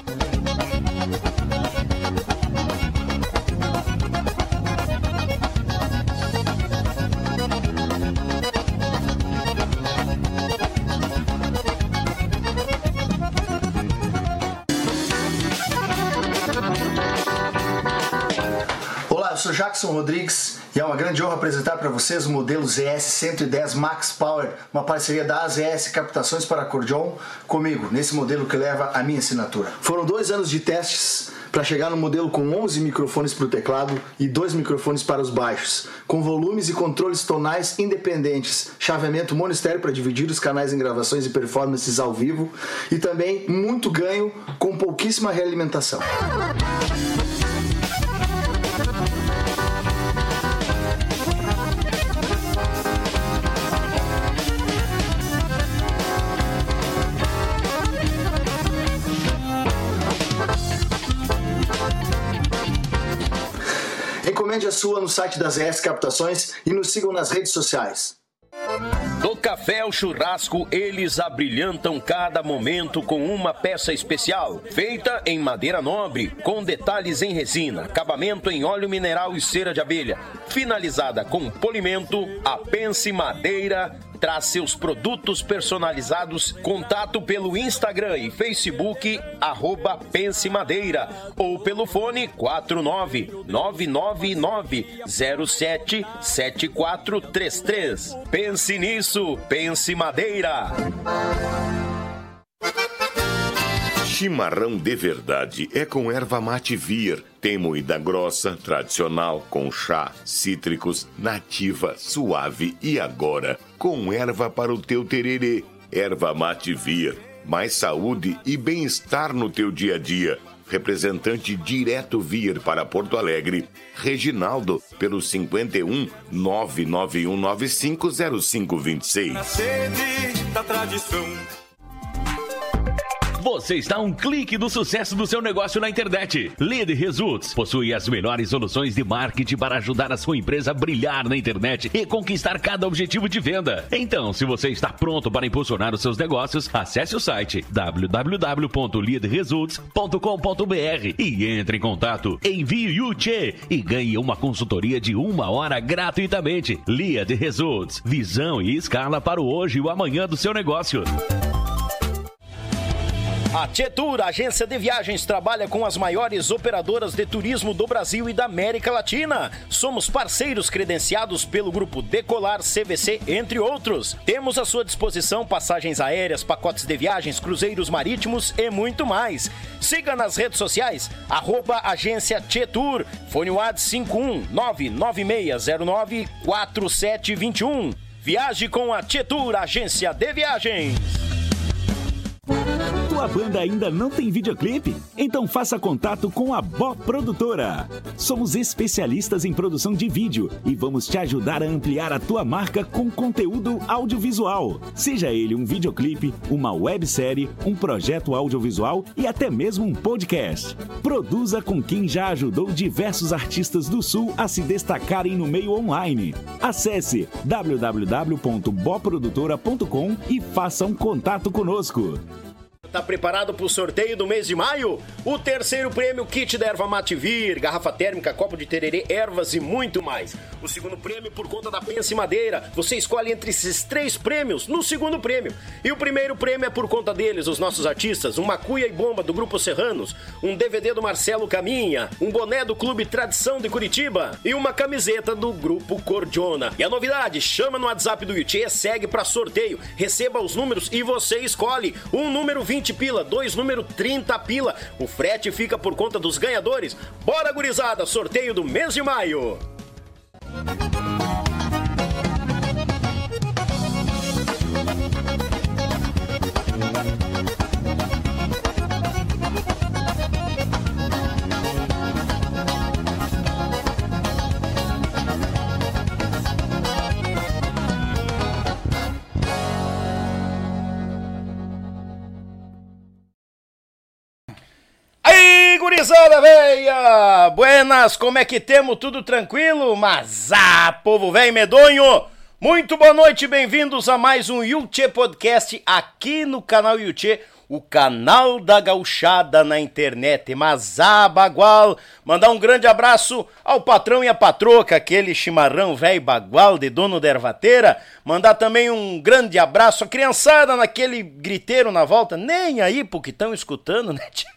Eu sou Jackson Rodrigues e é uma grande honra apresentar para vocês o modelo ZS-110 Max Power, uma parceria da AZS Captações para Acordeon comigo, nesse modelo que leva a minha assinatura. Foram 2 anos de testes para chegar no modelo com 11 microfones para o teclado e 2 microfones para os baixos, com volumes e controles tonais independentes, chaveamento mono-estéreo para dividir os canais em gravações e performances ao vivo e também muito ganho com pouquíssima realimentação. Encomende a sua no site da ZS Captações e nos sigam nas redes sociais. Do café ao churrasco, eles abrilhantam cada momento com uma peça especial, feita em madeira nobre, com detalhes em resina, acabamento em óleo mineral e cera de abelha, finalizada com polimento. A Pense Madeira traz seus produtos personalizados. Contato pelo Instagram e Facebook @Pense Madeira ou pelo fone 49999077433. Pense nisso, Pense Madeira. Chimarrão de verdade é com erva mate Vir. Tem moída grossa, tradicional, com chá, cítricos, nativa, suave e agora com erva para o teu tererê. Erva mate Vir. Mais saúde e bem-estar no teu dia a dia. Representante direto Vir para Porto Alegre. Reginaldo, pelo 51 991950526. Na sede da tradição. Você está a um clique do sucesso do seu negócio na internet. Lead Results possui as melhores soluções de marketing para ajudar a sua empresa a brilhar na internet e conquistar cada objetivo de venda. Então, se você está pronto para impulsionar os seus negócios, acesse o site www.leadresults.com.br e entre em contato. Envie o Tchê e ganhe uma consultoria de 1 hora gratuitamente. Lead Results, visão e escala para o hoje e o amanhã do seu negócio. A Tchetur, agência de viagens, trabalha com as maiores operadoras de turismo do Brasil e da América Latina. Somos parceiros credenciados pelo Grupo Decolar, CVC, entre outros. Temos à sua disposição passagens aéreas, pacotes de viagens, cruzeiros marítimos e muito mais. Siga nas redes sociais, @agência Tchetur, fone WhatsApp 51996094721. Viaje com a Tchetur, agência de viagens. Tua banda ainda não tem videoclipe? Então faça contato com a Bó Produtora. Somos especialistas em produção de vídeo e vamos te ajudar a ampliar a tua marca com conteúdo audiovisual. Seja ele um videoclipe, uma websérie, um projeto audiovisual e até mesmo um podcast. Produza com quem já ajudou diversos artistas do Sul a se destacarem no meio online. Acesse www.boprodutora.com e faça um contato conosco. Tá preparado para o sorteio do mês de maio? O terceiro prêmio, kit da erva mate Vir, garrafa térmica, copo de tererê, ervas e muito mais. O segundo prêmio por conta da Pense Madeira. Você escolhe entre esses 3 prêmios no segundo prêmio. E o primeiro prêmio é por conta deles, os nossos artistas, uma cuia e bomba do Grupo Serranos, um DVD do Marcelo Caminha, um boné do Clube Tradição de Curitiba e uma camiseta do Grupo Cordiona. E a novidade, chama no WhatsApp do Yuchê, segue para sorteio, receba os números e você escolhe um número 20 pila, 2 número 30 pila. O frete fica por conta dos ganhadores. Bora, gurizada, sorteio do mês de maio. Gurizada véia, buenas, como é que temos? Tudo tranquilo? Mas, povo velho medonho, muito boa noite, bem-vindos a mais um Yuchê Podcast aqui no canal Yuchê, o canal da gauchada na internet, mas bagual. Mandar um grande abraço ao patrão e a patroca, aquele chimarrão velho bagual de dono da ervateira. Mandar também um grande abraço à criançada naquele griteiro na volta, nem aí porque estão escutando, né?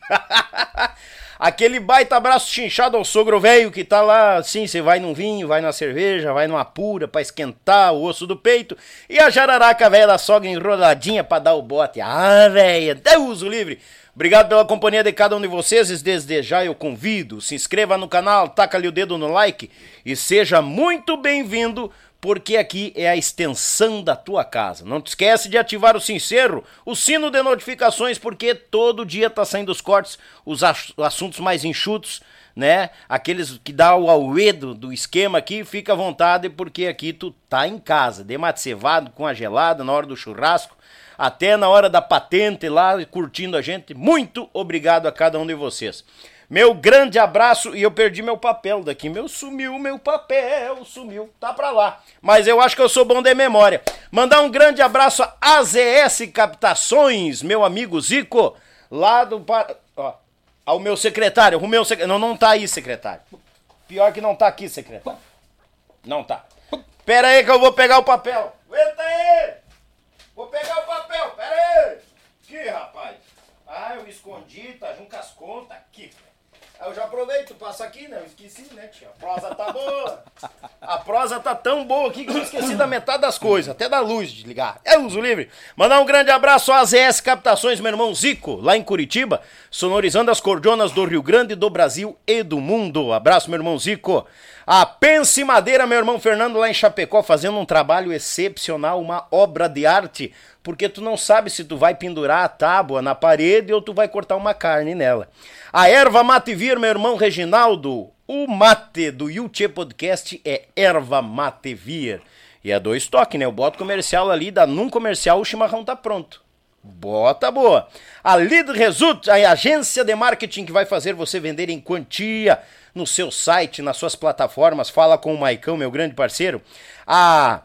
Aquele baita abraço chinchado ao sogro velho que tá lá, assim, você vai num vinho, vai na cerveja, vai numa pura pra esquentar o osso do peito. E a jararaca velha da sogra enroladinha pra dar o bote. Ah, velha, Deus o livre. Obrigado pela companhia de cada um de vocês. Desde já eu convido, se inscreva no canal, taca ali o dedo no like e seja muito bem-vindo, porque aqui é a extensão da tua casa. Não te esquece de ativar o sincero, o sino de notificações, porque todo dia tá saindo os cortes, os assuntos mais enxutos, né? Aqueles que dá o auê do esquema aqui, fica à vontade, porque aqui tu tá em casa, de mate cevado, com a gelada, na hora do churrasco, até na hora da patente lá, curtindo a gente. Muito obrigado a cada um de vocês. Meu grande abraço, e eu perdi meu papel daqui, sumiu meu papel, sumiu, tá pra lá. Mas eu acho que eu sou bom de memória. Mandar um grande abraço a AZS Captações, meu amigo Zico, lá do... Ó, ao meu secretário, não tá aí, secretário. Pior que não tá aqui, secretário. Não tá. Pera aí que eu vou pegar o papel. Aguenta aí! Vou pegar o papel, pera aí! Que rapaz? Ah, eu me escondi, tá junto com as contas aqui. Aí eu já aproveito, passo aqui, né? Eu esqueci, né, tia? A prosa tá boa. A prosa tá tão boa aqui que eu esqueci da metade das coisas, até da luz de ligar. É uso livre. Mandar um grande abraço à AZS Captações, meu irmão Zico, lá em Curitiba, sonorizando as cordionas do Rio Grande, do Brasil e do mundo. Abraço, meu irmão Zico. A Pense Madeira, meu irmão Fernando, lá em Chapecó, fazendo um trabalho excepcional, uma obra de arte, porque tu não sabe se tu vai pendurar a tábua na parede ou tu vai cortar uma carne nela. A Erva Mate Vir, meu irmão Reginaldo, o mate do YouTube Podcast é Erva Mate Vir. E é 2 toques, né? Eu boto comercial ali, dá num comercial, o chimarrão tá pronto. Bota boa. A Lead Result, a agência de marketing que vai fazer você vender em quantia no seu site, nas suas plataformas. Fala com o Maicão, meu grande parceiro. A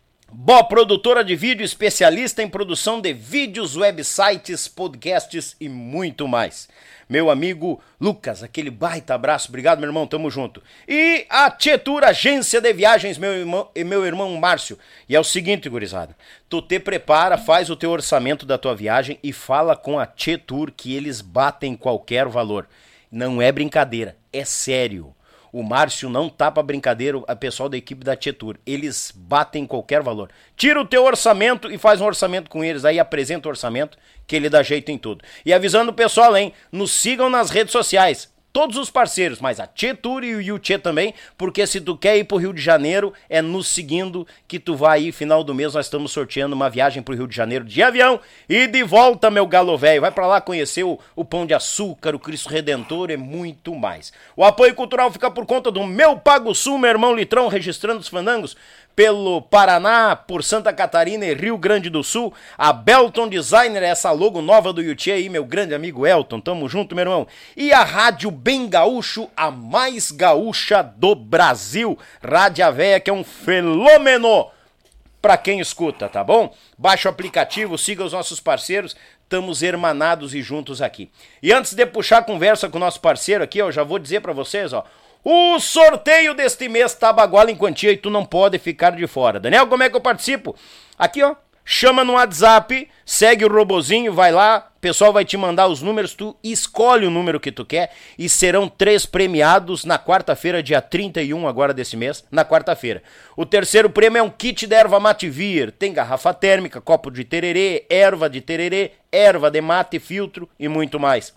Bó Produtora de Vídeo, especialista em produção de vídeos, websites, podcasts e muito mais. Meu amigo Lucas, aquele baita abraço, obrigado, meu irmão, tamo junto. E a Tietur, agência de viagens, meu irmão Márcio. E é o seguinte, gurizada, tu te prepara, faz o teu orçamento da tua viagem e fala com a Tietur que eles batem qualquer valor. Não é brincadeira, é sério. O Márcio não tá pra brincadeira, a pessoal da equipe da Tietur. Eles batem qualquer valor. Tira o teu orçamento e faz um orçamento com eles. Aí apresenta o orçamento que ele dá jeito em tudo. E avisando o pessoal, hein? Nos sigam nas redes sociais. Todos os parceiros, mas a Tietur e o Yuchê também, porque se tu quer ir pro Rio de Janeiro, é nos seguindo que tu vai ir. Final do mês nós estamos sorteando uma viagem pro Rio de Janeiro de avião e de volta, meu galo velho. Vai pra lá conhecer o Pão de Açúcar, o Cristo Redentor e muito mais. O apoio cultural fica por conta do Meu Pago Sul, meu irmão Litrão, registrando os fandangos pelo Paraná, por Santa Catarina e Rio Grande do Sul. A Belton Designer, essa logo nova do Yuchê aí, meu grande amigo Elton, tamo junto, meu irmão. E a Rádio Bem Gaúcho, a mais gaúcha do Brasil. Rádio Véia, que é um fenômeno pra quem escuta, tá bom? Baixa o aplicativo, siga os nossos parceiros, estamos hermanados e juntos aqui. E antes de puxar a conversa com o nosso parceiro aqui, eu já vou dizer pra vocês, ó, o sorteio deste mês tá baguala em quantia e tu não pode ficar de fora. Daniel, como é que eu participo? Aqui, ó, chama no WhatsApp, segue o robozinho, vai lá, o pessoal vai te mandar os números, tu escolhe o número que tu quer e serão 3 premiados na quarta-feira, dia 31 agora desse mês, na quarta-feira. O terceiro prêmio é um kit da Erva Mate Vir, tem garrafa térmica, copo de tererê, erva de tererê, erva de mate, filtro e muito mais.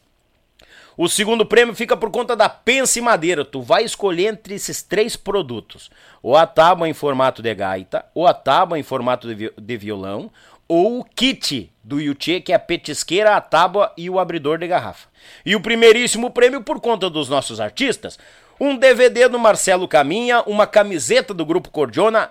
O segundo prêmio fica por conta da Pense Madeira. Tu vai escolher entre esses 3 produtos. Ou a tábua em formato de gaita, ou a tábua em formato de violão, ou o kit do Yuchê, que é a petisqueira, a tábua e o abridor de garrafa. E o primeiríssimo prêmio por conta dos nossos artistas. Um DVD do Marcelo Caminha, uma camiseta do Grupo Cordiona,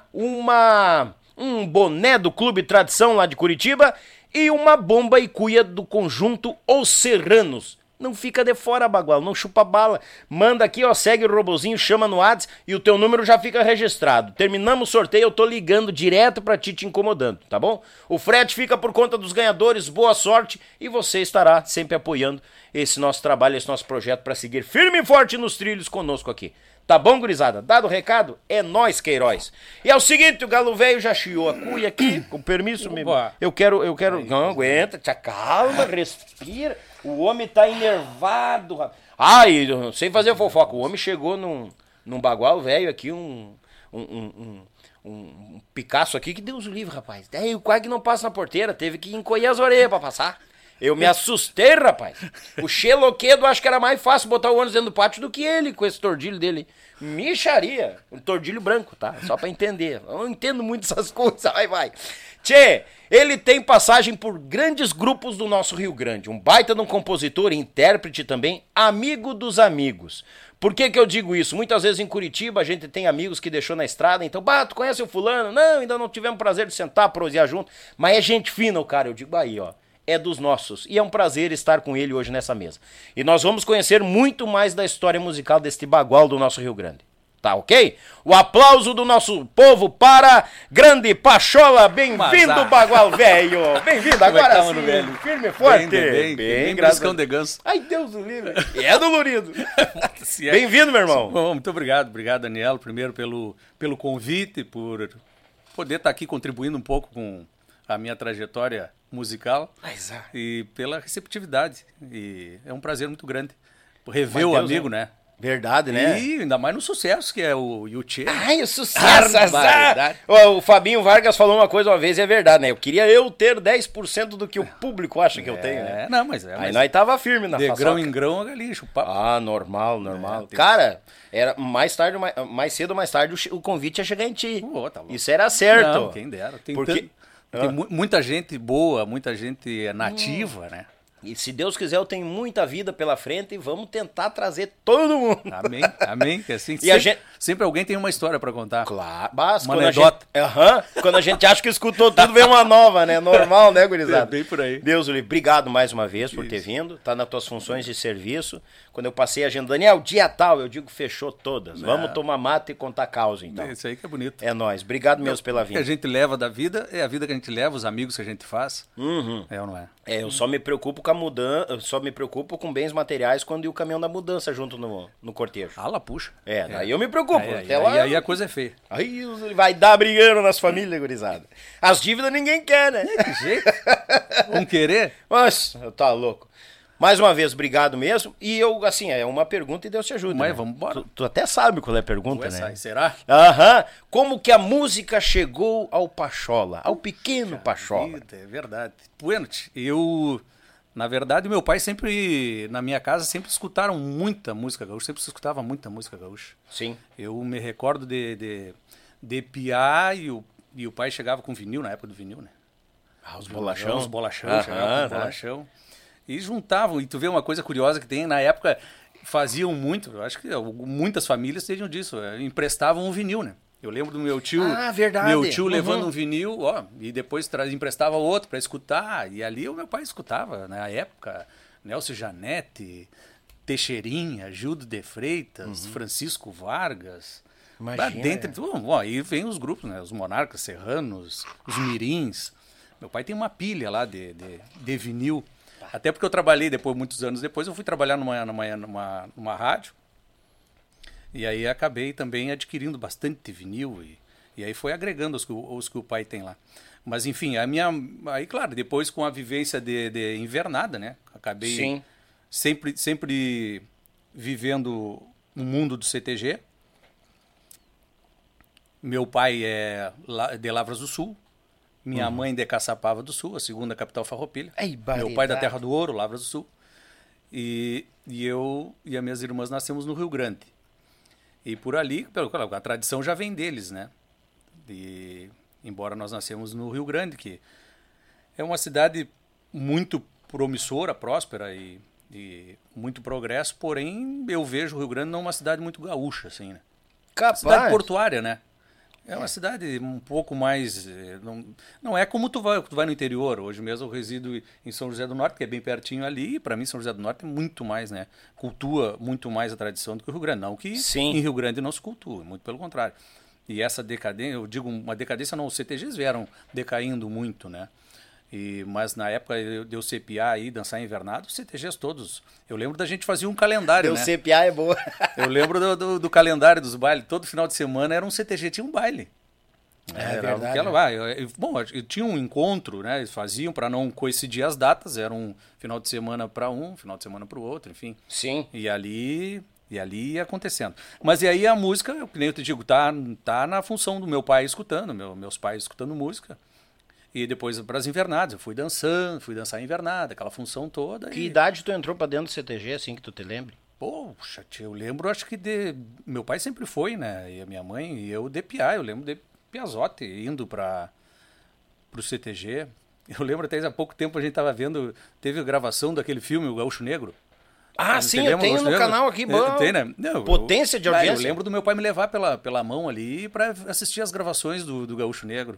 um boné do Clube Tradição lá de Curitiba e uma bomba e cuia do conjunto Os Serranos. não fica de fora, Bagual, não chupa bala. Manda aqui, ó, segue o robozinho, chama no WhatsApp e o teu número já fica registrado. Terminamos o sorteio, eu tô ligando direto pra ti te incomodando, tá bom? O frete fica por conta dos ganhadores, boa sorte e você estará sempre apoiando esse nosso trabalho, esse nosso projeto pra seguir firme e forte nos trilhos conosco aqui. Tá bom, gurizada? Dado o recado, é nóis, Queiroz. E é o seguinte, o galo velho já chiou a cuia aqui, com permisso mesmo. Eu quero... Não, aguenta, te acalma, respira. O homem tá enervado, rapaz. Ai, sem fazer fofoca, o homem chegou num bagual velho aqui, um Picasso aqui, que Deus o livre, rapaz. Daí o quase não passa na porteira, teve que encolher as orelhas pra passar. Eu me assustei, rapaz. O Xeloquedo acho que era mais fácil botar o ônibus dentro do pátio do que ele, com esse tordilho dele. Micharia. Um tordilho branco, tá? Só pra entender. Eu não entendo muito essas coisas. Vai. Tchê, ele tem passagem por grandes grupos do nosso Rio Grande. Um baita de um compositor e intérprete também, amigo dos amigos. Por que eu digo isso? Muitas vezes em Curitiba a gente tem amigos que deixou na estrada, então, tu conhece o fulano? Não, ainda não tivemos prazer de sentar, prosear junto. Mas é gente fina o cara, eu digo aí, ó. É dos nossos. E é um prazer estar com ele hoje nessa mesa. E nós vamos conhecer muito mais da história musical deste bagual do nosso Rio Grande. Tá ok? O aplauso do nosso povo para Grande Pachola. Bem-vindo, bagual velho. Bem-vindo agora sim. Velho? Firme e forte. Bem graças de ganso. Ai, Deus do livre. E é dolorido. Bem-vindo, meu irmão. Bom, muito obrigado. Obrigado, Daniel, primeiro pelo convite, por poder estar aqui contribuindo um pouco com a minha trajetória musical e pela receptividade. E é um prazer muito grande rever o amigo, né? Verdade, né? E ainda mais no sucesso, que é o Yuchê. Ai, o sucesso! O Fabinho Vargas falou uma coisa uma vez e é verdade, né? Eu queria ter 10% do que o público acha que eu tenho, né? Não, mas Aí nós tava firme na façoca. De grão em grão, a galinha chupava. Ah, normal. Cara, era mais cedo ou mais tarde o convite ia chegar em ti. Tá louco. Isso era certo. Não, quem dera. Tem muita gente boa, muita gente nativa, né? E se Deus quiser, eu tenho muita vida pela frente e vamos tentar trazer todo mundo. Amém. Que assim, sempre alguém tem uma história pra contar. Claro. Uma anedota. Quando a gente acha que escutou tudo, vem uma nova, né? Normal, né, gurizada? Bem por aí. Deus, obrigado mais uma vez por ter vindo. Tá nas tuas funções de serviço. Quando eu passei a agenda, Daniel, dia tal, eu digo fechou todas. Vamos tomar mate e contar causa, então. Isso aí que é bonito. É nóis. Obrigado mesmo pela vinda. O que a gente leva da vida é a vida que a gente leva, os amigos que a gente faz. É ou não é? Eu só me preocupo com a mudança, eu só me preocupo com bens materiais quando ir o caminhão da mudança junto no cortejo. Lá puxa. Daí eu me preocupo. Aí a coisa é feia. Aí vai dar brigando nas famílias, gurizada. As dívidas ninguém quer, né? Que jeito? Vamos querer? Nossa, tá louco. Mais uma vez, obrigado mesmo. E eu, assim, é uma pergunta e Deus te ajude. Mas né? vamos embora. Tu até sabe qual é a pergunta, né? Será? Como que a música chegou ao Pachola, ao pequeno Pachola? É verdade. Bueno, na verdade, meu pai sempre, na minha casa, sempre escutaram muita música gaúcha. Sempre se escutava muita música gaúcha. Sim. Eu me recordo de piar e o pai chegava com vinil, na época do vinil, né? Os bolachão. Os bolachão, chegava com bolachão. E juntavam, e tu vê uma coisa curiosa que tem, na época faziam muito, eu acho que muitas famílias teriam disso, emprestavam um vinil, né? Eu lembro do meu tio, verdade. Meu tio levando um vinil, e depois emprestava outro para escutar, e ali o meu pai escutava, na época, Nelson Janete, Teixeirinha, Gildo de Freitas, Francisco Vargas. Imagina. Aí vem os grupos, né? Os Monarcas Serranos, os Mirins. Meu pai tem uma pilha lá de vinil. Até porque eu trabalhei muitos anos depois, eu fui trabalhar numa rádio. E aí acabei também adquirindo bastante vinil. E aí foi agregando os que o pai tem lá. Mas enfim, aí claro, depois com a vivência de invernada, né? Acabei sempre vivendo no mundo do CTG. Meu pai é de Lavras do Sul. Minha mãe de Caçapava do Sul, a segunda capital farroupilha. Meu pai da Terra do Ouro, Lavras do Sul. E eu e as minhas irmãs nascemos no Rio Grande. E por ali, a tradição já vem deles, né? Embora nós nascemos no Rio Grande, que é uma cidade muito promissora, próspera e muito progresso, porém eu vejo o Rio Grande não uma cidade muito gaúcha, assim, né? Capaz. Cidade portuária, né? É uma cidade um pouco mais... Não é como tu vai no interior. Hoje mesmo eu resido em São José do Norte, que é bem pertinho ali. E para mim, São José do Norte é muito mais, né? Cultua muito mais a tradição do que o Rio Grande. Não que em Rio Grande não se cultua, muito pelo contrário. E essa decadência, eu digo uma decadência, não, os CTGs vieram decaindo muito, né? Mas na época de eu CPA aí, dançar invernado, os CTGs todos. Eu lembro da gente fazer um calendário, né? O CPA é boa. Eu lembro do calendário dos bailes. Todo final de semana era um CTG, tinha um baile. É era verdade. Bom, tinha um encontro, né? Eles faziam para não coincidir as datas. Era um final de semana para um, final de semana para o outro, enfim. Sim. E ali ia acontecendo. Mas e aí a música, que nem eu te digo, tá na função do meu pai escutando, meus pais escutando música. E depois para as invernadas, eu fui dançar invernada, aquela função toda. Que idade tu entrou para dentro do CTG, assim, que tu te lembre? Poxa, eu lembro, acho que meu pai sempre foi, né? E a minha mãe, e eu de piá, eu lembro de Piazote indo para o CTG. Eu lembro até há pouco tempo a gente estava vendo, teve a gravação daquele filme, O Gaúcho Negro. Ah, sim, eu tenho no canal aqui, bom. Tem, né? Não, Potência de audiência. Eu lembro do meu pai me levar pela mão ali para assistir as gravações do Gaúcho Negro.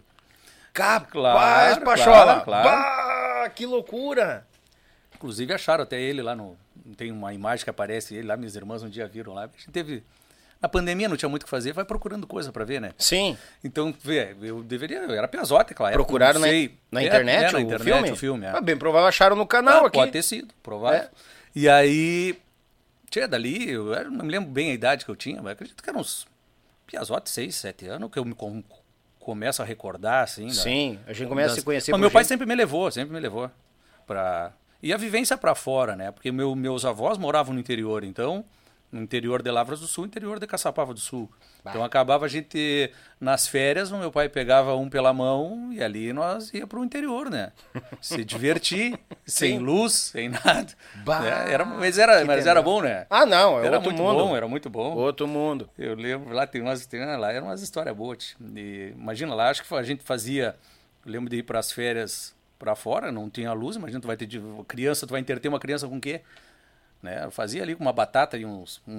Capaz, Pachola! Claro. Bah, que loucura! Inclusive acharam até ele lá tem uma imagem que aparece ele lá, minhas irmãs um dia viram lá. A gente teve... Na pandemia não tinha muito o que fazer, vai procurando coisa pra ver, né? Sim. Então, eu era Piazote, claro. Procuraram na internet, na internet o filme. Ah, bem provável acharam no canal aqui. Pode ter sido, provável. É. E aí, dali, eu não me lembro bem a idade que eu tinha, mas acredito que eram uns Piazote, 6, 7 anos, que eu começo a recordar, assim. Sim, a gente começa a se conhecer. Mas meu pai sempre me levou pra... E a vivência pra fora, né? Porque meus avós moravam no interior, então... No interior de Lavras do Sul, interior de Caçapava do Sul. Então acabava a gente, nas férias, o meu pai pegava um pela mão e ali nós ia pro interior, né? Se divertir, sem luz, sem nada. Mas era bom, né? Ah, não, era outro mundo. Era muito bom. Outro mundo. Eu lembro, lá lá eram umas histórias boas. Imagina, lá acho que a gente fazia, eu lembro de ir para as férias para fora, não tinha luz, imagina, tu vai entreter uma criança com o quê? Né? Eu fazia ali com uma batata e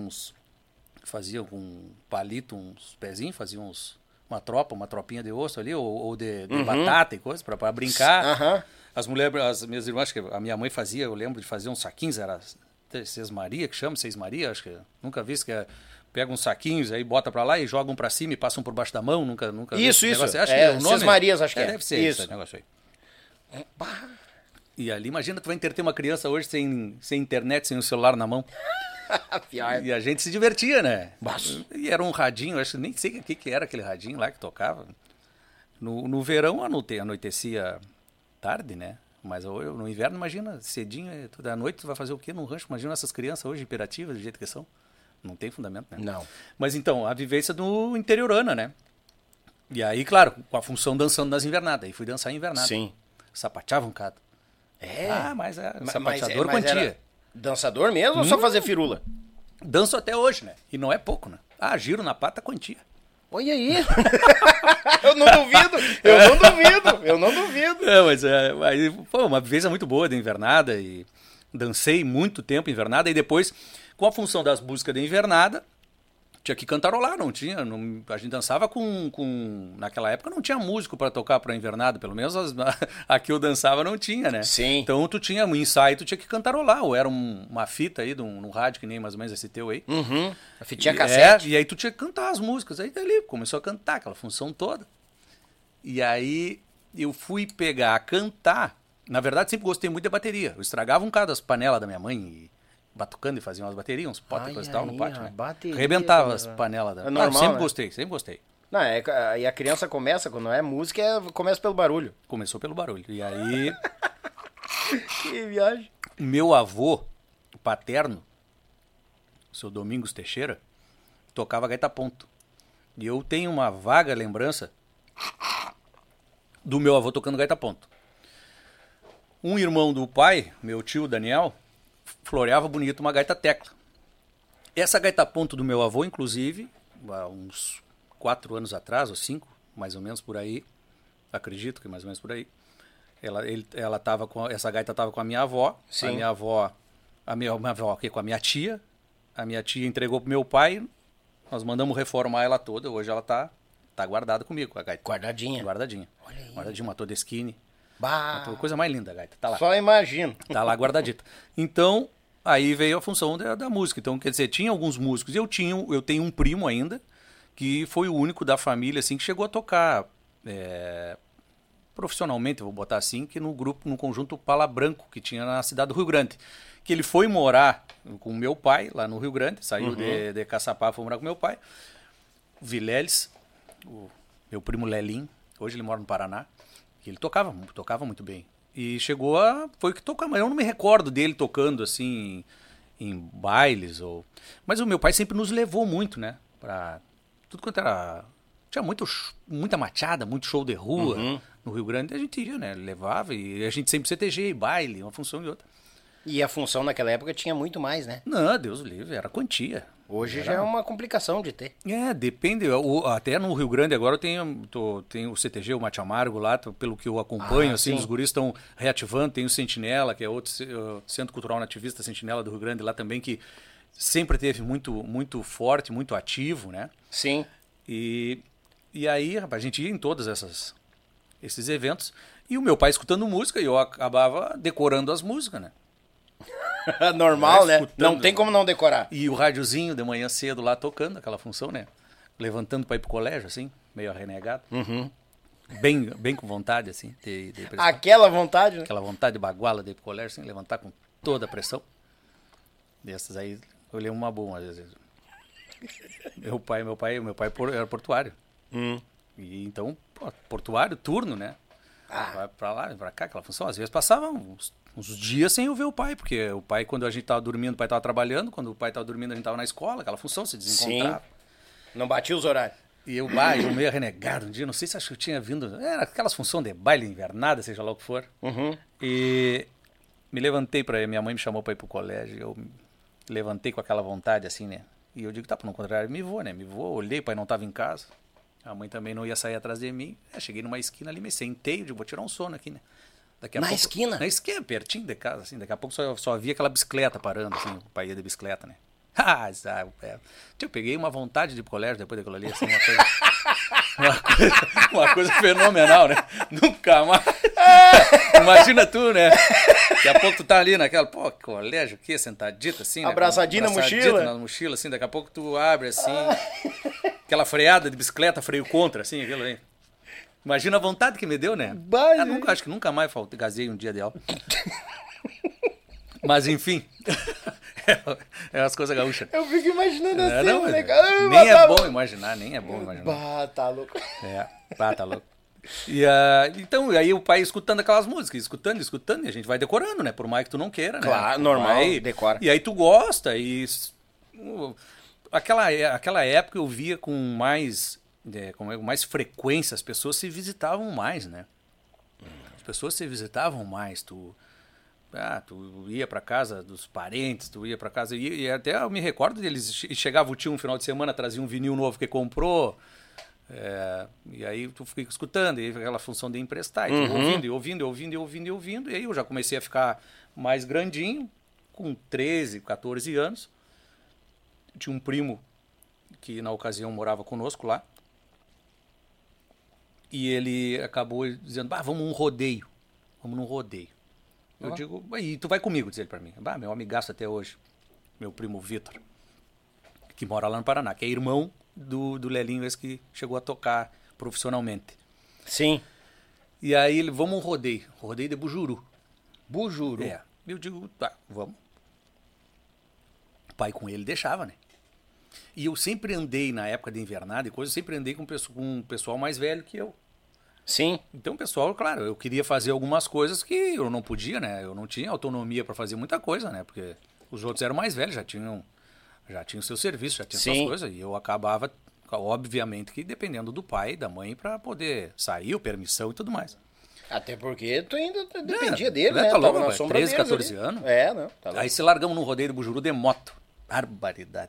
fazia com um palito, uns pezinhos, fazia uma tropinha de osso ali, ou de batata e coisa, para brincar. As minhas irmãs, que a minha mãe fazia, eu lembro de fazer uns saquinhos, era Seis Maria, que chama Seis Maria, acho que nunca vi isso, que pega uns saquinhos, aí bota para lá e jogam para cima e passam por baixo da mão, nunca Isso. Acho que é o nome. Seis Marias, acho que é. Deve ser esse negócio aí. E ali, imagina, tu vai entreter uma criança hoje sem internet, sem o celular na mão. E a gente se divertia, né? E era um radinho, acho que nem sei o que era aquele radinho lá que tocava. No verão anoitecia tarde, né? Mas no inverno, imagina, cedinho, toda noite tu vai fazer o quê num rancho? Imagina essas crianças hoje imperativas, do jeito que são. Não tem fundamento, né? Não. Mas então, a vivência do interiorana, né? E aí, claro, com a função dançando nas invernadas. Aí fui dançar em invernada. Sim. Sapateava um bocado. Mas sapateador mas quantia. Era dançador mesmo ou só fazer firula? Danço até hoje, né? E não é pouco, né? Giro na pata, quantia. Olha aí. Eu não duvido. Mas foi uma vivência muito boa de invernada e dancei muito tempo invernada e depois, com a função das músicas de invernada, tinha que cantarolar, a gente dançava naquela época não tinha músico para tocar para invernada, pelo menos a que eu dançava não tinha, né? Sim. Então tu tinha um ensaio, tu tinha que cantarolar, ou era uma fita aí, num rádio que nem mais ou menos esse teu aí. A fitinha cassete. E aí tu tinha que cantar as músicas, aí dali começou a cantar, aquela função toda. E aí eu fui pegar a cantar, na verdade sempre gostei muito da bateria, eu estragava um bocado das panelas da minha mãe batucando e fazia umas baterias, uns potes e coisa e tal no pátio, né? Arrebentava as panelas. É normal, sempre gostei. Não, e a criança começa, quando não é música, começa pelo barulho. Começou pelo barulho. E aí... Que viagem. Meu avô paterno, o seu Domingos Teixeira, tocava gaita ponto. E eu tenho uma vaga lembrança do meu avô tocando gaita ponto. Um irmão do pai, meu tio Daniel, floreava bonito uma gaita tecla. Essa gaita ponto do meu avô, inclusive, há uns 4 anos atrás, ou 5, mais ou menos por aí, acredito que mais ou menos por aí, ela tava essa gaita estava com a minha avó. Sim. A minha avó aqui com a minha tia. A minha tia entregou pro meu pai, nós mandamos reformar ela toda, hoje ela tá tá guardada comigo, a gaita. Guardadinha. Guardadinha. Olha aí. Guardadinha, uma toda skinny. Bah. Coisa mais linda a gaita, tá lá. Só imagino. Tá lá guardadita. Então, aí veio a função da música. Então, quer dizer, tinha alguns músicos. Eu tenho um primo ainda, que foi o único da família, assim, que chegou a tocar profissionalmente, vou botar assim, que no conjunto Pala Branco, que tinha na cidade do Rio Grande. Que ele foi morar com meu pai, lá no Rio Grande, saiu de Caçapá, foi morar com meu pai. O Vileles, o meu primo Lelim, hoje ele mora no Paraná, que ele tocava muito bem. E foi que tocava, mas eu não me recordo dele tocando assim em bailes. Mas o meu pai sempre nos levou muito, né? Pra tudo quanto era... Tinha muita machada, muito show de rua no Rio Grande, a gente ia, né? Levava e a gente sempre CTG, baile, uma função e outra. E a função naquela época tinha muito mais, né? Não, Deus livre, era quantia. Hoje já é uma complicação de ter. Depende. Até no Rio Grande agora tem o CTG, o Mate Amargo lá, pelo que eu acompanho, assim, os guris estão reativando. Tem o Sentinela, que é outro Centro Cultural Nativista Sentinela do Rio Grande lá também, que sempre teve muito forte, muito ativo, né? Sim. E aí, rapaz, a gente ia em todos esses eventos. E o meu pai escutando música e eu acabava decorando as músicas, né? Normal, né? Não tem como não decorar. E o rádiozinho de manhã cedo lá tocando aquela função, né? Levantando para ir pro colégio, assim, meio renegado. Bem com vontade, assim. Aquela vontade, né? Aquela vontade de baguala de ir pro colégio, assim, levantar com toda a pressão. Dessas aí, eu lembro uma boa, às vezes. Meu pai era portuário. E então, portuário, turno, né? Vai pra lá, pra cá, aquela função. Às vezes passava uns dias sem eu ver o pai, porque o pai, quando a gente tava dormindo, o pai tava trabalhando, quando o pai tava dormindo, a gente tava na escola, aquela função, se desencontrava. Sim. Não batia os horários. E eu meio renegado um dia, não sei se acho que eu tinha vindo, era aquelas funções de baile invernada, seja lá o que for. E me levantei minha mãe me chamou pra ir pro colégio, eu me levantei com aquela vontade, assim, né? E eu digo, tá, por não contrário, me vou, olhei, o pai não tava em casa, a mãe também não ia sair atrás de mim, cheguei numa esquina ali, me sentei, eu digo, vou tirar um sono aqui, né? Esquina? Na esquina, pertinho de casa, assim. Daqui a pouco só via aquela bicicleta parando, assim. O pai ia de bicicleta, né? Eu peguei uma vontade de ir pro colégio depois daquilo ali, assim, uma coisa fenomenal, né? Nunca mais. Imagina tu, né? Daqui a pouco tu tá ali naquela, colégio aqui, sentadito, assim, né? Abraçadinho na mochila. Na mochila, assim. Daqui a pouco tu abre, assim. Aquela freada de bicicleta, freio contra, assim, aquilo aí. Imagina a vontade que me deu, né? Acho que nunca mais gazei um dia de aula. Mas, enfim. É umas coisas gaúchas. Eu fico imaginando assim, não, legal. Nem é bom imaginar. Tá louco. Tá louco. Então, aí o pai escutando aquelas músicas, escutando, e a gente vai decorando, né? Por mais que tu não queira, né? Claro, normal, decora. E aí tu gosta, aquela época eu via com mais frequência, as pessoas se visitavam mais, né? As pessoas se visitavam mais, tu ia pra casa dos parentes, tu ia pra casa, e até eu me recordo deles, chegava o tio um final de semana, trazia um vinil novo que comprou, e aí tu fica escutando, e aí aquela função de emprestar, e tu ouvindo, e aí eu já comecei a ficar mais grandinho, com 13, 14 anos, tinha um primo que na ocasião morava conosco lá, e ele acabou dizendo, vamos num rodeio. Eu digo, e tu vai comigo, diz ele pra mim. Meu amigaço até hoje, meu primo Vitor, que mora lá no Paraná, que é irmão do Lelinho, esse que chegou a tocar profissionalmente. Sim. E aí ele, vamos num rodeio de Bujuru. Bujuru? Eu digo, tá, vamos. O pai com ele deixava, né? E eu sempre andei, na época de invernada e coisa, eu sempre andei com um pessoal mais velho que eu. Sim. Então, pessoal, claro, eu queria fazer algumas coisas que eu não podia, né? Eu não tinha autonomia para fazer muita coisa, né? Porque os outros eram mais velhos, já tinham seu serviço, já tinham suas coisas. E eu acabava, obviamente, que dependendo do pai e da mãe para poder sair, ou permissão e tudo mais. Até porque tu ainda dependia dele, né? Tá louco, 13, 14 anos. Não, tá louco. Aí se largamos num rodeio do Bujuru de moto. Barbaridade.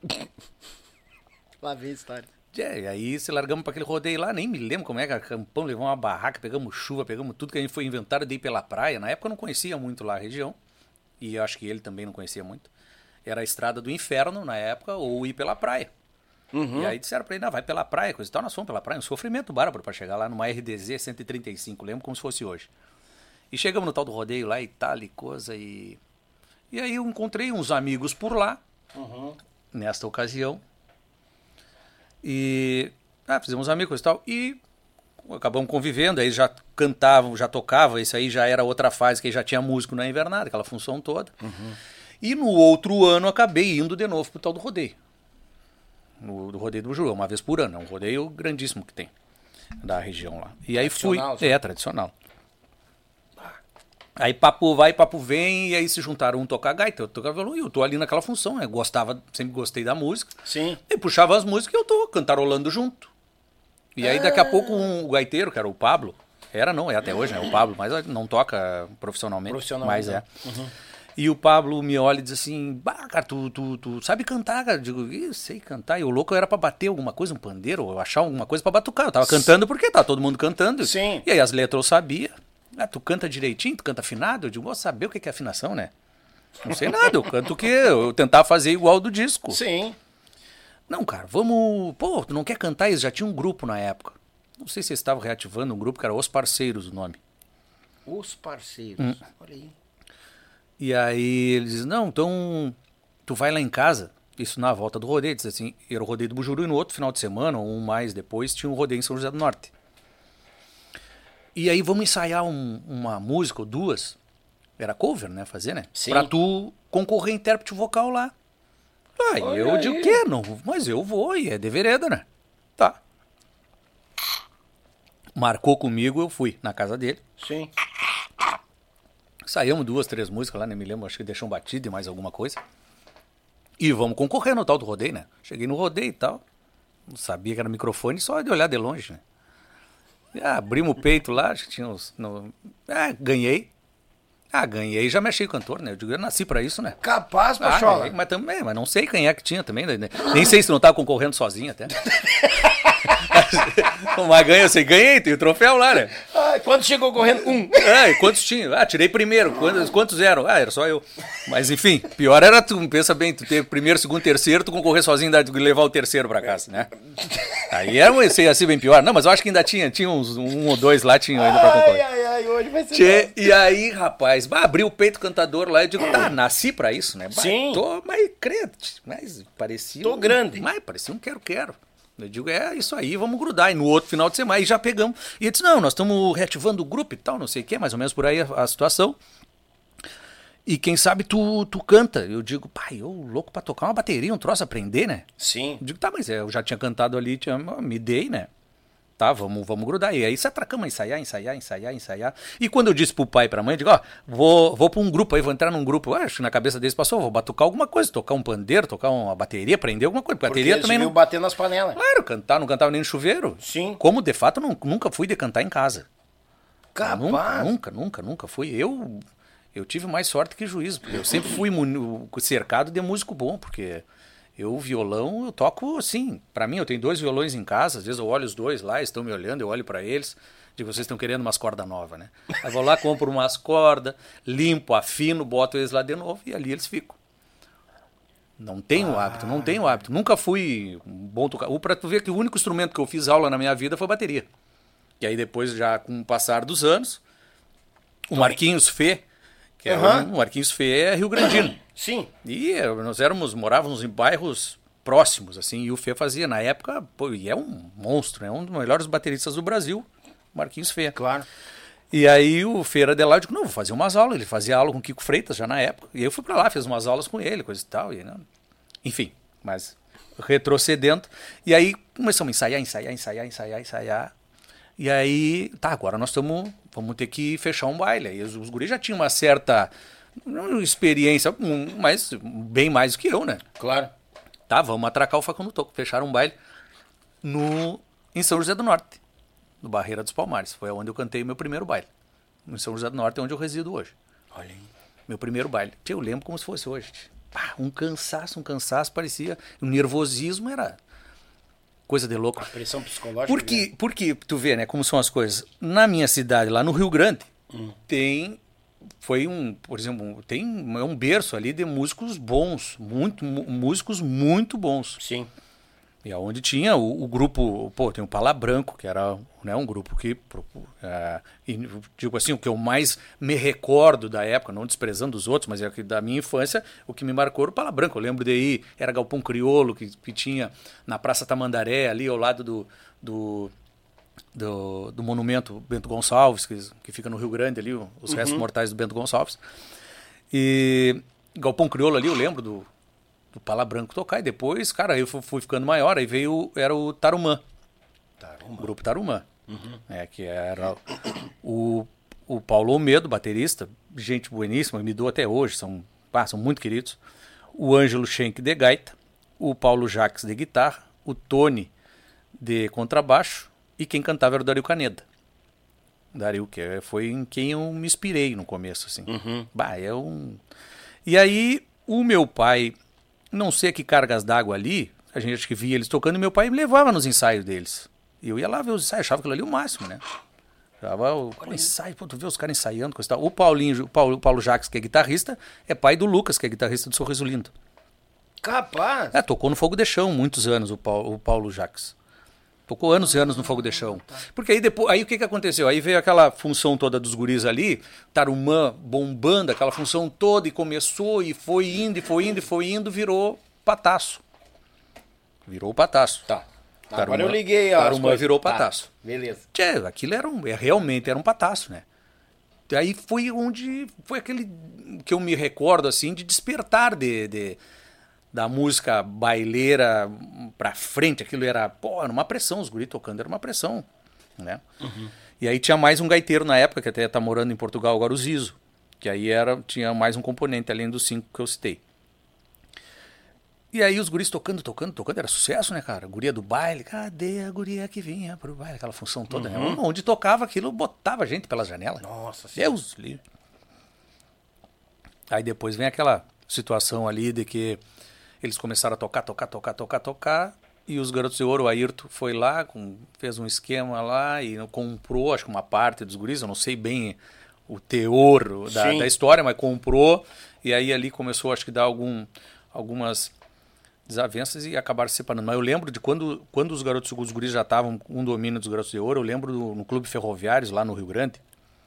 Lá vem a história. E aí se largamos para aquele rodeio lá, nem me lembro como é que acampamos, levamos uma barraca, pegamos chuva, pegamos tudo que a gente foi inventar de ir pela praia. Na época eu não conhecia muito lá a região, e acho que ele também não conhecia muito. Era a estrada do inferno na época, ou ir pela praia. E aí disseram pra ele, não, vai pela praia, coisa e tal. Nós fomos pela praia, um sofrimento bárbaro pra chegar lá numa RDZ 135, lembro como se fosse hoje. E chegamos no tal do rodeio lá e tal, e coisa, e aí eu encontrei uns amigos por lá, nesta ocasião, e fizemos amigos e tal, e acabamos convivendo, aí já cantavam, já tocavam, isso aí já era outra fase, que aí já tinha músico na invernada, aquela função toda. E no outro ano acabei indo de novo pro tal do rodeio. Do rodeio do Bujuru, uma vez por ano, é um rodeio grandíssimo que tem da região lá. E aí fui, tradicional. Aí papo vai, papo vem, e aí se juntaram um tocar gaita, outro tocar violão, e eu tô ali naquela função, né? Sempre gostei da música. Sim. E puxava as músicas e eu tô cantarolando junto. E aí daqui a pouco um gaiteiro, que era o Pablo, é até hoje, né? O Pablo, mas não toca profissionalmente. Mas é. E o Pablo me olha e diz assim, bah, cara, tu sabe cantar, cara? Eu digo, sei cantar. E o louco era pra bater alguma coisa, um pandeiro, ou achar alguma coisa pra batucar. Eu tava cantando porque tava todo mundo cantando. Sim. E aí as letras eu sabia. Tu canta direitinho, tu canta afinado? Eu digo, vou saber o que é afinação, né? Não sei nada, eu canto o quê? Eu tentar fazer igual do disco. Sim. Não, cara, vamos... Pô, tu não quer cantar isso? Já tinha um grupo na época. Não sei se vocês estavam reativando um grupo que era Os Parceiros, o nome. Os Parceiros, olha aí. E aí eles dizem, não, então tu vai lá em casa, isso na volta do rodeio, diz assim, era o rodeio do Bujuru e no outro final de semana, ou um mais depois, tinha um rodeio em São José do Norte. E aí vamos ensaiar uma música ou duas, era cover, né, fazer, né? Sim. Pra tu concorrer intérprete vocal lá. Aí eu digo, que não, mas eu vou, e é de vereda, né? Tá. Marcou comigo, eu fui na casa dele. Sim. Saímos 2, 3 músicas lá, nem me lembro, acho que deixou um batido e mais alguma coisa. E vamos concorrer no tal do rodeio, né? Cheguei no rodeio e tal, não sabia que era microfone, só de olhar de longe, né? E, abrimos o peito lá, acho que tinha uns... ganhei. Ganhei e já me achei cantor, né? Eu digo, eu nasci pra isso, né? Capaz, Pachola. Mas não sei quem é que tinha também, né? Nem sei se não tava concorrendo sozinho até. Mas ganhei, tem o troféu lá, né? Quantos chegou correndo? E quantos tinha? Tirei primeiro. Quantos eram? Era só eu. Mas enfim, pior era tu, pensa bem, tu ter primeiro, segundo, terceiro, tu concorrer sozinho e levar o terceiro pra casa, né? Aí era assim bem pior. Não, mas eu acho que ainda tinha uns 1 ou 2 lá, tinham ainda pra concorrer. Hoje vai ser... E aí, rapaz, abri o peito cantador lá e digo, nasci pra isso, né? Sim. Mas crente, mas parecia... Tô grande. Mas parecia um quero. Eu digo, é isso aí, vamos grudar. E no outro final de semana, aí já pegamos. E ele disse, não, nós estamos reativando o grupo e tal, não sei o que, mais ou menos por aí a situação. E quem sabe tu canta. Eu digo, pai, eu louco pra tocar uma bateria, um troço, aprender, né? Sim. Eu digo, tá, mas eu já tinha cantado ali, me dei, né? Tá, vamos grudar. E aí se atracamos a ensaiar. E quando eu disse pro pai e pra mãe, eu digo, vou pra um grupo aí, vou entrar num grupo. Acho que na cabeça deles passou, vou batucar alguma coisa, tocar um pandeiro, tocar uma bateria, aprender alguma coisa. Bateria porque também não... bater nas panelas. Claro, cantar, não cantava nem no chuveiro. Sim. Como, de fato, nunca fui de cantar em casa. Capaz. Nunca fui. Eu tive mais sorte que juízo, porque eu sempre fui cercado de músico bom, porque... violão, eu toco assim. Pra mim, eu tenho 2 violões em casa. Às vezes eu olho os 2 lá, estão me olhando, eu olho pra eles. Digo, vocês estão querendo umas cordas novas, né? Aí vou lá, compro umas cordas, limpo, afino, boto eles lá de novo e ali eles ficam. Não tenho hábito. Nunca fui bom tocar. Pra tu ver que o único instrumento que eu fiz aula na minha vida foi bateria. E aí depois, já com o passar dos anos, o Marquinhos Fê, que é o Marquinhos Fê é Rio Grandino. Sim. E nós morávamos em bairros próximos, assim, e o Fê fazia, na época, e é um monstro, é um dos melhores bateristas do Brasil, Marquinhos Fê. Claro. E aí o Fê era de lá, eu digo, não, vou fazer umas aulas, ele fazia aula com o Kiko Freitas já na época, e eu fui pra lá, fiz umas aulas com ele, coisa e tal, enfim, mas retrocedendo, e aí começamos a ensaiar, e aí, tá, agora nós vamos ter que fechar um baile, aí os guris já tinham uma certa... experiência, mas bem mais do que eu, né? Claro. Tá, vamos atracar o facão no toco. Fecharam um baile em São José do Norte, no Barreira dos Palmares. Foi onde eu cantei o meu primeiro baile. Em São José do Norte é onde eu resido hoje. Olha aí. Meu primeiro baile. Eu lembro como se fosse hoje. Um cansaço, parecia. O nervosismo era coisa de louco. A pressão psicológica. Porque tu vê, né, como são as coisas. Na minha cidade, lá no Rio Grande, por exemplo, tem um berço ali de músicos bons, músicos muito bons. Sim. E aonde tinha o grupo, tem o Pala Branco, que era, né, um grupo que, digo assim, o que eu mais me recordo da época, não desprezando os outros, mas é que da minha infância, o que me marcou era o Pala Branco. Eu lembro de ir, era Galpão Crioulo, que tinha na Praça Tamandaré, ali ao lado do monumento Bento Gonçalves, que fica no Rio Grande ali, os restos mortais do Bento Gonçalves. E Galpão Crioulo ali, eu lembro do Pala Branco tocar, e depois, cara, eu fui ficando maior, aí era o Tarumã. O grupo Tarumã. Que era o Paulo Almedo, baterista, gente bueníssima, me dou até hoje, são muito queridos. O Ângelo Schenck de gaita, o Paulo Jacques de guitarra, o Tony de contrabaixo, e quem cantava era o Dario Caneda. Dario, que foi em quem eu me inspirei no começo, assim. E aí, o meu pai, não sei que cargas d'água ali, a gente acho que via eles tocando, e meu pai me levava nos ensaios deles. E eu ia lá ver os ensaios, achava aquilo ali o máximo, né? Achava o ensaio, tu vê os caras ensaiando, coisa e tal. O Paulo Jacques, que é guitarrista, é pai do Lucas, que é guitarrista do Sorriso Lindo. Capaz! Tocou no Fogo de Chão muitos anos, o Paulo Jacques. Tocou anos e anos no Fogo de Chão. Porque aí o que aconteceu? Aí veio aquela função toda dos guris ali, Tarumã bombando, aquela função toda, e começou, e foi indo, virou pataço. Virou pataço. Tá. Tarumã, agora eu liguei. Tarumã virou pataço. Tá, beleza. Aquilo realmente era um pataço, né? Aí foi onde, foi aquele que eu me recordo, assim, de despertar da música baileira pra frente. Aquilo era uma pressão, os guris tocando, era uma pressão, né? E aí tinha mais um gaiteiro na época, que até tá morando em Portugal agora, o Zizo, que aí tinha mais um componente além dos 5 que eu citei. E aí os guris tocando, era sucesso, né, cara? Guria do baile, cadê a guria que vinha pro baile? Aquela função toda, né? Onde tocava aquilo, botava gente pelas janelas. Nossa Deus livre. Aí depois vem aquela situação ali de que eles começaram a tocar, e os Garotos de Ouro, o Ayrton foi lá, fez um esquema lá e comprou, acho que uma parte dos guris, eu não sei bem o teor da história, mas comprou, e aí ali começou, acho que dar algumas desavenças e acabaram se separando. Mas eu lembro de quando os guris já estavam com um domínio dos Garotos de Ouro, eu lembro no Clube Ferroviários, lá no Rio Grande,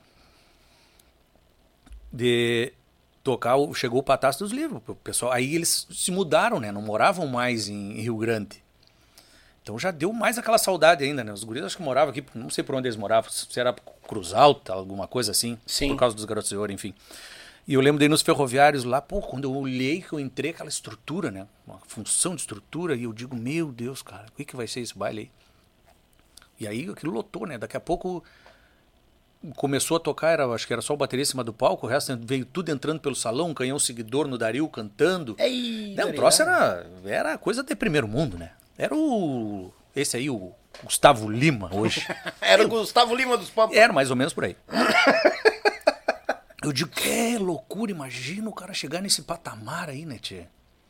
de tocar, chegou o Pataço dos Livros, o pessoal, aí eles se mudaram, né, não moravam mais em Rio Grande, então já deu mais aquela saudade ainda, né, os guris acho que moravam aqui, não sei por onde eles moravam, se era Cruz Alta, alguma coisa assim, por causa dos Garotos de Ouro, enfim, e eu lembro de ir nos ferroviários lá, quando eu olhei, que eu entrei, aquela estrutura, né, uma função de estrutura, e eu digo, meu Deus, cara, o que vai ser esse baile aí? E aí aquilo lotou, né, daqui a pouco começou a tocar, acho que era só o bateria em cima do palco, o resto veio tudo entrando pelo salão, um canhão seguidor no Dario cantando. O troço era coisa de primeiro mundo, né? Era esse aí, o Gustavo Lima, hoje. Era o Gustavo Lima dos Pampos. Era mais ou menos por aí. Eu digo, que loucura, imagina o cara chegar nesse patamar aí, né, tchê?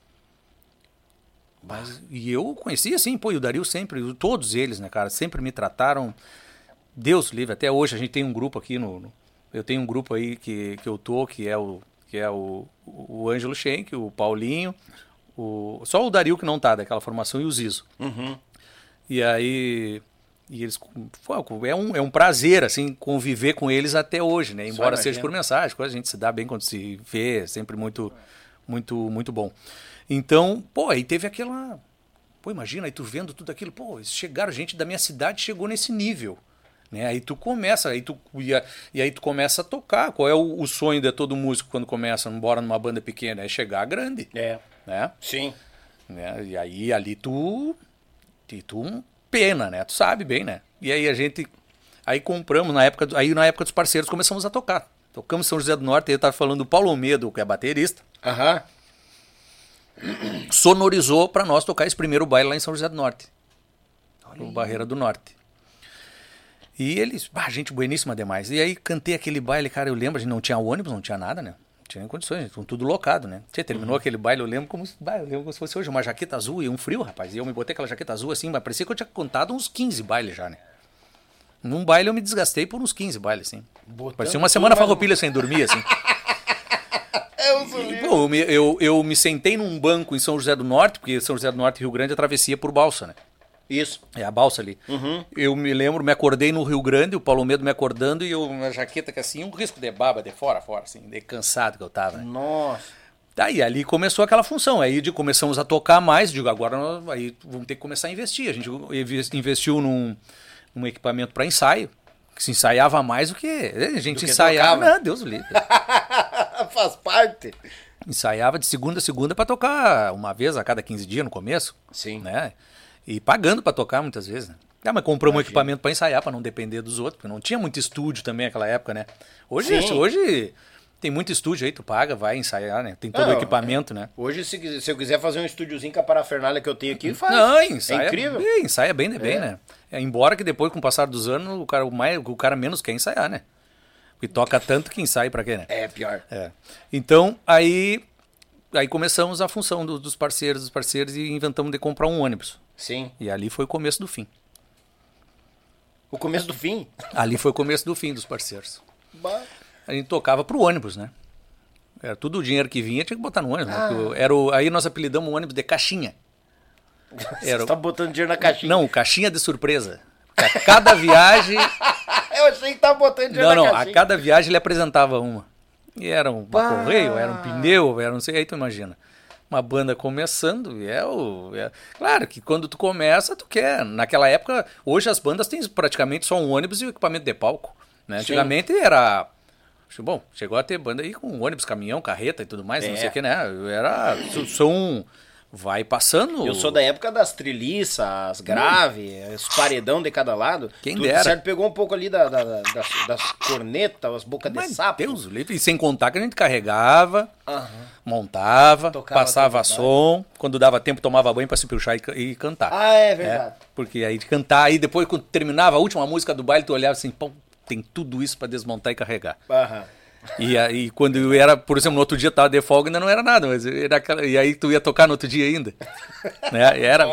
E eu conhecia, assim, e o Dario sempre, todos eles, né, cara, sempre me trataram... Deus livre, até hoje a gente tem um grupo aqui eu tenho um grupo aí que eu tô, que é o Ângelo Schenck, o Paulinho, só o Dario que não tá daquela formação, e o Zizo. E aí eles, é um prazer assim conviver com eles até hoje, né? Embora seja por mensagem, a gente se dá bem quando se vê, é sempre muito muito muito bom. Então, aí teve aquela, imagina, aí tu vendo tudo aquilo, gente da minha cidade chegou nesse nível. Né? Aí tu começa, e aí tu começa a tocar. Qual é o sonho de todo músico quando começa, embora numa banda pequena? É chegar grande. Né? Sim. Né? E aí ali tu pena, né? Tu sabe bem, né? E aí aí compramos, na época dos parceiros começamos a tocar. Tocamos em São José do Norte, aí eu tava falando do Paulo Almedo, que é baterista. Sonorizou pra nós tocar esse primeiro baile lá em São José do Norte. No Barreira do Norte. E eles, gente bueníssima demais. E aí cantei aquele baile, cara, eu lembro, a gente não tinha ônibus, não tinha nada, né? Não tinha nem condições, estavam tudo locado, né? Terminou aquele baile, eu lembro como se fosse hoje, uma jaqueta azul e um frio, rapaz. E eu me botei aquela jaqueta azul assim, mas parecia que eu tinha contado uns 15 bailes já, né? Num baile eu me desgastei por uns 15 bailes, assim. Parecia uma semana farroupilha sem dormir, assim. eu me sentei num banco em São José do Norte, porque São José do Norte e Rio Grande a travessia por balsa, né? Isso. É a balsa ali. Eu me lembro, me acordei no Rio Grande, o Paulo Medo me acordando, e eu, uma jaqueta que assim, um risco de baba de fora, assim, de cansado que eu tava. Né? Nossa. Daí ali começou aquela função, aí começamos a tocar mais, digo, agora aí vamos ter que começar a investir. A gente investiu num equipamento para ensaio, que se ensaiava mais do que... A gente ensaiava... Deus o livre. Faz parte. Ensaiava de segunda a segunda para tocar uma vez a cada 15 dias no começo. Sim. Né? E pagando para tocar muitas vezes, né? Mas compramos um equipamento para ensaiar, para não depender dos outros, porque não tinha muito estúdio também naquela época, né? Hoje tem muito estúdio aí, tu paga, vai ensaiar, né? Tem todo o equipamento, né? Hoje, se eu quiser fazer um estúdiozinho com a parafernália que eu tenho aqui, faz. Não, ensaia, é incrível. Ensaia bem, né? Embora que depois, com o passar dos anos, o cara menos quer ensaiar, né? Porque toca tanto que ensaia pra quê, né? É, pior. Então, aí começamos a função dos parceiros e inventamos de comprar um ônibus. Sim. E ali foi o começo do fim. O começo do fim? Ali foi o começo do fim dos parceiros. A gente tocava pro ônibus, né? Era tudo o dinheiro que vinha, tinha que botar no ônibus. Né? Aí nós apelidamos o ônibus de caixinha. Você tá botando dinheiro na caixinha? Não, caixinha de surpresa. A cada viagem... Eu achei que tava botando dinheiro na caixinha. A cada viagem ele apresentava uma. E era um correio, era um pneu, era não sei, aí tu imagina. Uma banda começando, claro que quando tu começa, tu quer. Naquela época, hoje as bandas têm praticamente só um ônibus e o equipamento de palco. Né? Antigamente era... Bom, chegou a ter banda aí com ônibus, caminhão, carreta e tudo mais, não sei o que, né? Era... Vai passando... Eu sou da época das treliças, as graves, os paredão de cada lado. Quem dera. Certo, pegou um pouco ali das cornetas, as bocas de sapo. Deus livre. E sem contar que a gente carregava, montava, passava som. Quando dava tempo, tomava banho pra se puxar e cantar. Ah, é verdade. Porque aí de cantar, aí depois quando terminava a última música do baile, tu olhava assim, pô, tem tudo isso pra desmontar e carregar. E aí, quando eu era, por exemplo, no outro dia tava de folga, ainda não era nada, mas era e aí tu ia tocar no outro dia ainda. Né? Era,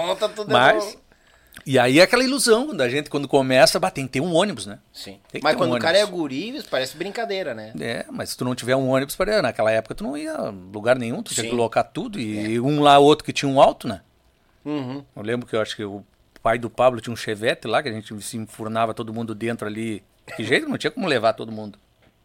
e aí é aquela ilusão da gente, quando começa, tem que ter um ônibus, né? Sim. Mas quando o cara é guri, parece brincadeira, né? Mas se tu não tiver um ônibus, naquela época tu não ia a lugar nenhum, tu tinha que locar tudo, e um lá, outro que tinha um alto, né? Eu lembro que eu acho que o pai do Pablo tinha um Chevette lá, que a gente se enfurnava todo mundo dentro ali. Que jeito, não tinha como levar todo mundo.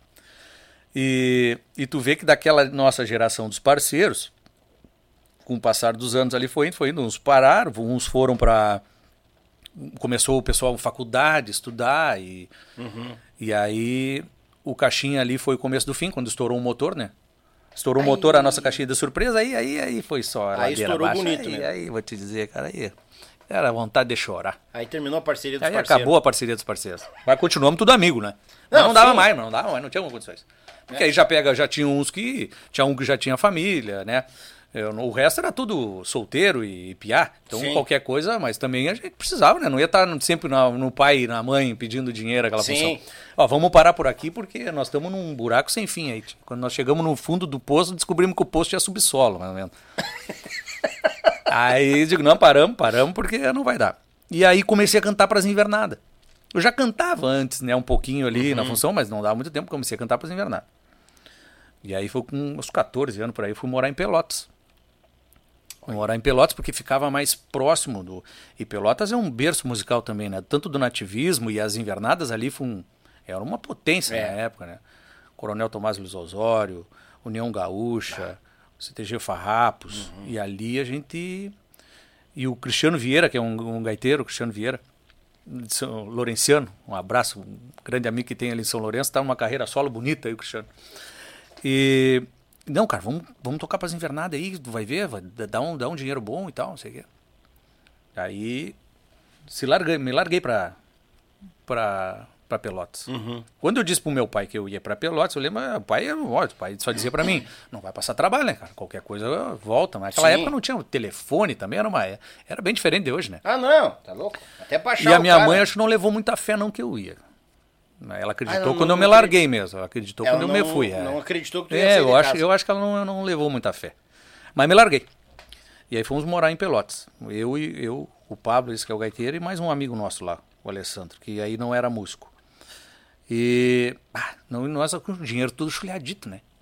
E tu vê que daquela nossa geração dos parceiros, com o passar dos anos ali foi indo, uns pararam, uns foram para... Começou o pessoal faculdade, estudar, e aí o caixinha ali foi o começo do fim, quando estourou o motor, né? Estourou o motor, a nossa caixinha de surpresa, aí foi só a ladeira estourou abaixo. Bonito, né? Aí vou te dizer, cara, aí era vontade de chorar. Aí terminou a parceria dos parceiros. Aí parceiros. acabou a parceria dos parceiros. Mas continuamos tudo amigo, né? Não dava mais, não tinha alguma condições. Porque aí já tinha uns que... Tinha um que já tinha família, né? O resto era tudo solteiro e piá. Então qualquer coisa, mas também a gente precisava, né? Não ia estar sempre no pai e na mãe pedindo dinheiro, aquela função. Ó, vamos parar por aqui porque nós estamos num buraco sem fim aí. Quando nós chegamos no fundo do poço, descobrimos que o poço tinha subsolo, mais ou menos. Aí digo, não, paramos porque não vai dar. E aí comecei a cantar pras invernadas. Eu já cantava antes, né, um pouquinho ali na função, mas não dava muito tempo, comecei a cantar pras invernadas. E aí foi com uns 14 anos por aí, fui morar em Pelotas. Fui morar em Pelotas porque ficava mais próximo do... E Pelotas é um berço musical também, né? Tanto do nativismo e as invernadas ali era uma potência na época, né? Coronel Tomás Luiz Osório, União Gaúcha, CTG Farrapos. E ali a gente... E o Cristiano Vieira, que é um gaiteiro, o Cristiano Vieira, de São Lourenciano, um abraço, um grande amigo que tem ali em São Lourenço, tá numa carreira solo bonita aí o Cristiano. E... Não, cara, vamos tocar pras invernadas aí, tu vai ver, vai dar um dinheiro bom e tal, não sei o quê. Aí me larguei pra Pelotas. Quando eu disse pro meu pai que eu ia pra Pelotas, eu lembro, o pai só dizia pra mim, não vai passar trabalho, né, cara? Qualquer coisa volta. Mas naquela época não tinha telefone também, era bem diferente de hoje, né? Ah, não, tá louco? Até pra achar E a minha mãe acho que não levou muita fé não que eu ia. Ela acreditou quando eu me larguei mesmo. Ela acreditou quando eu me fui. Não acreditou que tu ia sair de casa. Eu acho que ela não levou muita fé. Mas me larguei. E aí fomos morar em Pelotas. Eu, o Pablo, esse que é o gaiteiro, e mais um amigo nosso lá, o Alessandro, que aí não era músico. E nós com o dinheiro tudo chulhadito, né?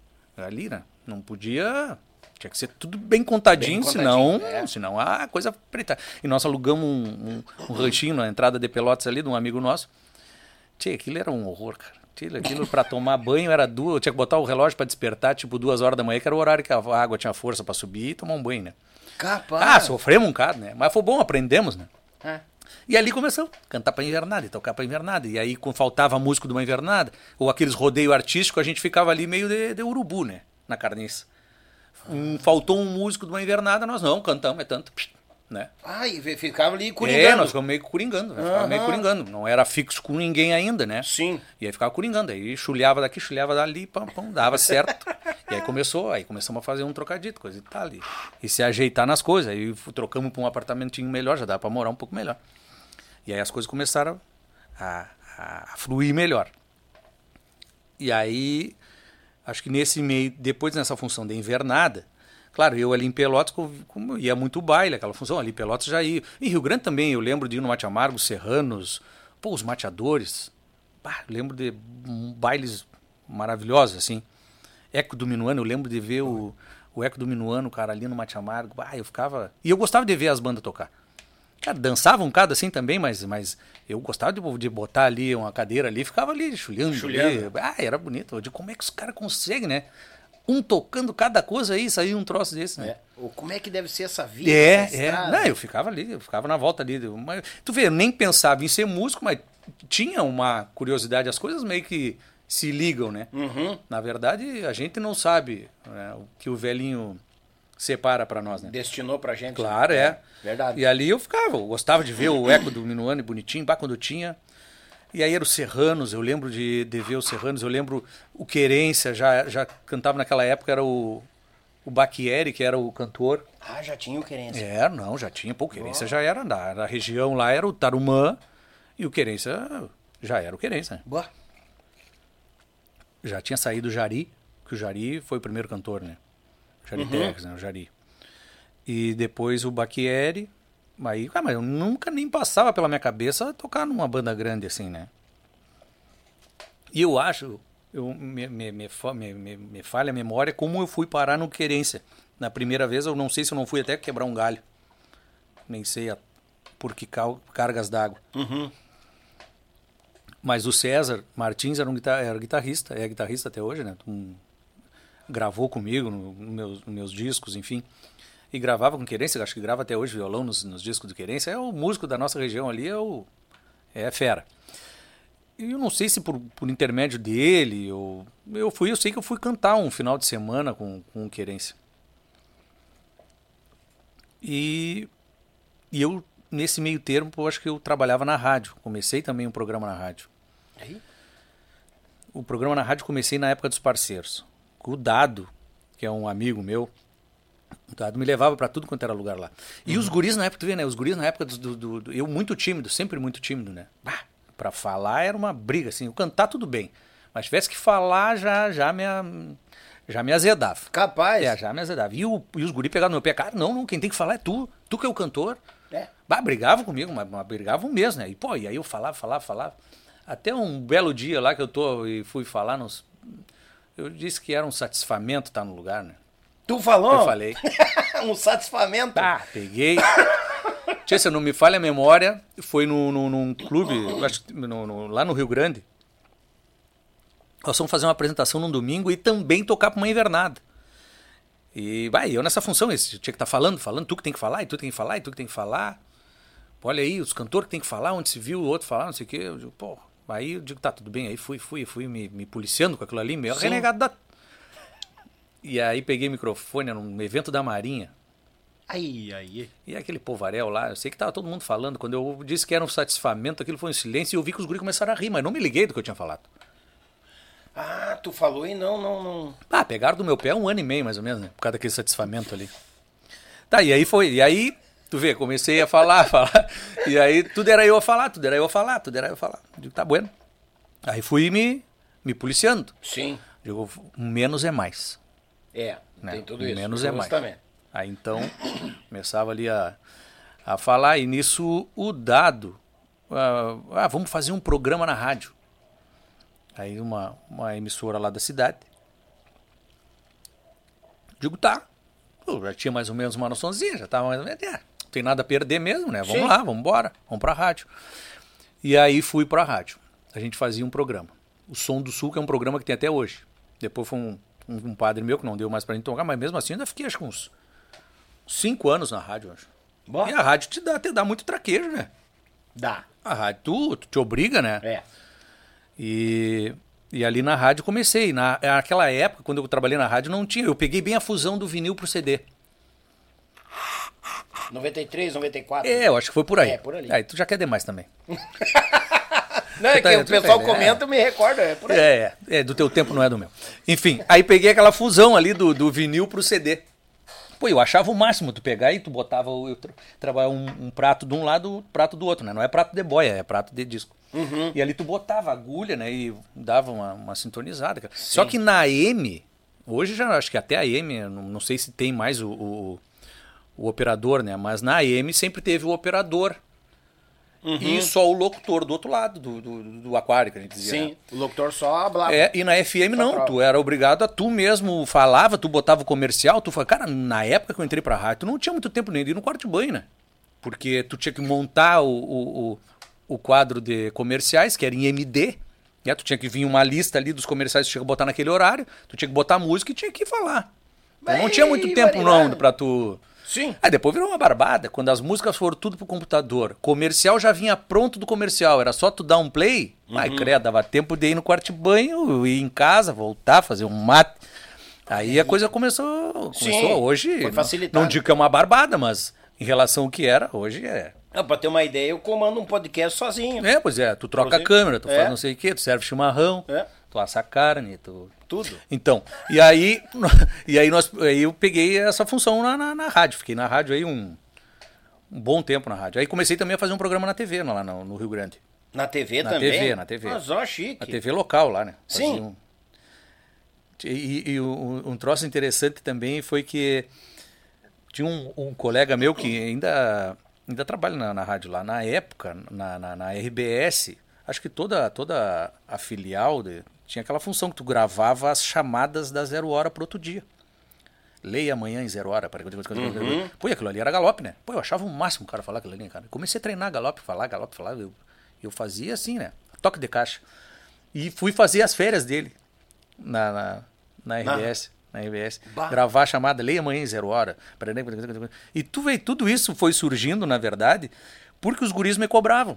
ali, né? Não podia... Tinha que ser tudo bem contadinho, senão a coisa preta. E nós alugamos um ranchinho na entrada de Pelotas ali, de um amigo nosso. Tchê, aquilo era um horror, cara. Aquilo pra tomar banho era eu tinha que botar o relógio pra despertar, tipo 2 horas da manhã, que era o horário que a água tinha força pra subir e tomar um banho, né? Capaz. Sofremos um bocado, né? Mas foi bom, aprendemos, né? E ali começamos a cantar pra invernada e tocar pra invernada. E aí, quando faltava músico de uma invernada, ou aqueles rodeios artísticos, a gente ficava ali meio de urubu, né? Na carniça. Faltou um músico de uma invernada, nós não, cantamos, é tanto, né? E ficava ali coringando. Nós ficamos meio coringando, né? Ficava meio coringando. Não era fixo com ninguém ainda, né? Sim. E aí ficava coringando. Aí chulhava daqui, chulhava dali, pam, dava certo. E aí começamos a fazer um trocadito, coisa e tal. E se ajeitar nas coisas. Aí trocamos para um apartamentinho melhor, já dava para morar um pouco melhor. E aí as coisas começaram a fluir melhor. E aí, acho que nesse meio, depois nessa função de invernada, claro, eu ali em Pelotas, como ia muito baile, aquela função, ali em Pelotas já ia. Em Rio Grande também, eu lembro de ir no Mate Amargo, Serranos, os mateadores. Eu lembro de bailes maravilhosos, assim. Eco do Minuano, eu lembro de ver o Eco do Minuano, cara, ali no Mate Amargo. Eu ficava... E eu gostava de ver as bandas tocar. Cara, dançava um bocado assim também, mas eu gostava de botar ali uma cadeira ali, ficava ali chulhando. Era bonito. De como é que os caras conseguem, né? Um tocando cada coisa aí, sair um troço desse, né? Como é que deve ser essa vida? Não, eu ficava ali, eu ficava na volta ali. Mas, tu vê, eu nem pensava em ser músico, mas tinha uma curiosidade, as coisas meio que se ligam, né? Na verdade, a gente não sabe, né, o que o velhinho separa pra nós, né? Destinou pra gente. Claro, é. Verdade. E ali eu gostava de ver o Eco do Minuano bonitinho, quando tinha. E aí era o Serranos, eu lembro de ver os Serranos, eu lembro o Querência, já cantava naquela época, era o Bacchieri, que era o cantor. Já tinha o Querência. Já tinha, o Querência já era, na região lá era o Tarumã, e o Querência já era o Querência. Boa. Já tinha saído o Jari, que o Jari foi o primeiro cantor, né? Jari Tex, né? O Jari. E depois o Bacchieri. Mas eu nunca nem passava pela minha cabeça tocar numa banda grande assim, né? E eu acho, me falha a memória como eu fui parar no Querência. Na primeira vez, eu não sei se eu não fui até quebrar um galho. Nem sei por que cargas d'água. Mas o César Martins era guitarrista, é guitarrista até hoje, né? Gravou comigo nos meus discos, enfim. E gravava com Querência, acho que grava até hoje violão nos discos do Querência. É o músico da nossa região ali, é fera. E eu não sei se por intermédio dele, eu sei que eu fui cantar um final de semana com o Querência. E eu, nesse meio termo, eu acho que eu trabalhava na rádio. Comecei também um programa na rádio. Aí? O programa na rádio comecei na época dos parceiros. O Dado, que é um amigo meu, o Dado me levava pra tudo quanto era lugar lá. E os guris na época, tu vê, né? Os guris na época eu muito tímido, sempre muito tímido, né? Pra falar era uma briga, assim. Eu cantar tudo bem. Mas tivesse que falar, já me azedava. Capaz. Já me azedava. E os guris pegavam no meu pé. Cara, não, quem tem que falar é tu. Tu que é o cantor. É. Brigavam comigo, mas brigavam mesmo, né? E aí eu falava. Até um belo dia lá que eu fui falar, eu disse que era um satisfamento estar no lugar, né? Tu falou? Eu falei. Um satisfamento. Peguei. Tia, se não me falha a memória, foi num clube, acho que lá no Rio Grande. Nós fomos fazer uma apresentação num domingo e também tocar pra uma invernada. E eu nessa função, eu tinha que estar falando, tu que tem que falar, e tu tem que falar, e tu que tem que falar. Olha aí, os cantores que tem que falar, onde se viu o outro falar, não sei o quê. Eu digo, aí eu digo, tá, tudo bem. Aí fui me policiando com aquilo ali, meio renegado da... E aí peguei o microfone num evento da Marinha. Aí. E aquele povaréu lá, eu sei que tava todo mundo falando. Quando eu disse que era um satisfamento, aquilo foi um silêncio e eu vi que os guris começaram a rir, mas não me liguei do que eu tinha falado. Tu falou e não... Pegaram do meu pé 1 ano e meio, mais ou menos, né? Por causa daquele satisfamento ali. Tá, e aí foi. E aí, tu vê, comecei a falar. E aí tudo era eu a falar. Digo, tá bueno. Aí fui me policiando. Sim. Digo, menos é mais. Né? Tem tudo isso. Menos é mais. Também. Aí então, começava ali a falar, e nisso o Dado, vamos fazer um programa na rádio. Aí uma emissora lá da cidade Digo, tá. Eu já tinha mais ou menos uma noçãozinha, já tava mais ou menos, não tem nada a perder mesmo, né? Vamos lá, vamos embora, vamos pra rádio. E aí fui pra rádio. A gente fazia um programa. O Som do Sul, que é um programa que tem até hoje. Depois foi um padre meu que não deu mais pra gente tocar, mas mesmo assim ainda fiquei acho que uns 5 anos na rádio, acho. Boa. E a rádio te dá muito traquejo, né? Dá. A rádio, tu te obriga, né? É. E ali na rádio comecei. Naquela época, quando eu trabalhei na rádio, não tinha. Eu peguei bem a fusão do vinil pro CD. 93, 94? Eu acho que foi por aí. É, por ali. Aí tu já quer demais também. Não, é que o pessoal comenta, eu me recordo, é por aí. Do teu tempo, não é do meu. Enfim, aí peguei aquela fusão ali do vinil pro CD. Pô, eu achava o máximo tu pegar e tu botava, trabalhar um prato de um lado, prato do outro, né? Não é prato de boia, é prato de disco. Uhum. E ali tu botava a agulha, né? E dava uma sintonizada. Cara. Só que na AM, hoje já acho que até a AM, não sei se tem mais o operador, né? Mas na AM sempre teve o operador. Uhum. E só o locutor do outro lado do aquário, que a gente dizia. Sim, né? O locutor só hablava. E na FM não, tu era obrigado a tu mesmo falava, tu botava o comercial, tu falava, cara, na época que eu entrei pra rádio, tu não tinha muito tempo nem de ir no quarto de banho, né? Porque tu tinha que montar o quadro de comerciais, que era em MD, né? Tu tinha que vir uma lista ali dos comerciais que tu tinha que botar naquele horário, tu tinha que botar música e tinha que falar. Então, não tinha muito tempo não pra tu... Sim. Aí depois virou uma barbada, quando as músicas foram tudo pro computador. Comercial já vinha pronto do comercial, era só tu dar um play. Ai, credo, dava tempo de ir no quarto de banho, ir em casa, voltar, fazer um mate. Aí a coisa começou hoje. Foi facilitado. Não digo que é uma barbada, mas em relação ao que era, hoje é. Não, pra ter uma ideia, eu comando um podcast sozinho. Pois é, tu troca a câmera, tu faz não sei o quê, tu serve chimarrão, tu assa carne, tudo. Então, e aí eu peguei essa função na rádio. Fiquei na rádio aí um bom tempo na rádio. Aí comecei também a fazer um programa na TV lá no Rio Grande. Na TV também? Na TV. Mas ó, chique. Na TV local lá, né? Sim. Um troço interessante também foi que tinha um colega meu que ainda trabalha na rádio lá. Na época, na RBS, acho que toda a filial tinha aquela função que tu gravava as chamadas da 0 hora pro outro dia. Leia amanhã em 0 hora. Pô, e aquilo ali era galope, né? Pô, eu achava o máximo o cara falar aquilo ali, cara. Comecei a treinar galope, falar. Eu fazia assim, né? Toque de caixa. E fui fazer as férias dele na RBS. Na RBS. Gravar a chamada, leia amanhã em 0 hora. E tu vê, tudo isso foi surgindo, na verdade, porque os guris me cobravam.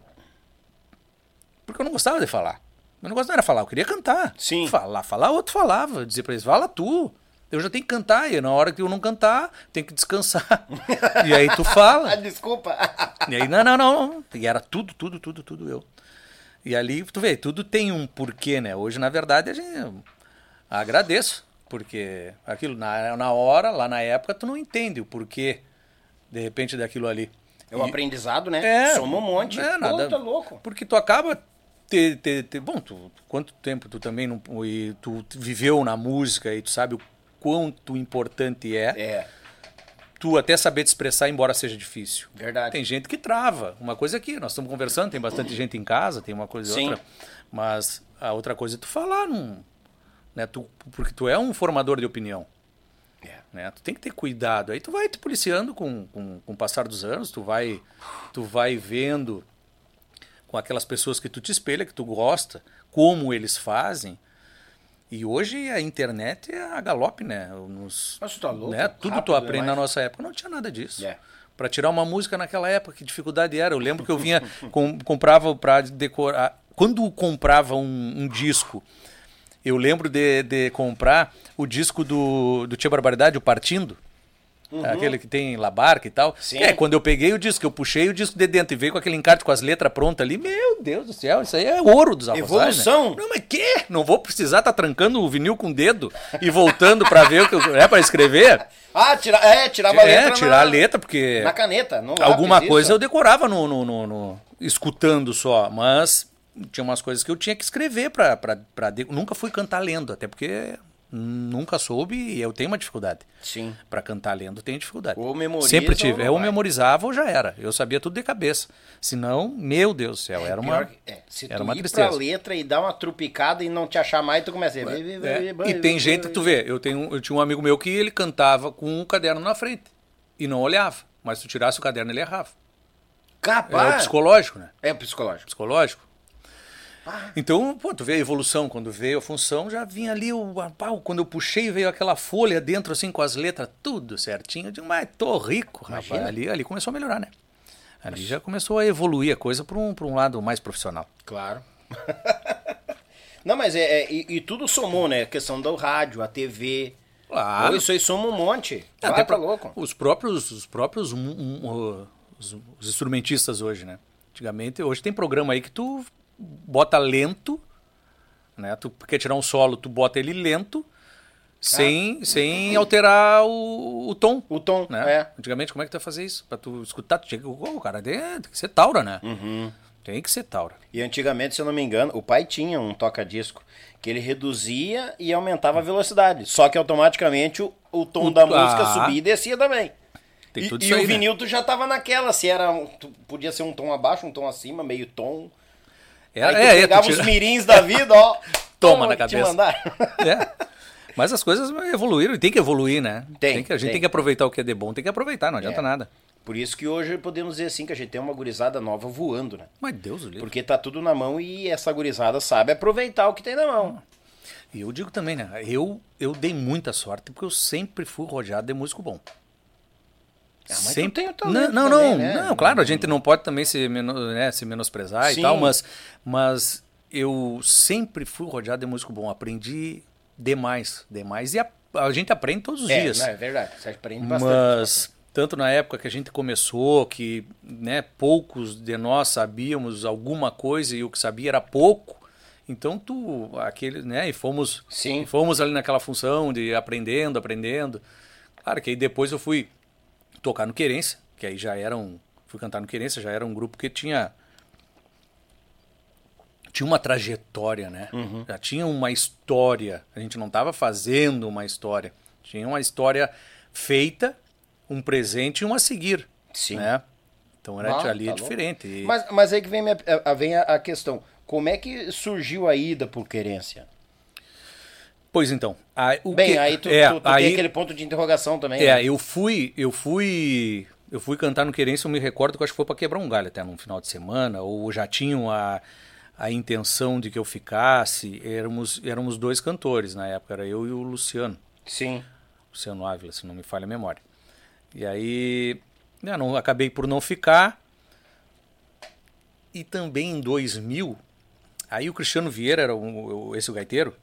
Porque eu não gostava de falar. Meu negócio não era falar, eu queria cantar. Sim. Falar, outro falava. Eu dizia pra eles, fala tu. Eu já tenho que cantar, e na hora que eu não cantar, tenho que descansar. E aí tu fala. Desculpa. E aí, não. E era tudo eu. E ali, tu vê, tudo tem um porquê, né? Hoje, na verdade, a gente agradeço. Porque aquilo, na hora, lá na época, tu não entende o porquê, de repente, daquilo ali. É o aprendizado, né? Soma um monte. Nada. Puta, louco. Porque tu acaba... Bom, quanto tempo tu também não, e tu viveu na música e tu sabe o quanto importante é. Tu até saber te expressar, embora seja difícil. Verdade. Tem gente que trava. Uma coisa aqui, nós estamos conversando, tem bastante gente em casa, tem uma coisa e outra. Mas a outra coisa é tu falar, né? Porque tu é um formador de opinião. Né? Tu tem que ter cuidado. Aí tu vai te policiando com o passar dos anos, tu vai vendo com aquelas pessoas que tu te espelha, que tu gosta, como eles fazem. E hoje a internet é a galope, né? Nossa, tá louco, né? Tudo tu aprende na nossa época. Não tinha nada disso. Para tirar uma música naquela época, que dificuldade era. Eu lembro que eu vinha, comprava para decorar. Quando comprava um disco, eu lembro de comprar o disco do Tia Barbaridade, o Partindo. Aquele que tem Labarca e tal. Sim. Quando eu peguei o disco, eu puxei o disco de dentro e veio com aquele encarte com as letras prontas ali. Meu Deus do céu, isso aí é ouro dos arrozais. Evolução. Né? Não, mas que? Não vou precisar estar trancando o vinil com o dedo e voltando para ver o que é para escrever. Tirava a letra. Tirar a letra, porque... Na caneta, no lápis, alguma coisa eu decorava escutando só, mas tinha umas coisas que eu tinha que escrever nunca fui cantar lendo, até porque Nunca soube e eu tenho uma dificuldade. Sim. Para cantar lendo, tenho dificuldade. Ou memoriza Sempre tive. ou Eu vai. memorizava ou já era. Eu sabia tudo de cabeça. Senão, meu Deus do céu, era uma, se era tu uma ir tristeza. pra letra e dar uma trupicada e não te achar mais, tu começa a... E tem gente que tu vê, eu tinha um amigo meu que ele cantava com um caderno na frente e não olhava. Mas se tu tirasse o caderno, ele errava. Capaz. É o psicológico, né? É o psicológico. Psicológico. Então, pô, tu vê a evolução, quando veio a função, já vinha ali, quando eu puxei, veio aquela folha dentro, assim, com as letras, tudo certinho. Eu digo, mas tô rico, rapaz. Ali começou a melhorar, né? Ali já começou a evoluir a coisa para um lado mais profissional. Claro. Não, mas e tudo somou, né? A questão do rádio, a TV. Claro. Isso aí soma um monte. Até Tá louco. Os próprios os instrumentistas hoje, né? Antigamente, hoje tem programa aí que tu bota lento, né? Tu quer tirar um solo, tu bota ele lento, sem alterar o tom. O tom, né? Antigamente, como é que tu ia fazer isso? Pra tu escutar, tu tinha que, cara, tem que ser taura, né? Tem que ser taura. E antigamente, se eu não me engano, o pai tinha um toca-disco que ele reduzia e aumentava a velocidade. Só que automaticamente o tom da música subia e descia também. Tem tudo E isso aí, o vinil né? tu já tava naquela, se era. Podia ser um tom abaixo, um tom acima, meio tom. Aí tu pegava os mirins da vida, ó. Toma na te cabeça. mandar. Mas as coisas evoluíram e tem que evoluir, né? A gente tem que aproveitar o que é de bom, tem que aproveitar, não adianta nada. Por isso que hoje podemos dizer assim que a gente tem uma gurizada nova voando, né? Mas Deus o livre. Porque tá tudo na mão e essa gurizada sabe aproveitar o que tem na mão. E eu digo também, né? Eu dei muita sorte porque eu sempre fui rodeado de músico bom. Mas sempre. tu tem o talento também, né? Não, claro, a gente não pode também se menosprezar e tal, mas eu sempre fui rodeado de músico bom. Aprendi demais. E a gente aprende todos os dias. Não, é verdade, você aprende bastante. Mas tanto na época que a gente começou, que, né, poucos de nós sabíamos alguma coisa e o que sabia era pouco. Então e fomos ali naquela função de aprendendo. Claro que aí depois eu fui tocar no Querência, que aí fui cantar no Querência, já era um grupo que tinha uma trajetória, né? Já tinha uma história. A gente não estava fazendo uma história. Tinha uma história feita, um presente e um a seguir. Sim. Né? Então ali é diferente. E... Mas aí que vem a questão. Como é que surgiu a ida por Querência? Pois então. Aí tu tem aquele ponto de interrogação também. Né? Eu fui cantar no Querência, eu me recordo que eu acho que foi para quebrar um galho até num final de semana, ou já tinham a intenção de que eu ficasse. Éramos dois cantores na época, era eu e o Luciano. Sim. Luciano Ávila, se não me falha a memória. E aí, acabei por não ficar. E também em 2000, aí o Cristiano Vieira era esse o gaiteiro.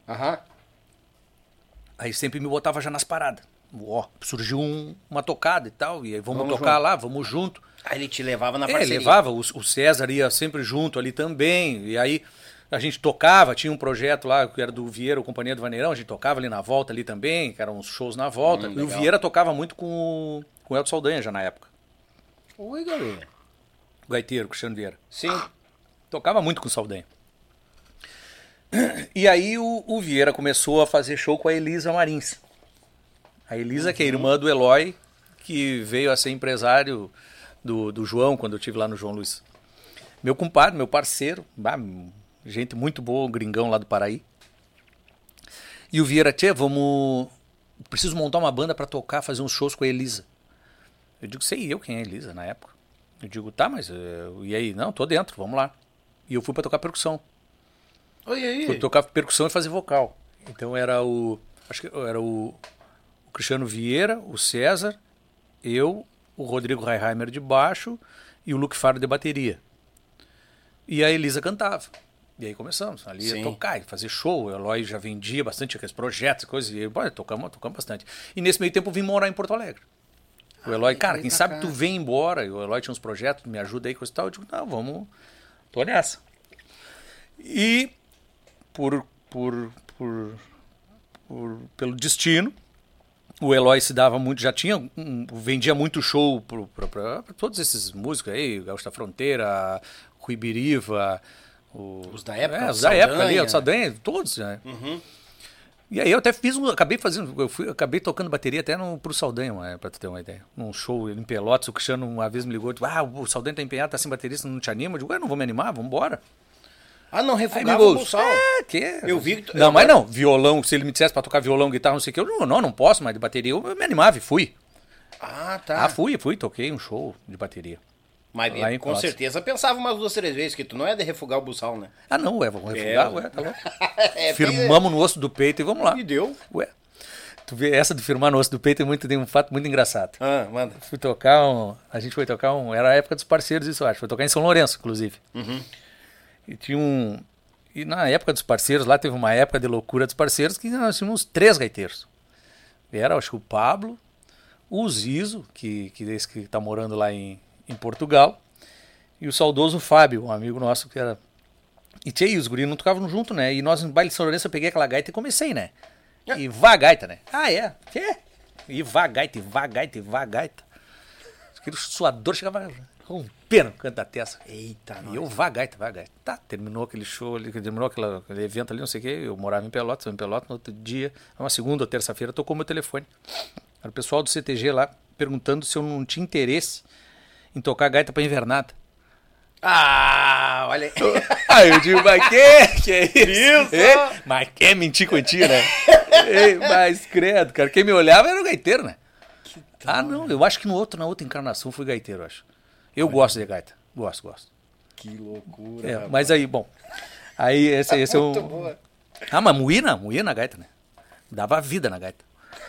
Aí sempre me botava já nas paradas. Surgiu uma tocada e tal, e aí vamos tocar junto. Lá, vamos junto. Aí ele te levava na parceria. Ele levava, o César ia sempre junto ali também, e aí a gente tocava, tinha um projeto lá que era do Vieira, o Companhia do Vaneirão, a gente tocava ali na volta ali também, que eram uns shows na volta, e o Vieira tocava muito com o Elton Saldanha já na época. Oi, galera. O gaiteiro, o Cristiano Vieira. Sim. Tocava muito com o Saldanha. E aí o Vieira começou a fazer show com a Elisa Marins. A Elisa, que é irmã do Eloy, que veio a ser empresário do João, quando eu estive lá no João Luiz. Meu compadre, meu parceiro, gente muito boa, um gringão lá do Paraí. E o Vieira, preciso montar uma banda para tocar, fazer uns shows com a Elisa. Eu digo, sei eu quem é a Elisa na época. Eu digo, tá, mas e aí? Não, tô dentro, vamos lá. E eu fui para tocar percussão. Fui tocar percussão e fazer vocal. Então acho que era o Cristiano Vieira, o César, eu, o Rodrigo Reiheimer de baixo e o Luke Faro de bateria. E a Elisa cantava. E aí começamos ali a tocar e fazer show. O Eloy já vendia bastante aqueles projetos, coisas, e tocamos bastante. E nesse meio tempo eu vim morar em Porto Alegre. O Eloy, cara, quem sabe tu vem embora. E o Eloy tinha uns projetos, me ajuda aí, coisa e tal. Eu digo, não, vamos, tô nessa. E pelo destino, o Eloy se dava muito, vendia muito show para todos esses músicos aí, Gaúcho da Fronteira, Rui Biriva, os da época, os da época ali, o Saldanha, todos, né? E aí eu até acabei tocando bateria até pro Saldanha, pra tu ter uma ideia. Num show em Pelotas, o Cristiano uma vez me ligou, tipo, o Saldanha tá empenhado, tá sem baterista, não te anima? Eu digo, não vou me animar, vambora. Não refugava o Bussal. Eu vi que... Mas não, violão, se ele me dissesse pra tocar violão, guitarra, não sei o que, eu não posso, mas de bateria eu me animava e fui. Tá. Fui, toquei um show de bateria. Mas com certeza pensava umas 2, 3 vezes, que tu não é de refugar o Bussal, né? Não, vamos refugar, tá louco. Firmamos no osso do peito e vamos lá. E deu. Tu vê, essa de firmar no osso do peito tem um fato muito engraçado. Manda. A gente foi tocar era a época dos parceiros, isso eu acho. Foi tocar em São Lourenço, inclusive. E na época dos parceiros, lá teve uma época de loucura dos parceiros que nós tínhamos 3 gaiteiros. Era, acho que o Pablo, o Zizo, que tá morando lá em Portugal, e o saudoso Fábio, um amigo nosso que era... E os guris não tocavam junto, né? E nós no baile de São Lourenço eu peguei aquela gaita e comecei, né? E vá gaita, né? Quê? E vá gaita. Aquele suador chegava rompendo no canto da testa. Eita, e eu vá gaita. Tá, terminou aquele show, terminou aquele evento ali, não sei o quê. Eu morava em Pelotas, no outro dia, uma segunda ou terça-feira, tocou meu telefone. Era o pessoal do CTG lá, perguntando se eu não tinha interesse em tocar gaita pra invernada. Olha aí. Aí eu digo, mas que é isso? Mas quer mentir contigo, né? Mas credo, cara, quem me olhava era o gaiteiro, né? Não, eu acho que na outra encarnação fui gaiteiro, eu acho. Eu gosto de gaita, gosto. Que loucura. Mas aí, bom, aí esse é um... Muito boa. Mas moía na gaita, né? Dava vida na gaita.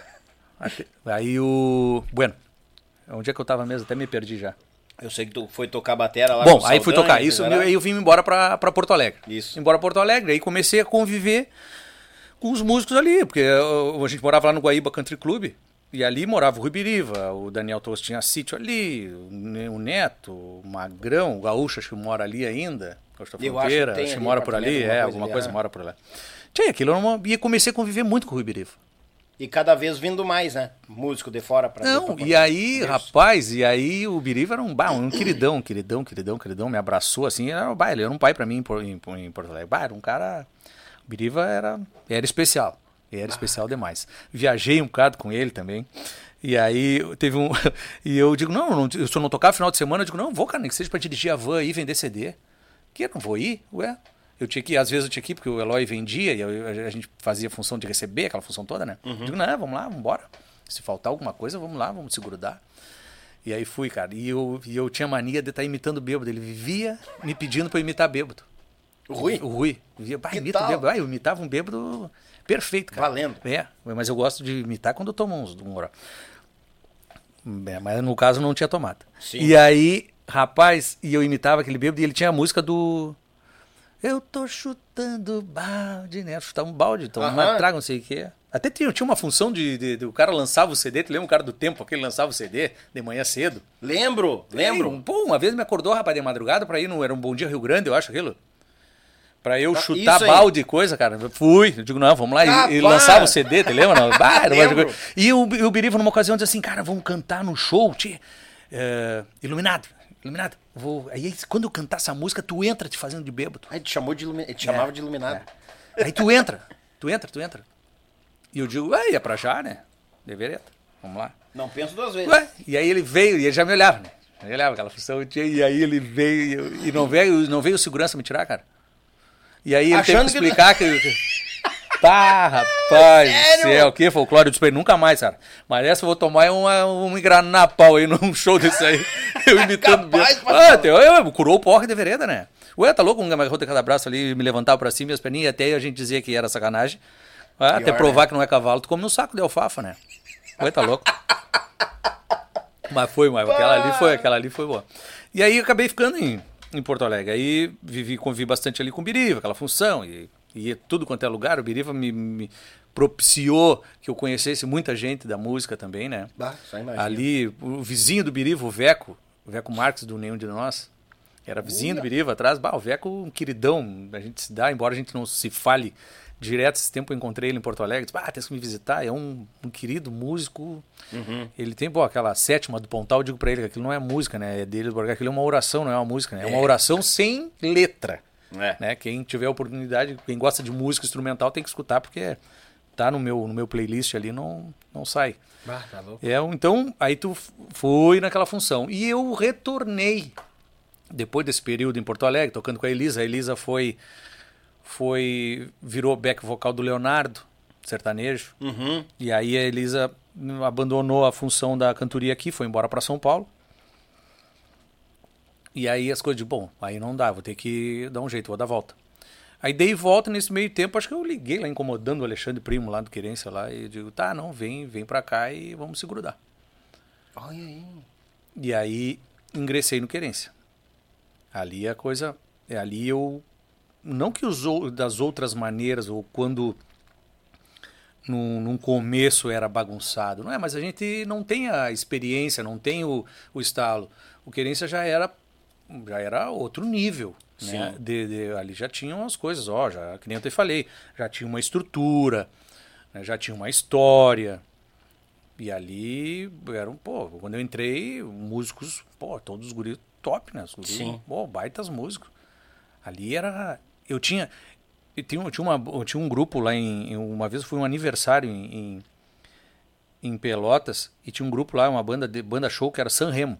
Aí Bueno, onde é que eu tava mesmo? Até me perdi já. Eu sei que tu foi tocar batera lá. Bom, aí fui tocar isso, aí eu vim embora pra Porto Alegre. Isso. Embora Porto Alegre, aí comecei a conviver com os músicos ali, porque a gente morava lá no Guaíba Country Club, e ali morava o Rui Biriva, o Daniel Tosto tinha sítio ali, o Neto, o Magrão, o Gaúcho acho que mora ali ainda, Costa Fronteira, acho que mora por ali, alguma coisa mora por lá. E comecei a conviver muito com o Rui Biriva. E cada vez vindo mais, né? Músico de fora pra... E aí, rapaz, o Biriva era um queridão, me abraçou assim, ele era um pai pra mim em Porto Alegre. Era um cara... O Biriva era especial, especial demais. Viajei um bocado com ele também, e aí teve um... E eu digo, não, se eu não tocar final de semana, eu digo, não, vou, cara, nem que seja pra dirigir a van aí, vender CD. Que eu não vou ir? Eu tinha que ir, às vezes eu tinha que ir, porque o Eloy vendia e a gente fazia a função de receber, aquela função toda, né? Eu digo, não, vamos lá, vamos embora. Se faltar alguma coisa, vamos lá, vamos se grudar. E aí fui, cara. E eu tinha mania de estar imitando bêbado. Ele vivia me pedindo pra eu imitar bêbado. O Rui? O Rui. Imita o bêbado. Eu imitava um bêbado perfeito, cara. Valendo. Mas eu gosto de imitar quando eu tomo um goró. Mas no caso não tinha tomado. Sim. E aí, rapaz, eu imitava aquele bêbado e ele tinha a música do... Eu tô chutando balde, né? Chutar um balde, tomar trago, não sei o que. Até tinha uma função de o cara lançava o CD, tu lembra o cara do tempo, aquele lançava o CD de manhã cedo? Lembro. Uma vez me acordou, rapaz, de madrugada pra ir, era um Bom Dia Rio Grande, eu acho aquilo. Pra eu chutar balde e coisa, cara. Fui, eu digo, não, vamos lá. E lançava o CD, tu lembra? E o Biriva, numa ocasião, disse assim, cara, vamos cantar no show, Iluminado. Aí quando eu cantar essa música, tu entra te fazendo de bêbado. Aí te chamou de iluminado. Ele te chamava de iluminado. Aí tu entra. E eu digo, é pra já, né? Deveria. Vamos lá. Não penso 2 vezes. E aí ele veio e ele já me olhava, né? Ele olhava aquela função, e aí ele veio e não veio o segurança me tirar, cara. E aí ele teve que explicar que... Tá, rapaz do céu, que folclore, eu disse pra ele, nunca mais, cara. Mas essa eu vou tomar um engranapau aí num show desse aí. Eu imitando curou o porre de vereda, né? Tá louco, um gamarrão de cada braço ali, me levantava pra cima e as perninhas, e até a gente dizia que era sacanagem. Até provar que não é cavalo, tu come no saco de alfafa, né? Tá louco. Mas aquela ali foi boa. E aí eu acabei ficando em Porto Alegre. Aí convivi bastante ali com o Biriva, aquela função, e tudo quanto é lugar. O Biriva me propiciou que eu conhecesse muita gente da música também, né? Só imagina. Ali, o vizinho do Biriva, o Veco Marques, do Nenhum de Nós, era vizinho do Biriva atrás. O Veco, um queridão, a gente se dá, embora a gente não se fale direto. Esse tempo eu encontrei ele em Porto Alegre, disse, tem que me visitar, é um querido músico. Ele tem, aquela sétima do Pontal, eu digo pra ele que aquilo não é música, né? É dele, porque aquilo é uma oração, não é uma música, né? É uma oração sem letra. Né? Quem tiver oportunidade, quem gosta de música instrumental tem que escutar, porque tá no meu playlist ali, não sai. Tá louco. Então, aí tu foi naquela função. E eu retornei, depois desse período em Porto Alegre, tocando com a Elisa. A Elisa virou back vocal do Leonardo, sertanejo. Uhum. E aí a Elisa abandonou a função da cantoria aqui, foi embora para São Paulo. E aí as coisas de, bom, aí não dá, vou ter que dar um jeito, vou dar volta. Aí dei volta nesse meio tempo, acho que eu liguei lá incomodando o Alexandre Primo lá do Querência lá e digo, tá, não, vem pra cá e vamos se grudar. Olha aí. E aí ingressei no Querência. Ali a coisa, ali eu, não que das outras maneiras ou quando num começo era bagunçado, não é? Mas a gente não tem a experiência, não tem o estalo. O Querência já era outro nível. Né? Ali já tinham as coisas, já, que nem eu te falei, já tinha uma estrutura, né? Já tinha uma história. E ali eram, quando eu entrei, músicos, todos os guris top, né? Os guris, baitas músicos. Ali era. Eu tinha um grupo lá uma vez foi um aniversário em Pelotas e tinha um grupo lá, uma banda show que era San Remo.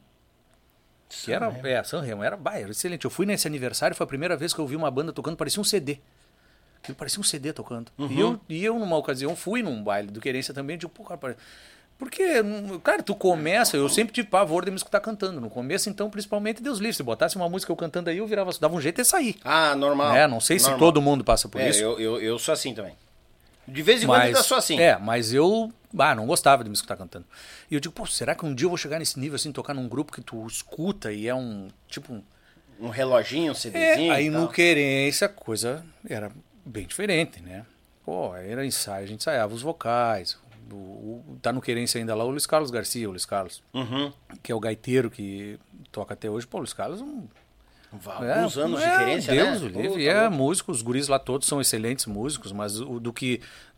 San Remo, era excelente. Eu fui nesse aniversário, foi a primeira vez que eu vi uma banda tocando, parecia um CD. Parecia um CD tocando. Uhum. E eu, numa ocasião, fui num baile do Querência também, digo, cara, porque, cara, tu começa, eu sempre tive pavor de me escutar cantando. No começo, então, principalmente, Deus livre. Se botasse uma música eu cantando aí, eu dava um jeito de sair. Ah, normal. Não sei se todo mundo passa por isso. Eu sou assim também. De vez em quando eu sou assim. Mas eu não gostava de me escutar cantando. E eu digo, será que um dia eu vou chegar nesse nível, assim, tocar num grupo que tu escuta e é um reloginho, um CDzinho? Aí no Querência a coisa era bem diferente, né? Era ensaio, a gente ensaiava os vocais. Tá no Querência ainda lá o Luiz Carlos Garcia, que é o gaiteiro que toca até hoje. O Luiz Carlos... Alguns anos de Querência, Deus né? Deus o livre. Músico, os guris lá todos são excelentes músicos, mas do que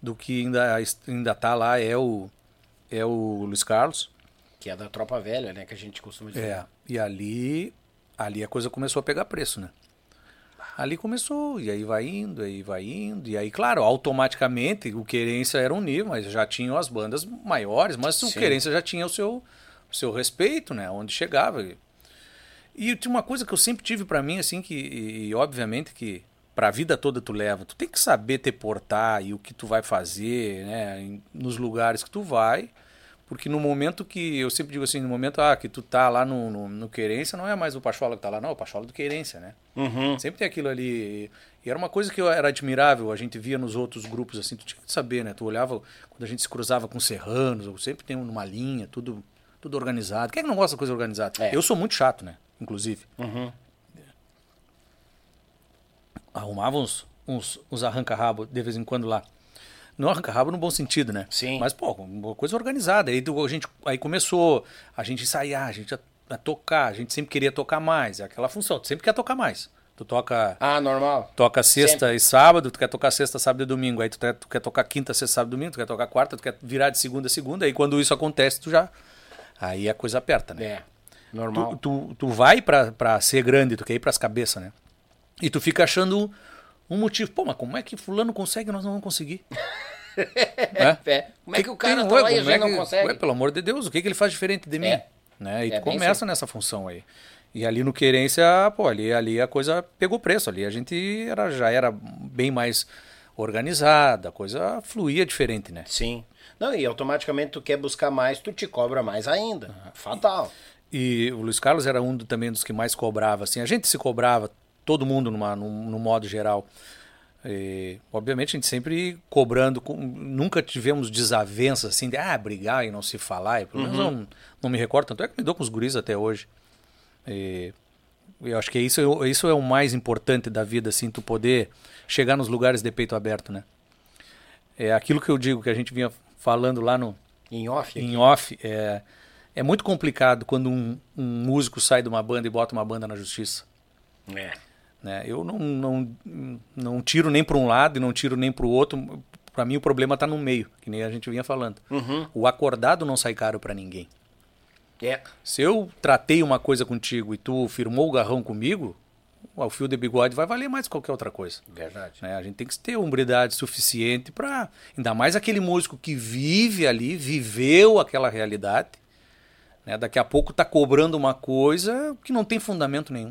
ainda tá lá é o Luiz Carlos. Que é da Tropa Velha, né? Que a gente costuma dizer. E ali a coisa começou a pegar preço, né? Ali começou, e aí vai indo, e aí, claro, automaticamente o Querência era um nível, mas já tinham as bandas maiores, mas o Querência já tinha o seu respeito, né? Onde chegava. E tinha uma coisa que eu sempre tive pra mim, assim, e obviamente que pra vida toda tu leva, tu tem que saber te portar e o que tu vai fazer, né, nos lugares que tu vai, porque no momento que, eu sempre digo assim, no momento que tu tá lá no Querência, não é mais o Pachola que tá lá, não, é o Pachola do Querência, né? Uhum. Sempre tem aquilo ali, e era uma coisa que era admirável, a gente via nos outros grupos, assim, tu tinha que saber, né, tu olhava, quando a gente se cruzava com serranos, ou sempre tem uma linha, tudo organizado. Quem é que não gosta de coisa organizada? Eu sou muito chato, né? Inclusive. Uhum. Arrumava uns arranca-rabo de vez em quando lá. Não arranca-rabo no bom sentido, né? Sim. Mas, uma coisa organizada. Aí começou a gente ensaiar, a gente a tocar, a gente sempre queria tocar mais. É aquela função, tu sempre quer tocar mais. Tu toca... normal. Toca sexta e sábado, tu quer tocar sexta, sábado e domingo. Aí tu quer tocar quinta, sexta, sábado e domingo, tu quer tocar quarta, tu quer virar de segunda a segunda. Aí quando isso acontece, tu já... Aí a coisa aperta, né? Normal. Tu vai pra ser grande, tu quer ir pras cabeças, né? E tu fica achando um motivo. Mas como é que fulano consegue e nós não vamos conseguir? Como é que o cara tá lá e a gente não consegue? Pelo amor de Deus, o que ele faz diferente de mim? Né? E tu começa nessa função aí. E ali no Querência, ali a coisa pegou preço. Ali a gente já era bem mais organizada, a coisa fluía diferente, né? Sim. Não, e automaticamente tu quer buscar mais, tu te cobra mais ainda. Fatal. E o Luiz Carlos era também dos que mais cobrava, assim. A gente se cobrava, todo mundo no modo geral. E, obviamente a gente sempre cobrando, nunca tivemos desavenças assim, de brigar e não se falar. E, pelo menos não me recordo, tanto é que me dou com os guris até hoje. E, eu acho que isso é o mais importante da vida, assim, tu poder chegar nos lugares de peito aberto, né? É aquilo que eu digo, que a gente vinha falando lá em off. Em off, é muito complicado quando um músico sai de uma banda e bota uma banda na justiça. Né? Eu não tiro nem para um lado e não tiro nem para o outro. Para mim o problema está no meio, que nem a gente vinha falando. O acordado não sai caro para ninguém. Se eu tratei uma coisa contigo e tu firmou o garrão comigo, o fio de bigode vai valer mais que qualquer outra coisa. Verdade. Né? A gente tem que ter hombridade suficiente para, ainda mais aquele músico que vive ali, viveu aquela realidade, né? Daqui a pouco tá cobrando uma coisa que não tem fundamento nenhum.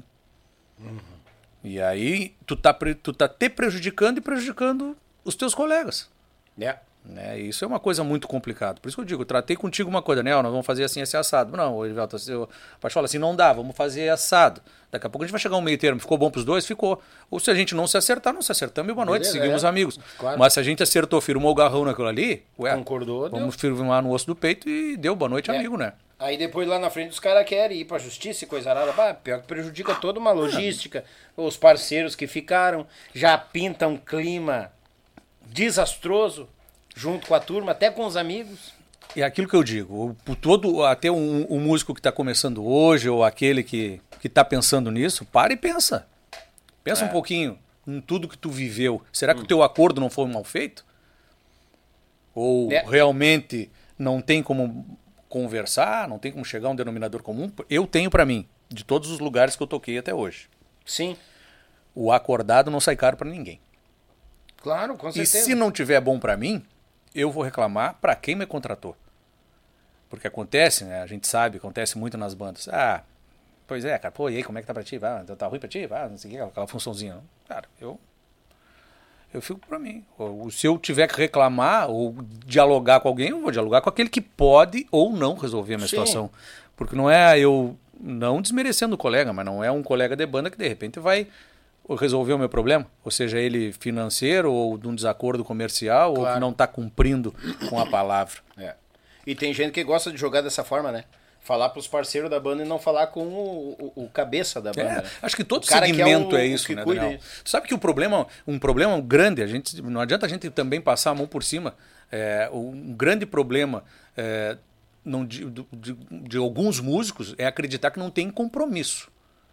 E aí tu tá te prejudicando e prejudicando os teus colegas. Né? Isso é uma coisa muito complicada. Por isso que eu digo, eu tratei contigo uma coisa, né? Nós vamos fazer assim, esse assado. Não, Elivelto, Pachola, assim não dá, vamos fazer assado. Daqui a pouco a gente vai chegar a um meio termo. Ficou bom pros dois? Ficou. Ou se a gente não se acertar, não se acertamos e boa noite, seguimos amigos. Claro. Mas se a gente acertou, firmou o garrão naquilo ali, concordou, vamos firmar no osso do peito e deu boa noite, amigo, né? Aí depois lá na frente os caras querem ir pra justiça e coisa arada. Pior que prejudica toda uma logística. Os parceiros que ficaram já pintam um clima desastroso junto com a turma, até com os amigos. É aquilo que eu digo, até um músico que está começando hoje, ou aquele que está pensando nisso, para e pensa. Pensa um pouquinho em tudo que tu viveu. Será que o teu acordo não foi mal feito? Ou realmente não tem como conversar, não tem como chegar a um denominador comum? Eu tenho para mim, de todos os lugares que eu toquei até hoje. Sim. O acordado não sai caro para ninguém. Claro, com certeza. E se não tiver bom para mim, eu vou reclamar para quem me contratou. Porque acontece, né? A gente sabe, acontece muito nas bandas. Pois é, cara, pô, e aí, como é que tá pra ti? Tá ruim pra ti? Não sei o que, aquela funçãozinha. Cara, eu fico pra mim. Se eu tiver que reclamar ou dialogar com alguém, eu vou dialogar com aquele que pode ou não resolver a minha situação. Porque não é eu, não desmerecendo o colega, mas não é um colega de banda que de repente vai resolver o meu problema, ou seja, ele financeiro ou de um desacordo comercial ou que não está cumprindo com a palavra. E tem gente que gosta de jogar dessa forma, né? Falar para os parceiros da banda e não falar com o cabeça da banda. Né? Acho que todo segmento é isso, né, Daniel? Sabe que um problema grande, não adianta a gente também passar a mão por cima. Um grande problema de alguns músicos é acreditar que não tem compromisso.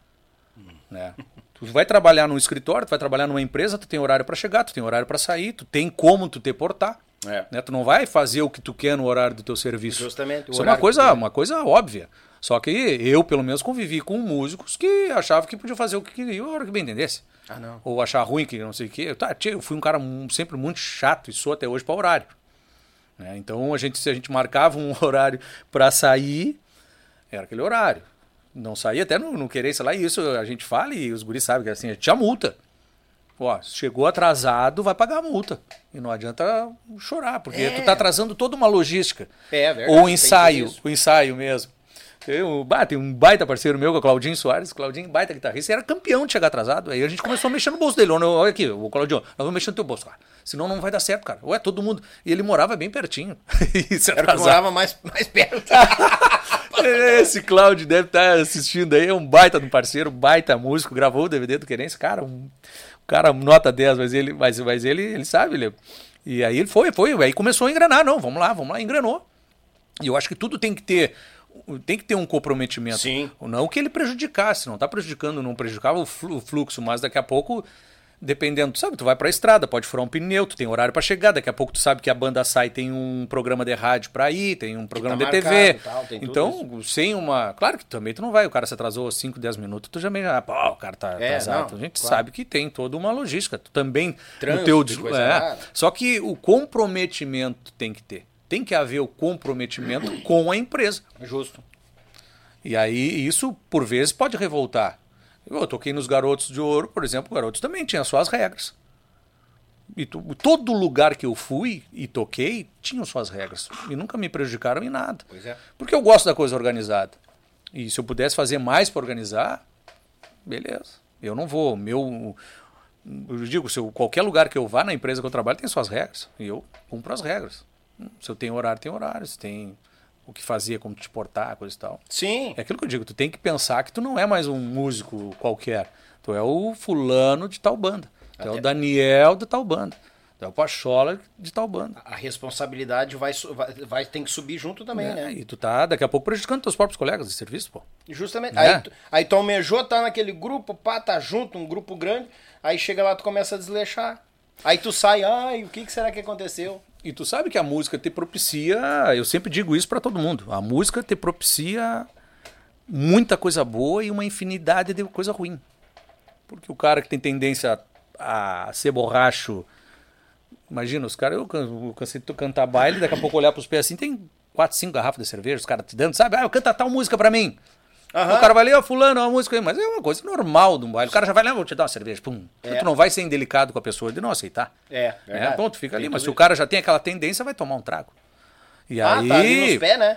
Né? Tu vai trabalhar num escritório, tu vai trabalhar numa empresa, tu tem horário para chegar, tu tem horário para sair, tu tem como tu te portar. Né? Tu não vai fazer o que tu quer no horário do teu serviço. Justamente. Isso é uma coisa óbvia. Só que eu, pelo menos, convivi com músicos que achavam que podiam fazer o que queriam a hora que bem entendesse. Não. Ou achar ruim que não sei o quê. Eu fui um cara sempre muito chato e sou até hoje para horário. Né? Então, se a gente marcava um horário para sair, era aquele horário. Não saía até não querer, sei lá, isso a gente fala e os guris sabem que assim, tinha multa. Chegou atrasado, vai pagar a multa. E não adianta chorar, porque tu tá atrasando toda uma logística. Verdade. Ou o ensaio mesmo. Tem um baita parceiro meu, que é o Claudinho Soares. Claudinho, baita guitarrista, era campeão de chegar atrasado. Aí a gente começou a mexer no bolso dele. Olha aqui, o Claudinho, nós vamos mexer no teu bolso, cara. Senão não vai dar certo, cara. Todo mundo. E ele morava bem pertinho. Era que morava mais perto. Esse Cláudio deve estar assistindo aí, é um baita de um parceiro, baita músico, gravou o DVD do Querência, cara, cara nota 10, mas ele sabe, e aí ele foi, aí começou a engrenar, vamos lá, engrenou. E eu acho que tudo tem que ter um comprometimento. Sim. Não que ele prejudicasse, não está prejudicando, não prejudicava o fluxo, mas daqui a pouco, dependendo, tu vai pra estrada, pode furar um pneu, tu tem horário pra chegar, daqui a pouco tu sabe que a banda sai, tem um programa de rádio pra ir, tem um programa de TV. Então, sem uma... Claro que também tu não vai, o cara se atrasou 5, 10 minutos, tu já meio... o cara tá atrasado. A gente sabe que tem toda uma logística. Tu também... Trânsito, só que o comprometimento tem que ter. Tem que haver o comprometimento com a empresa. Justo. E aí isso, por vezes, pode revoltar. Eu toquei nos Garotos de Ouro, por exemplo, Garotos também tinha suas regras. E todo lugar que eu fui e toquei tinha suas regras. E nunca me prejudicaram em nada. Pois é. Porque eu gosto da coisa organizada. E se eu pudesse fazer mais para organizar, beleza. Eu não vou. Eu digo, qualquer lugar que eu vá na empresa que eu trabalho tem suas regras. E eu cumpro as regras. Se eu tenho horário, tem horário. Se tem o que fazer, como te portar, coisa e tal. Sim. É aquilo que eu digo, tu tem que pensar que tu não é mais um músico qualquer. Tu é o fulano de tal banda. Tu é o Daniel de tal banda. Tu é o Pachola de tal banda. A responsabilidade tem que subir junto também, né? E tu tá daqui a pouco prejudicando teus próprios colegas de serviço, pô. Justamente. Aí tu almejou, tá naquele grupo, tá junto, um grupo grande, aí chega lá, tu começa a desleixar. Aí tu sai, o que será que aconteceu? E tu sabe que a música te propicia, eu sempre digo isso pra todo mundo, a música te propicia muita coisa boa e uma infinidade de coisa ruim. Porque o cara que tem tendência a ser borracho... Imagina, os caras... Eu cansei de cantar baile, daqui a pouco olhar pros pés assim, tem 4, 5 garrafas de cerveja, os caras te dando, sabe? Ah, canta tal música pra mim. O cara vai ler, fulano, uma música aí, mas é uma coisa normal de um baile. O cara já vai lá, vou te dar uma cerveja, pum. Tu não vai ser indelicado com a pessoa de não aceitar. Ponto, fica ali. Mas se o cara já tem aquela tendência, vai tomar um trago. E aí, tá ali nos pés, né?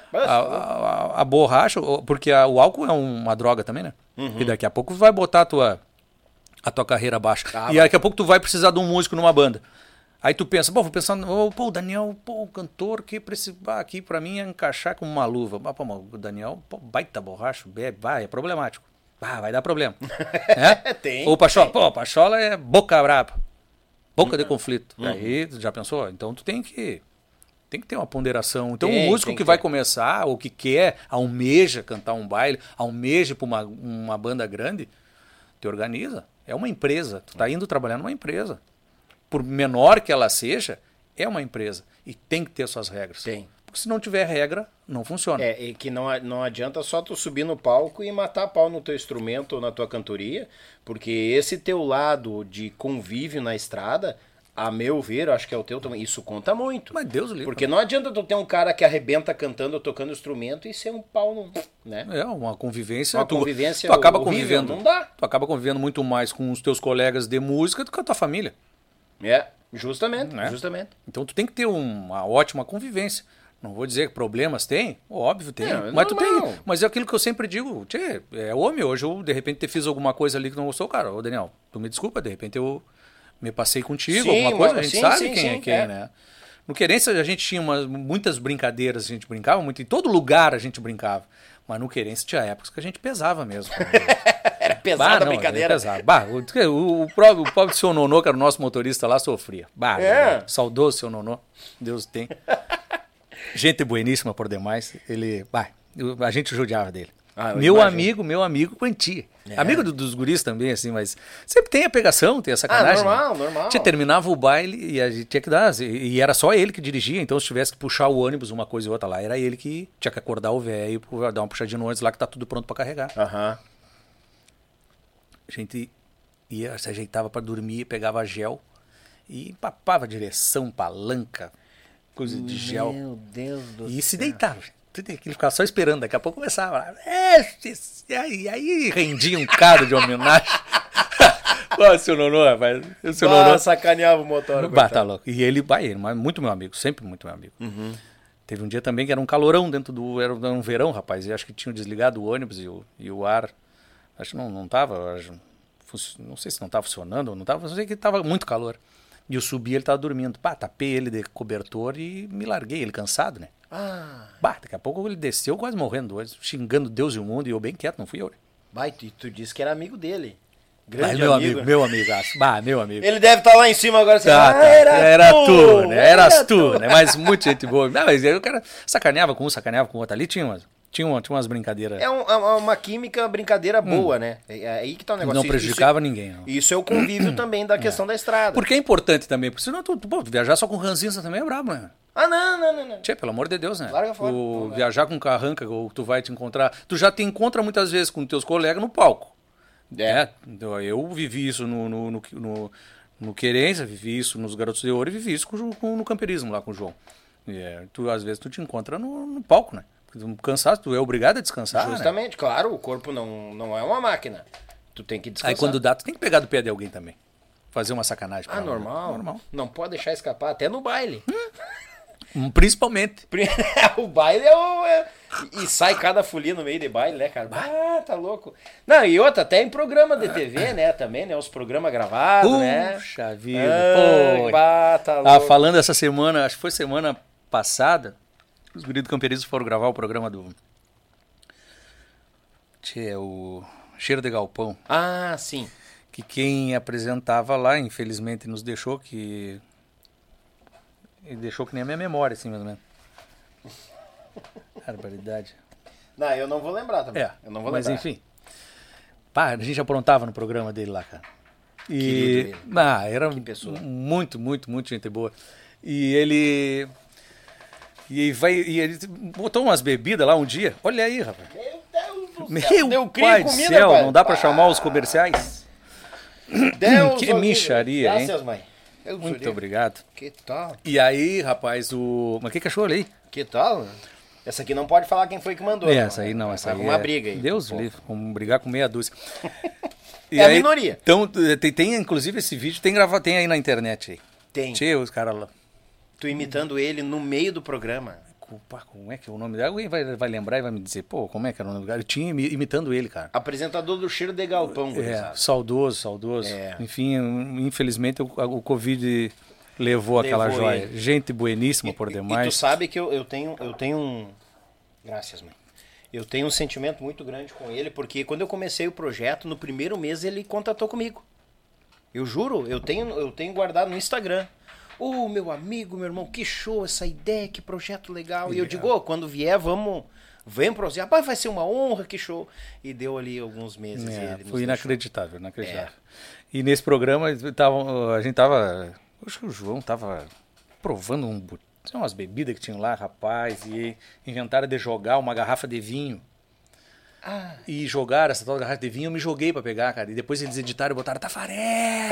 A borracha, porque o álcool é uma droga também, né? E daqui a pouco vai botar a tua carreira abaixo. E daqui a pouco tu vai precisar de um músico numa banda. Aí tu pensa, vou pensar, o Daniel, o cantor que aqui pra mim é encaixar como uma luva. O Daniel, baita borracho, bebe, é problemático. Vai dar problema. Tem. Ou o Pachola é boca braba, boca de conflito. Aí, tu já pensou? Então tu tem que ter uma ponderação. Então o músico que vai começar, ou que quer, almeja cantar um baile, almeja pra uma banda grande, te organiza. É uma empresa, tu tá indo trabalhar numa empresa. Por menor que ela seja, é uma empresa. E tem que ter suas regras. Tem. Porque se não tiver regra, não funciona. E que não adianta só tu subir no palco e matar pau no teu instrumento ou na tua cantoria, porque esse teu lado de convívio na estrada, a meu ver, acho que é o teu também, isso conta muito. Mas Deus livre. Porque não adianta tu ter um cara que arrebenta cantando ou tocando instrumento e ser um pau, né? É, uma convivência. Tu acaba horrível, convivendo. Não dá. Tu acaba convivendo muito mais com os teus colegas de música do que com a tua família. Justamente. Então tu tem que ter uma ótima convivência. Não vou dizer que problemas tem, óbvio tem, mas tu tem. Mas é aquilo que eu sempre digo, é homem, hoje eu de repente te fiz alguma coisa ali que não gostou, cara, Daniel, tu me desculpa, de repente eu me passei contigo, alguma coisa, a gente sabe quem é quem, né? No Querência a gente tinha muitas brincadeiras, a gente brincava muito, em todo lugar a gente brincava. Mas no Querência tinha épocas que a gente pesava mesmo. Era pesada a brincadeira. Era pesado. O pobre seu Nonô, que era o nosso motorista lá, sofria. Saudoso seu Nonô, Deus tem. Gente bueníssima por demais. A gente judiava dele. Meu amigo quantia. Amigo dos guris também, assim, mas sempre tem a pegação, tem a sacanagem. Normal. Terminava o baile e a gente tinha que dar. E era só ele que dirigia, então se tivesse que puxar o ônibus, uma coisa e outra lá, era ele que tinha que acordar o velho, dar uma puxadinha no ônibus lá que tá tudo pronto pra carregar. A gente se ajeitava pra dormir, pegava gel e papava direção, palanca, coisa de gel. Meu Deus do céu. E se deitava, ele ficava só esperando, daqui a pouco começava. Aí rendia um cara de homenagem. Seu Nonô, rapaz. Nonô sacaneava o motor. Tá louco. E ele, muito meu amigo, sempre muito meu amigo. Teve um dia também que era um calorão era um verão, rapaz. E acho que tinham desligado o ônibus e o ar. Acho que não tava. Não sei se não tava funcionando ou não tava. Não sei que tava muito calor. E eu subi, ele tava dormindo. Tapei ele de cobertor e me larguei, ele cansado, né? Daqui a pouco ele desceu quase morrendo hoje, xingando Deus e o mundo, e eu bem quieto, não fui eu. Tu disse que era amigo dele. Grande meu amigo. Meu amigo. Ele deve estar lá em cima agora. Assim, Eras tu, né? Mas muita gente boa. Não, mas o cara sacaneava com um, sacaneava com o outro ali, tinha umas brincadeiras. É uma química, brincadeira boa, né? É aí que tá o negócio. Não prejudicava ninguém. Não. Isso é o convívio também da questão da estrada. Porque é importante também, porque senão tu viajar só com ranzinza também é brabo, né? Não. Pelo amor de Deus, né? Larga fora. Viajar com carranca, ou tu vai te encontrar... Tu já te encontra muitas vezes com teus colegas no palco. Então, eu vivi isso no Querência, vivi isso nos Garotos de Ouro e vivi isso no camperismo lá com o João. Às vezes tu te encontra no palco, né? Cansado, tu é obrigado a descansar. Justamente, né? Claro, o corpo não é uma máquina. Tu tem que descansar. Aí quando dá, tu tem que pegar do pé de alguém também. Fazer uma sacanagem. Normal. Não pode deixar escapar, até no baile. Principalmente. O baile e sai cada folia no meio de baile, né, cara? Tá louco. Não, e outra, até em programa de TV, né, também, né? Os programas gravados, né? Puxa vida. Tá louco. Falando essa semana, acho que foi semana passada, os guris do Campeirismo foram gravar o programa do... o Cheiro de Galpão. Sim. Que quem apresentava lá, infelizmente, nos deixou que... Ele deixou que nem a minha memória, assim, mais ou menos. Barbaridade. Não, eu não vou lembrar também. Eu não vou mas lembrar. Enfim. A gente aprontava no programa dele lá, cara. E... era muito, muito, muito gente boa. E ele... E ele botou umas bebidas lá um dia. Olha aí, rapaz. Meu Deus do céu. Meu pai do céu, não dá pra chamar os comerciais? Deus Que mixaria, hein? Graças, mãe. Muito obrigado. Que tal? E aí, rapaz, Mas que cachorro ali? Que tal? Essa aqui não pode falar quem foi que mandou. Essa aí não, essa aí uma briga aí. Deus livre, vamos brigar com meia dúzia. E É a aí, minoria. Então, tem inclusive esse vídeo, tem aí na internet aí. Tem. Tchê, os caras lá. Tu imitando ele no meio do programa. Como é que é o nome dele? Alguém vai lembrar e vai me dizer, pô, como é que era o nome do cara? Eu tinha imitando ele, cara. Apresentador do Cheiro de Galpão, gurizada. Saudoso. É. Enfim, infelizmente o Covid levou aquela joia. ele. Gente bueníssima por demais. E tu sabe que eu tenho um... Graças, mãe. Eu tenho um sentimento muito grande com ele, porque quando eu comecei o projeto, no primeiro mês ele contatou comigo. Eu juro, eu tenho guardado no Instagram. Meu amigo, meu irmão, que show essa ideia, que projeto legal. E eu digo, quando vier, vem pro Zé. Rapaz, vai ser uma honra, que show. E deu ali alguns meses. Foi inacreditável. E nesse programa, a gente tava... Acho que o João tava provando umas bebidas que tinham lá, rapaz, e inventaram de jogar uma garrafa de vinho. E jogaram essa tal garrafa de vinho, eu me joguei pra pegar, cara. E depois eles editaram e botaram Tafarel.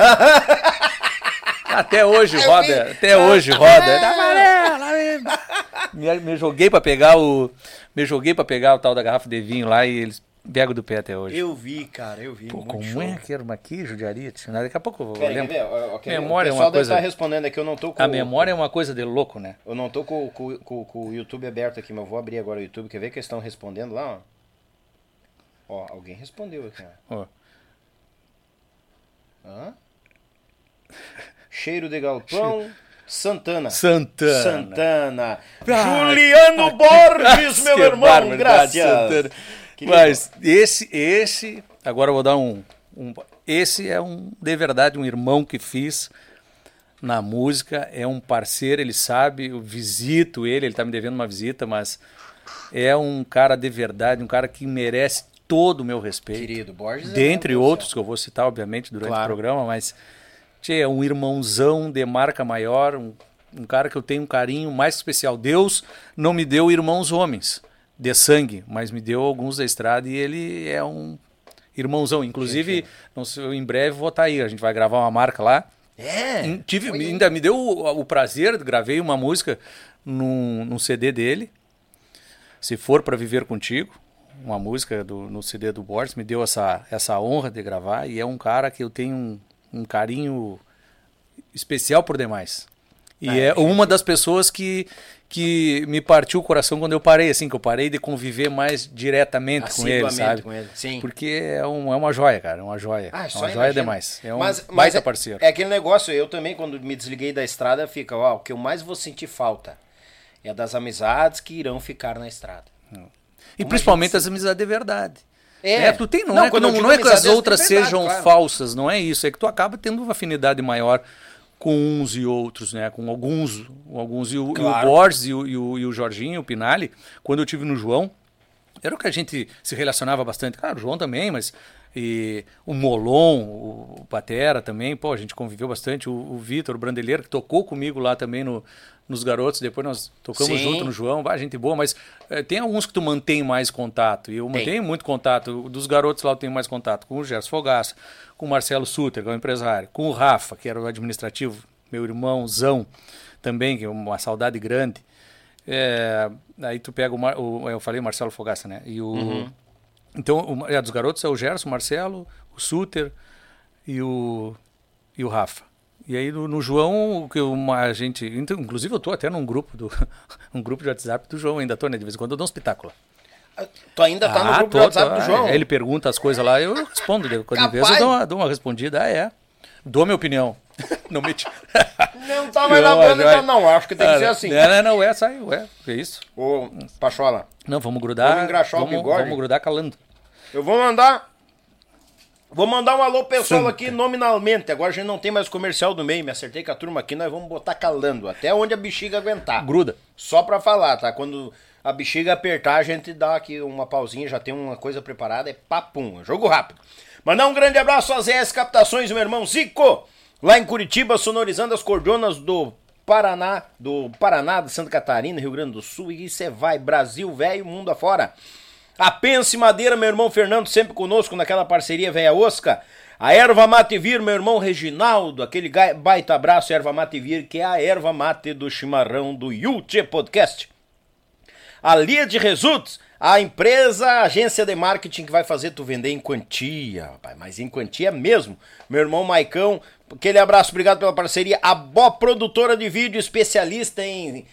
Até hoje roda. Tafarel. Me joguei pra pegar o tal da garrafa de vinho lá e eles pegam do pé até hoje. Eu vi, cara, Pô, como show. É que era uma aqui, judiaria? Daqui a pouco eu lembro. Memória é uma coisa... deve estar respondendo aqui, eu não tô com... A memória é uma coisa de louco, né? Eu não tô com o YouTube aberto aqui, mas eu vou abrir agora o YouTube. Quer ver que eles estão respondendo lá, ó? Alguém respondeu aqui, ó. Hã? Cheiro de Galpão... Santana. Juliano Borges, meu irmão, graças. Mas esse, agora eu vou dar esse é de verdade um irmão que fiz na música, é um parceiro, ele sabe, eu visito ele tá me devendo uma visita, mas é um cara de verdade, um cara que merece todo o meu respeito. Querido Borges. Dentre outros que eu vou citar, obviamente, durante o programa, mas é um irmãozão de marca maior, um cara que eu tenho um carinho mais especial. Deus não me deu irmãos homens de sangue, mas me deu alguns da estrada e ele é um irmãozão. Inclusive, não sei, em breve vou estar aí, a gente vai gravar uma marca lá. Ainda me deu o prazer, gravei uma música num CD dele, Se For Pra Viver Contigo, uma música no CD do Borges, me deu essa honra de gravar e é um cara que eu tenho um carinho especial por demais. E é uma das pessoas que me partiu o coração quando eu parei, assim, que eu parei de conviver mais diretamente com ele, sabe? Com ele. Sim. Porque é uma joia, cara, é uma joia. É uma joia demais. É um baita parceiro. É aquele negócio, eu também, quando me desliguei da estrada, fica, o que eu mais vou sentir falta é das amizades que irão ficar na estrada. E principalmente as amizades de verdade. Tu tem, não é que as outras sejam falsas, não é isso, é que tu acaba tendo uma afinidade maior com uns e outros, né? Com alguns e o Borges e o Jorginho, o Pinali, quando eu tive no João, era o que a gente se relacionava bastante. Claro, o João também, mas o Molon, o Patera também, a gente conviveu bastante, o Vitor, o Brandeleiro, que tocou comigo lá também nos Garotos, depois nós tocamos junto no João, gente boa, mas tem alguns que tu mantém mais contato, e eu mantenho muito contato, dos Garotos lá eu tenho mais contato com o Gerson Fogaça, com o Marcelo Suter, que é o empresário, com o Rafa, que era o administrativo, meu irmãozão também, que é uma saudade grande. Aí tu pega eu falei o Marcelo Fogaça, né? E então, dos Garotos é o Gerson, o Marcelo, o Suter e o Rafa. E aí no João, a gente... Então, inclusive eu tô até num grupo um grupo de WhatsApp do João, ainda tô, né? De vez em quando eu dou um espetáculo. Tu ainda tá no grupo do WhatsApp do João? Ele pergunta as coisas lá, eu respondo. Quando vez eu dou uma respondida, Dou minha opinião. Não me... Não tá mais na banda, então não. Acho que tem que ser assim. Não, saiu, é isso. Ô, Pachola. Não, vamos grudar. Vamos engraxar o bigode. Vamos grudar calando. Eu vou mandar um alô pessoal aqui nominalmente. Agora a gente não tem mais comercial do meio. Me acertei com a turma aqui, nós vamos botar calando. Até onde a bexiga aguentar. Gruda. Só pra falar, tá? Quando a bexiga apertar, a gente dá aqui uma pausinha, já tem uma coisa preparada, é papum, jogo rápido. Mandar um grande abraço às ES Captações, meu irmão Zico, lá em Curitiba, sonorizando as cordionas do Paraná, de Santa Catarina, Rio Grande do Sul, e você vai, Brasil, velho, mundo afora. A Pense Madeira, meu irmão Fernando, sempre conosco naquela parceria velha osca. A Erva Mate Vir, meu irmão Reginaldo, aquele baita abraço, Erva Mate Vir, que é a erva mate do chimarrão do Yulche Podcast. A Lia de Results, a empresa, a agência de marketing que vai fazer tu vender em quantia, rapaz, mas em quantia mesmo. Meu irmão Maicão, aquele abraço, obrigado pela parceria. A Bó Produtora de Vídeo, especialista em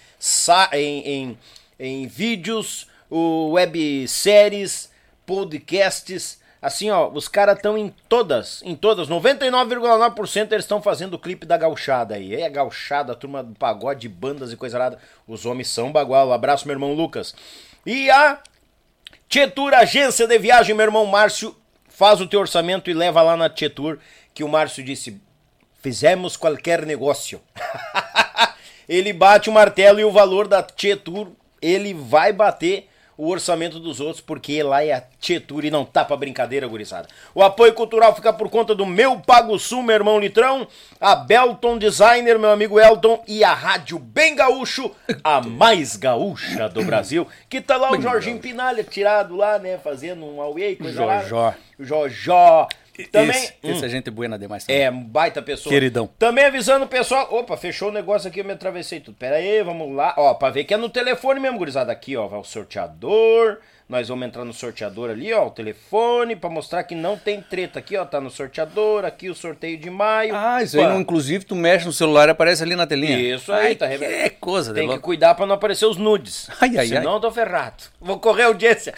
vídeos, webséries, podcasts. Assim, ó, os caras estão em todas, 99,9% eles estão fazendo o clipe da gauchada aí. É a gauchada, a turma do pagode, bandas e coisa nada. Os homens são bagual. Abraço, meu irmão Lucas. E a Tietur Agência de Viagem, meu irmão Márcio, faz o teu orçamento e leva lá na Tietur, que o Márcio disse, fizemos qualquer negócio. Ele bate o martelo e o valor da Tietur, ele vai bater o orçamento dos outros, porque lá é a Tietur e não tá pra brincadeira, gurizada. O apoio cultural fica por conta do Meu Pago Sul, meu irmão Litrão, a Belton Designer, meu amigo Elton, e a Rádio Bem Gaúcho, a mais gaúcha do Brasil, que tá lá o Jorginho Pinalha, tirado lá, né, fazendo um auê, coisa lá. Jojó. Também, esse é gente buena demais também. É, baita pessoa. Queridão. Também avisando o pessoal. Opa, fechou o negócio aqui, eu me atravessei tudo. Pera aí, vamos lá. Ó, pra ver que é no telefone mesmo, gurizada. Aqui, ó, vai o sorteador. Nós vamos entrar no sorteador ali, ó, o telefone, pra mostrar que não tem treta. Aqui, ó, tá no sorteador. Aqui o sorteio de maio. Ah, isso aí, inclusive, tu mexe no celular e aparece ali na telinha. Isso aí, tá revelando. É coisa, tem que cuidar pra não aparecer os nudes. Senão eu tô ferrado. Vou correr audiência.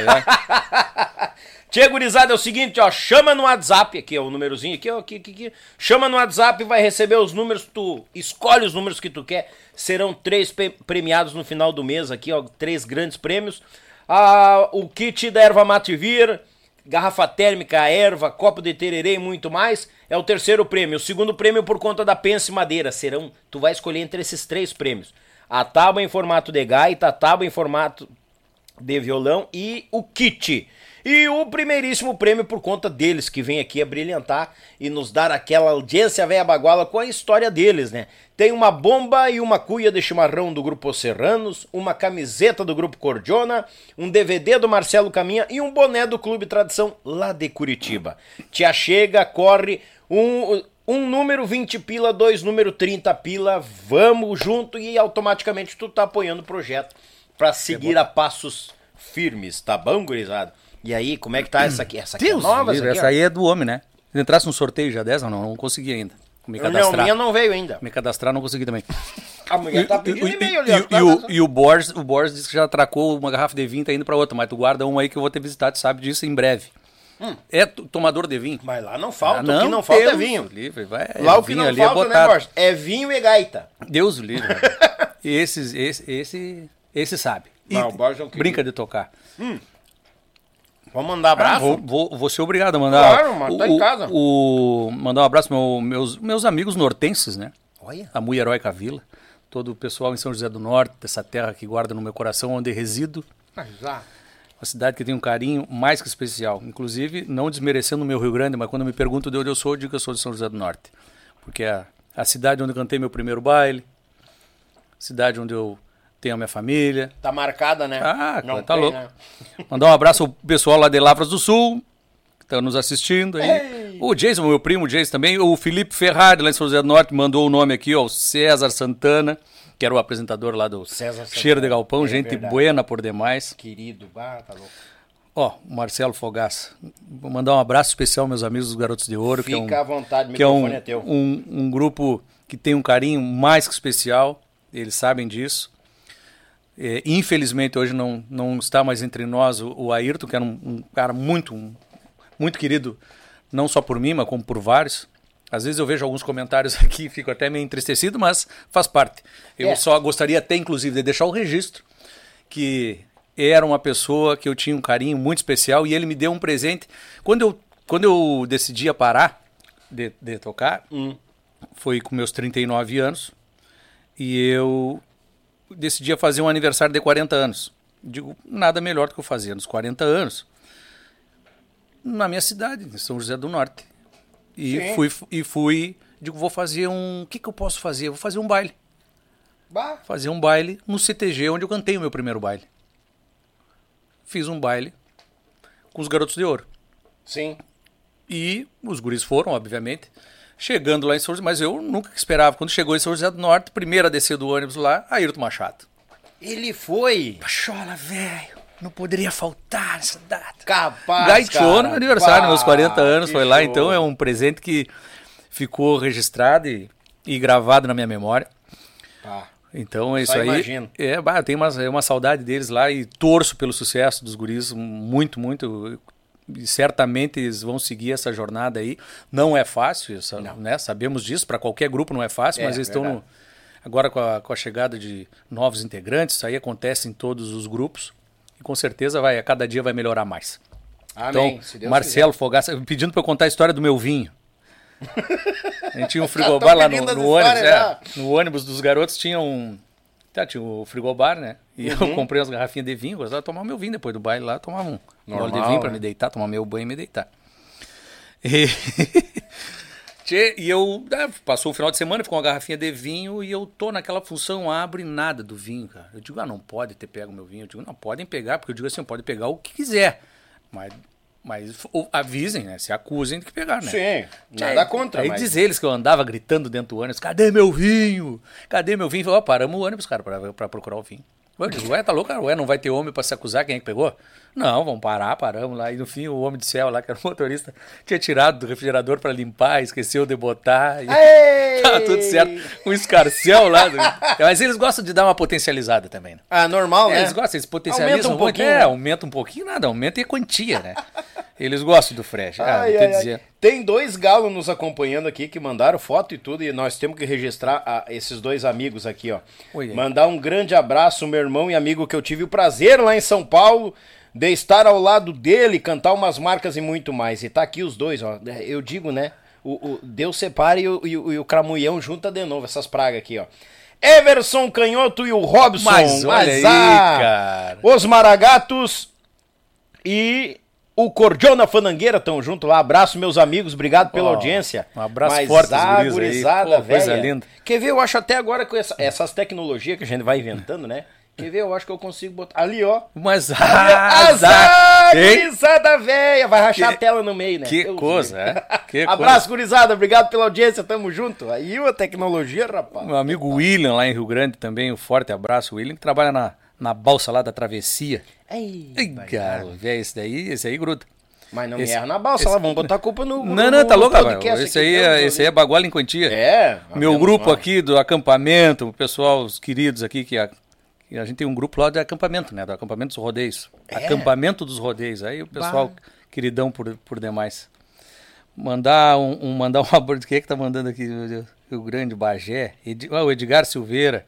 Tchê, gurizada, é o seguinte, ó, chama no WhatsApp, aqui, ó, o númerozinho aqui, ó, aqui. Chama no WhatsApp, vai receber os números, tu escolhe os números que tu quer, serão 3 premiados no final do mês aqui, ó, 3 grandes prêmios. O kit da Erva Mate Vir, garrafa térmica, erva, copo de tererê e muito mais, é o 3º prêmio. O 2º prêmio por conta da Pense Madeira, tu vai escolher entre esses 3 prêmios. A tábua em formato de gaita, a tábua em formato de violão e o kit. E o primeiríssimo prêmio por conta deles, que vem aqui a brilhantar e nos dar aquela audiência velha baguala com a história deles, né? Tem uma bomba e uma cuia de chimarrão do Grupo Serranos, uma camiseta do Grupo Cordiona, um DVD do Marcelo Caminha e um boné do Clube Tradição lá de Curitiba. Te achega, corre, um número 20 pila, 2 número 30 pila, vamos junto e automaticamente tu tá apoiando o projeto pra seguir a passos firmes, tá bom, gurizada? E aí, como é que tá essa aqui? Essa aqui Deus, é nova? Essa aí é do homem, né? Se entrasse no sorteio já dessa, não consegui ainda. Me cadastrar. Não, minha não veio ainda. Me cadastrar não consegui também. A mulher tá pedindo e-mail ali. E o Borges disse que já atracou uma garrafa de vinho, tá indo pra outra. Mas tu guarda uma aí que eu vou ter visitado, sabe disso em breve. É tomador de vinho. Mas lá não falta, o que não falta é vinho. Livre, lá o que não falta, né, Borges? É vinho e gaita. Deus o livre. Esse sabe. Não, o Borges é um brinca de tocar. Vamos mandar abraço? Vou ser obrigado a mandar. Claro, mas tá em casa. Mandar um abraço para meus amigos nortenses, né? Olha. A Mui Heróica Vila. Todo o pessoal em São José do Norte, dessa terra que guarda no meu coração, onde resido. Uma cidade que tem um carinho mais que especial. Inclusive, não desmerecendo o meu Rio Grande, mas quando me perguntam de onde eu sou, eu digo que eu sou de São José do Norte. Porque é a cidade onde eu cantei meu primeiro baile, cidade onde eu tenho a minha família. Tá marcada, né? Não tá louco. Né? Mandar um abraço ao pessoal lá de Lavras do Sul, que tá nos assistindo aí. Ei. O Jason, meu primo, o Jason também. O Felipe Ferrari, lá em São José do Norte, mandou o nome aqui, ó, o César Santana, que era o apresentador lá do Cheiro de Galpão. Gente buena por demais. Querido, tá louco. Ó, o Marcelo Fogaça. Vou mandar um abraço especial aos meus amigos dos Garotos de Ouro. Fica à vontade, o microfone é teu. Um grupo que tem um carinho mais que especial. Eles sabem disso. Infelizmente hoje não está mais entre nós o Ayrton, que era um cara muito querido, não só por mim, mas como por vários. Às vezes eu vejo alguns comentários aqui e fico até meio entristecido, mas faz parte. Eu só gostaria até, inclusive, de deixar o registro que era uma pessoa que eu tinha um carinho muito especial e ele me deu um presente. Quando eu decidi parar de tocar, foi com meus 39 anos, e eu decidi fazer um aniversário de 40 anos. Digo, nada melhor do que eu fazia nos 40 anos na minha cidade, em São José do Norte. E fui, digo, vou fazer o que eu posso fazer? Vou fazer um baile. Fazer um baile no CTG, onde eu cantei o meu primeiro baile. Fiz um baile com os Garotos de Ouro. Sim. E os guris foram, obviamente. Chegando lá em São José, mas eu nunca esperava. Quando chegou em São José do Norte, primeira a descer do ônibus lá, Ayrton Machado. Ele foi. Pachola, velho. Não poderia faltar essa data. Capaz, Gaiteou no cara. meu aniversário, meus 40 anos, que foi lá. show. Então é um presente que ficou registrado e gravado na minha memória. Pá. Então é Só isso aí. imagino. Eu tenho uma saudade deles lá e torço pelo sucesso dos guris muito, muito. E certamente eles vão seguir essa jornada aí. Não é fácil, né? Sabemos disso, para qualquer grupo não é fácil, mas eles estão agora com a chegada de novos integrantes, isso aí acontece em todos os grupos. E com certeza a cada dia vai melhorar mais. Amém. Então, Se Deus Marcelo Fogaça, pedindo para eu contar a história do meu vinho. A gente tinha um frigobar lá no ônibus. No ônibus dos garotos tinha tinha o frigobar, né? E eu comprei umas garrafinhas de vinho, gostava de tomar meu vinho depois do baile lá, tomava um gole de vinho para me deitar, tomar meu banho e me deitar. E eu passou o final de semana, ficou uma garrafinha de vinho e eu tô naquela função, abre nada do vinho, cara. Eu digo, não pode ter pego meu vinho. Eu digo, não, podem pegar, porque eu digo assim, pode pegar o que quiser. Mas avisem, né? Se acusem de que pegar, né? Sim, nada contra. Aí diz eles que eu andava gritando dentro do ônibus, cadê meu vinho? Cadê meu vinho? Falei, paramos o ônibus, cara, pra procurar o vinho. Eu digo, tá louco, cara? Não vai ter homem pra se acusar, quem é que pegou? Não, paramos lá. E no fim, o homem do céu lá, que era o motorista, tinha tirado do refrigerador pra limpar, esceceu de botar. E tava tudo certo. Um escarcel lá. Mas eles gostam de dar uma potencializada também, né? Ah, normal, né? Eles gostam, eles potencializam aumenta um muito. pouquinho. Aumenta um pouquinho, nada, aumenta a quantia, né? Eles gostam do fresh. Vou te dizer. Tem 2 galos nos acompanhando aqui que mandaram foto e tudo, e nós temos que registrar esses 2 amigos aqui, ó. Mandar um grande abraço, meu irmão e amigo, que eu tive o prazer lá em São Paulo de estar ao lado dele, cantar umas marcas e muito mais. E tá aqui os 2, ó. Eu digo, né? O Deus separa e o Cramulhão junta de novo essas pragas aqui, ó. Everson Canhoto e o Robson. Mas olha aí, cara. Os Maragatos e o Cordiona Fanangueira estão junto lá. Abraço, meus amigos. Obrigado pela audiência. Um abraço forte, gurizada, aí. Coisa linda. Quer ver? Eu acho até agora com essas tecnologias que a gente vai inventando, né? Quer ver? Eu acho que eu consigo botar... Ali, ó. Mas azar, gurizada velha. Vai rachar a tela no meio, né? Que coisa, Que abraço, gurizada. Obrigado pela audiência. Tamo junto. Aí a tecnologia, rapaz. Meu amigo William, lá em Rio Grande, também um forte abraço. O William, que trabalha na balsa lá da travessia. Ei, cara, velho, esse aí gruda. Mas não me erra na balsa lá, vamos botar a culpa no... Não, tá louco, velho. Esse aí é baguala em quantia. Meu grupo aqui do acampamento, o pessoal, os queridos aqui, que a gente tem um grupo lá de acampamento, né? Do acampamento dos rodeios. Acampamento dos rodeios. Aí o pessoal, queridão por demais. Mandar um abraço. Quem é que tá mandando aqui? O grande Bagé. O Edgar Silveira.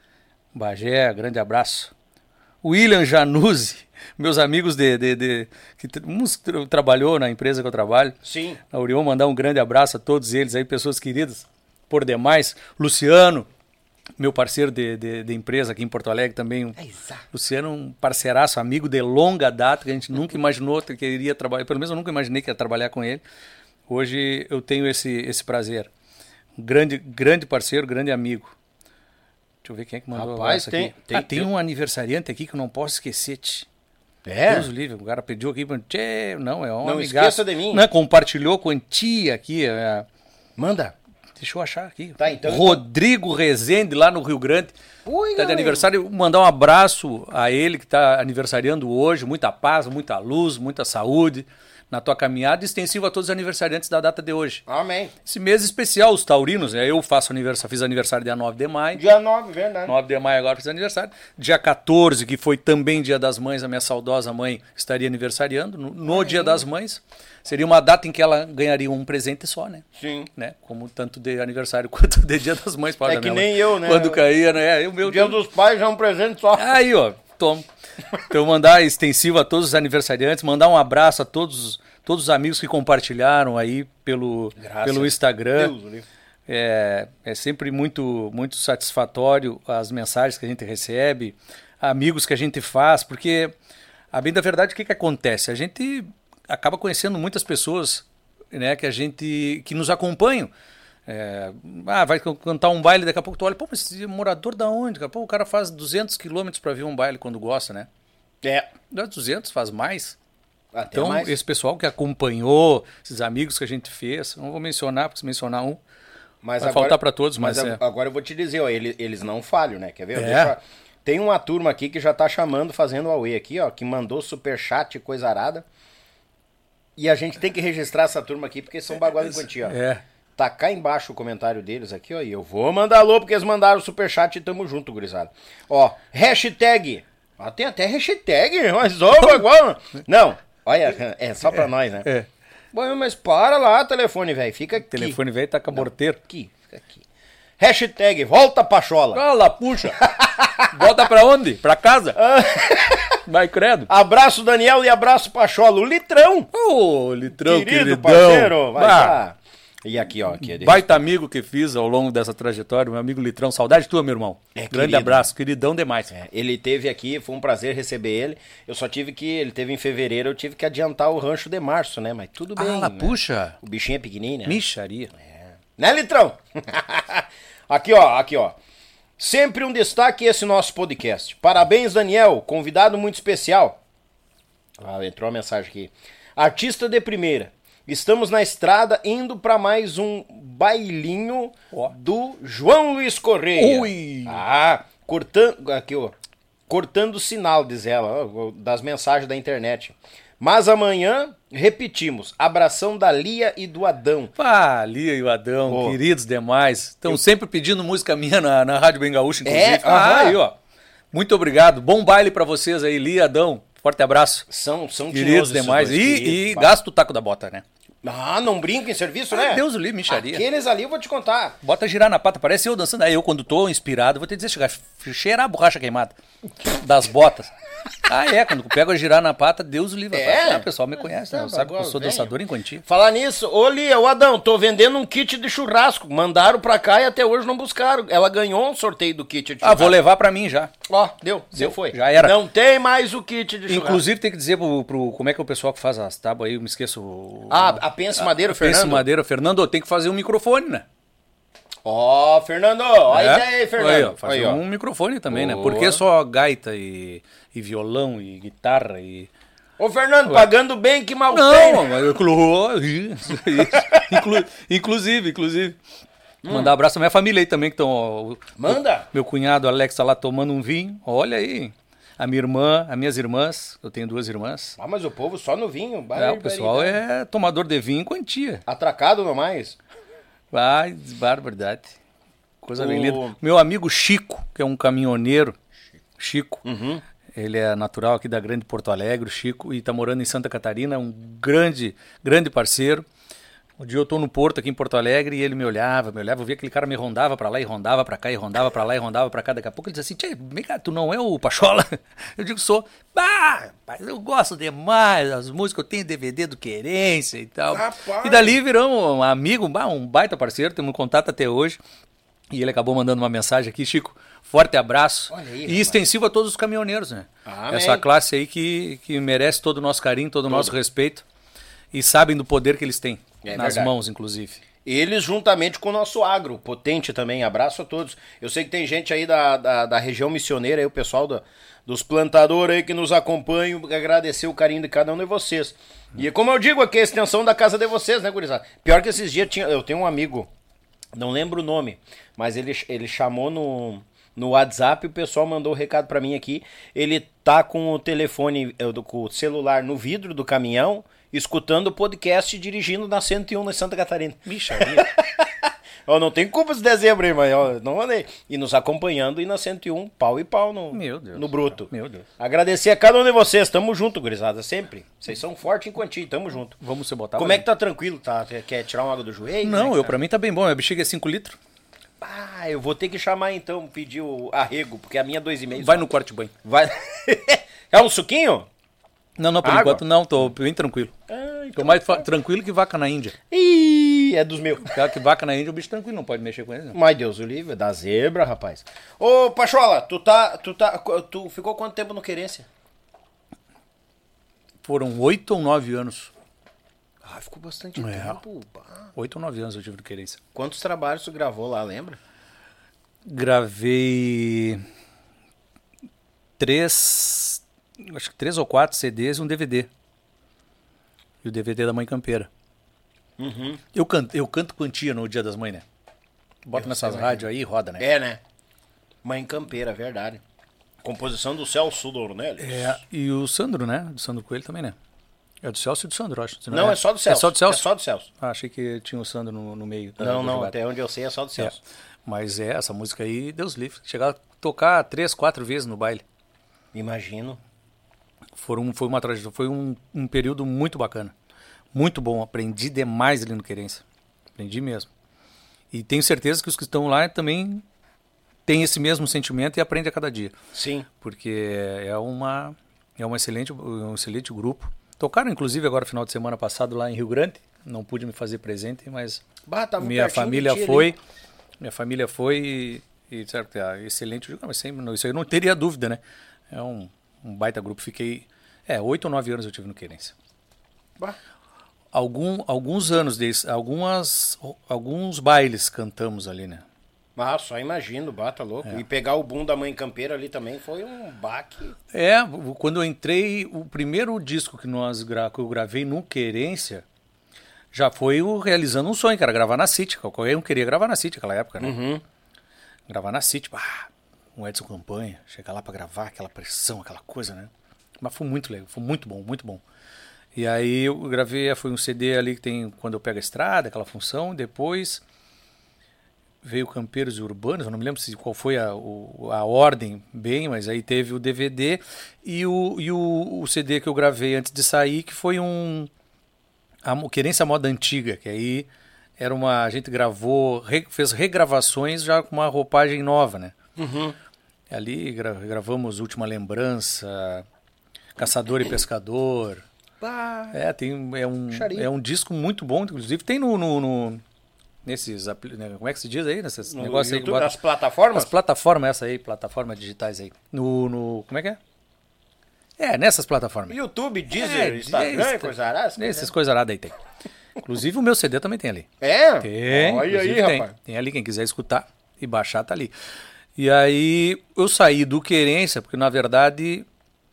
Bagé, grande abraço. William Januzzi, meus amigos que uns trabalhou na empresa que eu trabalho. Sim. A Orion, mandar um grande abraço a todos eles aí, pessoas queridas por demais. Luciano, meu parceiro de empresa aqui em Porto Alegre também. Luciano, um parceiraço, amigo de longa data, que a gente nunca imaginou que iria trabalhar, pelo menos eu nunca imaginei que ia trabalhar com ele. Hoje eu tenho esse prazer. Um grande parceiro, grande amigo. Deixa eu ver quem é que mandou. Rapaz, tem um aniversariante aqui que eu não posso esquecer. Deus livre, o cara pediu aqui. Não, é um Não amigaço. esqueça de mim. Não, compartilhou quantia aqui. Manda. Deixa eu achar aqui. Tá, então. Rodrigo Rezende, lá no Rio Grande. Oi, tá de aniversário. Mandar um abraço a ele que está aniversariando hoje. Muita paz, muita luz, muita saúde na tua caminhada, extensivo a todos os aniversariantes da data de hoje. Amém. Esse mês especial, os taurinos, né? Eu fiz aniversário dia 9 de maio. Dia 9, verdade. 9 de maio agora fiz aniversário. Dia 14, que foi também dia das mães, a minha saudosa mãe estaria aniversariando. No dia das mães, seria uma data em que ela ganharia um presente só, né? Sim. Né? Como tanto de aniversário quanto de dia das mães. É que nem eu, né? Quando caía, né? O meu dia dos pais já é um presente só. Aí, ó, toma. Então, mandar extensivo a todos os aniversariantes, mandar um abraço a todos os amigos que compartilharam aí pelo Instagram. Deus, é sempre muito, muito satisfatório as mensagens que a gente recebe, amigos que a gente faz, porque, a bem da verdade, o que acontece? A gente acaba conhecendo muitas pessoas, né, que nos acompanham. Vai cantar um baile, daqui a pouco tu olha, pô, mas esse morador da onde? Pô, o cara faz 200 quilômetros para ver um baile quando gosta, né? 200, faz mais. Até Então, mais. esse pessoal que acompanhou, esses amigos que a gente fez, não vou mencionar, porque se mencionar um, Mas vai agora, faltar para todos, mas agora eu vou te dizer, ó, eles não falham, né? Quer ver? É. Tem uma turma aqui que já tá chamando, fazendo o Away aqui, ó, que mandou superchat, coisa arada. E a gente tem que registrar essa turma aqui, porque são bagual em quantia, ó. É. Tá cá embaixo o comentário deles aqui, ó, e eu vou mandar alô, porque eles mandaram o superchat e tamo junto, gurizada. Ó, hashtag, ó, tem até hashtag, mas ó, bagual. Não, olha, é só pra nós, né? É. Bom, mas para lá, telefone, velho, fica aqui. O telefone velho tá com a morteiro. Aqui, fica aqui. Hashtag, volta Pachola. Fala, puxa! Volta pra onde? Pra casa? Vai, credo. Abraço, Daniel, e abraço, Pachola. O Litrão. Ô, Litrão, Querido queridão. parceiro. Vai Bah, lá. E aqui, ó. Aqui, baita amigo que fiz ao longo dessa trajetória, meu amigo Litrão. Saudade tua, meu irmão. Grande querido. abraço, queridão demais. Ele teve aqui, foi um prazer receber ele. Eu só tive que, ele teve em fevereiro, eu tive que adiantar o rancho de março, né? Mas tudo bem. Ah, né? puxa. O bichinho é pequenininho, né? Micharia. Né, Litrão? Aqui, ó. Sempre um destaque esse nosso podcast. Parabéns, Daniel. Convidado muito especial. Ah, entrou uma mensagem aqui. Artista de primeira. Estamos na estrada indo para mais um bailinho do João Luiz Correia. Ui. Ah, cortando aqui, ó. Cortando o sinal, diz ela, ó, das mensagens da internet. Mas amanhã repetimos. Abração da Lia e do Adão. Ah, Lia e o Adão, Pô. queridos demais. Estão sempre pedindo música minha na Rádio Bem Gaúcha, inclusive. É? Aham. Aí, ó. Muito obrigado. Bom baile pra vocês aí, Lia e Adão. Forte abraço. São Queridos tinhosos esses demais. dois, E queridos. gasta o taco da bota, né? Ah, não brinca em serviço, né? Deus o livre, micharia. Aqueles ali eu vou te contar. Bota girar na pata, parece eu dançando. Aí eu, quando tô inspirado, vou te dizer, cheirar a borracha queimada das botas. Ah, quando pego a girar na pata, Deus o livre. É? O pessoal me conhece, né? Sabe que eu sou dançador em quantia. Falar nisso, ô Lia, ô Adão, tô vendendo um kit de churrasco. Mandaram pra cá e até hoje não buscaram. Ela ganhou um sorteio do kit de churrasco. Ah, vou levar pra mim já. Ó, deu, foi. Já era. Não tem mais o kit de churrasco. Inclusive, tem que dizer pro como é que é o pessoal que faz as tábuas aí, eu me esqueço. A Pense Madeira, o Fernando. Pense Madeira, Fernando, tem que fazer um microfone, né? Ó, Fernando, olha aí, Fernando. Aí, ó, fazer Aí, ó. um microfone também, né? Boa. Por que só gaita e violão e guitarra e... Ô, Fernando, pagando bem, que mal tem. Não, mas inclusive. Mandar um abraço à minha família aí também, que estão... Manda. Meu cunhado Alex tá lá tomando um vinho. Olha aí. A minha irmã, as minhas irmãs, eu tenho 2 irmãs. Ah, mas o povo só no vinho. O pessoal é tomador de vinho em quantia. Atracado não mais. Vai, barbaridade. Coisa bem linda. Meu amigo Chico, que é um caminhoneiro. Chico. Ele é natural aqui da Grande Porto Alegre, o Chico, e tá morando em Santa Catarina, um grande parceiro. Um dia eu tô no Porto, aqui em Porto Alegre, e ele me olhava, eu via aquele cara me rondava pra lá e rondava pra cá, e rondava pra lá e rondava pra cá. Daqui a pouco ele dizia assim, tchê, vem cá, tu não é o Pachola? Eu digo, sou. Bah, mas eu gosto demais das músicas, eu tenho DVD do Querência e tal. Rapaz. E dali viramos um amigo, um baita parceiro, temos contato até hoje. E ele acabou mandando uma mensagem aqui, Chico, forte abraço. Olha aí, e rapaz. extensivo a todos os caminhoneiros, né? Amém. Essa classe aí que merece todo o nosso carinho, todo o nosso respeito. E sabem do poder que eles têm, nas verdade. mãos, inclusive. Eles juntamente com o nosso agro, potente também, abraço a todos. Eu sei que tem gente aí da região missioneira, aí, o pessoal dos plantadores aí que nos acompanham, agradecer o carinho de cada um de vocês. E como eu digo aqui, a extensão da casa de vocês, né, gurizada? Pior que esses dias eu tenho um amigo, não lembro o nome, mas ele chamou no WhatsApp, o pessoal mandou o recado pra mim aqui, ele tá com o telefone, com o celular no vidro do caminhão, escutando o podcast e dirigindo na 101 na Santa Catarina. Micharia. Eu não tenho culpa de dezembro, hein, mas eu não andei. E nos acompanhando e na 101, pau e pau Meu Deus. no bruto. Meu Deus. Agradecer a cada um de vocês. Tamo junto, gurizada, sempre. Vocês são fortes em quantia, tamo junto. Vamos se botar. Como é que tá tranquilo? Tá? Quer tirar uma água do joelho? Não, Como é que tá? pra mim tá bem bom. Minha bexiga é 5 litros. Ah, eu vou ter que chamar então, pedir o arrego, porque a minha é 2,5. Vai no quarto de banho. Vai. É um suquinho? Não, por Água? enquanto não, tô bem tranquilo. Tô mais tranquilo que vaca na Índia. Ih, é dos meus. Cara, que vaca na Índia, o bicho tranquilo, não pode mexer com ele. Não. Mas Deus o livre, é da zebra, rapaz. Ô, Pachola, tu ficou quanto tempo no Querência? Foram 8 ou 9 anos. Ah, ficou bastante tempo. Bah. 8 ou 9 anos eu tive no Querência. Quantos trabalhos tu gravou lá, lembra? Gravei 3 ou 4 CDs e um DVD. e o DVD da Mãe Campeira. Uhum. Eu canto quantia no Dia das Mães, né? Bota nessas rádios aí e roda, né? É, né? Mãe Campeira, verdade. Composição do Celso Dornelles. E o Sandro, né? Do Sandro Coelho também, né? É do Celso e do Sandro, acho. Não, é só do Celso. É só do Celso? É só do Celso. Ah, achei que tinha o Sandro no meio. Não, até onde eu sei é só do Celso. Mas essa música aí, Deus livre. Chegar a tocar 3, 4 vezes no baile. Imagino. Foi uma trajetória, foi um período muito bacana. Muito bom, aprendi demais ali no Querência. Aprendi mesmo. E tenho certeza que os que estão lá também têm esse mesmo sentimento e aprendem a cada dia. Sim. Porque é um excelente grupo. Tocaram, inclusive, agora final de semana passado lá em Rio Grande. Não pude me fazer presente, mas minha família foi. Minha família foi e certo, excelente. Mas sempre, isso aí eu não teria dúvida, né? É um baita grupo. Fiquei 8 ou 9 anos eu tive no Querência. Bah. Alguns anos alguns bailes cantamos ali, né? Ah, só imagino, bata louco. E pegar o boom da Mãe Campeira ali também foi um baque. Quando eu entrei, o primeiro disco que eu gravei no Querência já foi realizando um sonho, que era gravar na City. Qualquer um queria gravar na City naquela época, né? Uhum. Gravar na City, com o Edson Campanha, chegar lá pra gravar, aquela pressão, aquela coisa, né? Mas foi muito legal, foi muito bom, muito bom. E aí eu gravei, foi um CD ali que tem Quando Eu Pego a Estrada, aquela função, depois veio Campeiros e Urbanos, eu não me lembro qual foi a ordem bem, mas aí teve o DVD e o CD que eu gravei antes de sair, que foi a Querência Moda Antiga, que aí a gente gravou, fez regravações já com uma roupagem nova, né? Uhum. Ali gravamos Última Lembrança, Caçador e Pescador. É um disco muito bom, inclusive tem nesses, como é que se diz aí? Nesses negócios YouTube, aí. Nas plataformas? As plataformas plataformas digitais aí. Como é que é? Nessas plataformas. YouTube, Deezer, Instagram, coisa arada. Nesses coisas aradas aí tem. Inclusive o meu CD também tem ali. É? Tem. Olha aí, rapaz. Tem ali, quem quiser escutar e baixar tá ali. E aí eu saí do Querência, porque na verdade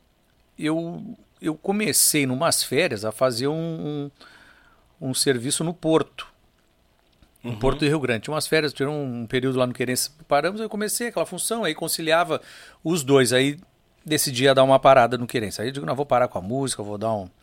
eu comecei numas férias a fazer um serviço no Porto. No Porto de Rio Grande. Tinha umas férias, tinha um período lá no Querência. Paramos, eu comecei aquela função, aí conciliava os dois. Aí decidi dar uma parada no Querência. Aí eu digo, não, vou parar com a música, vou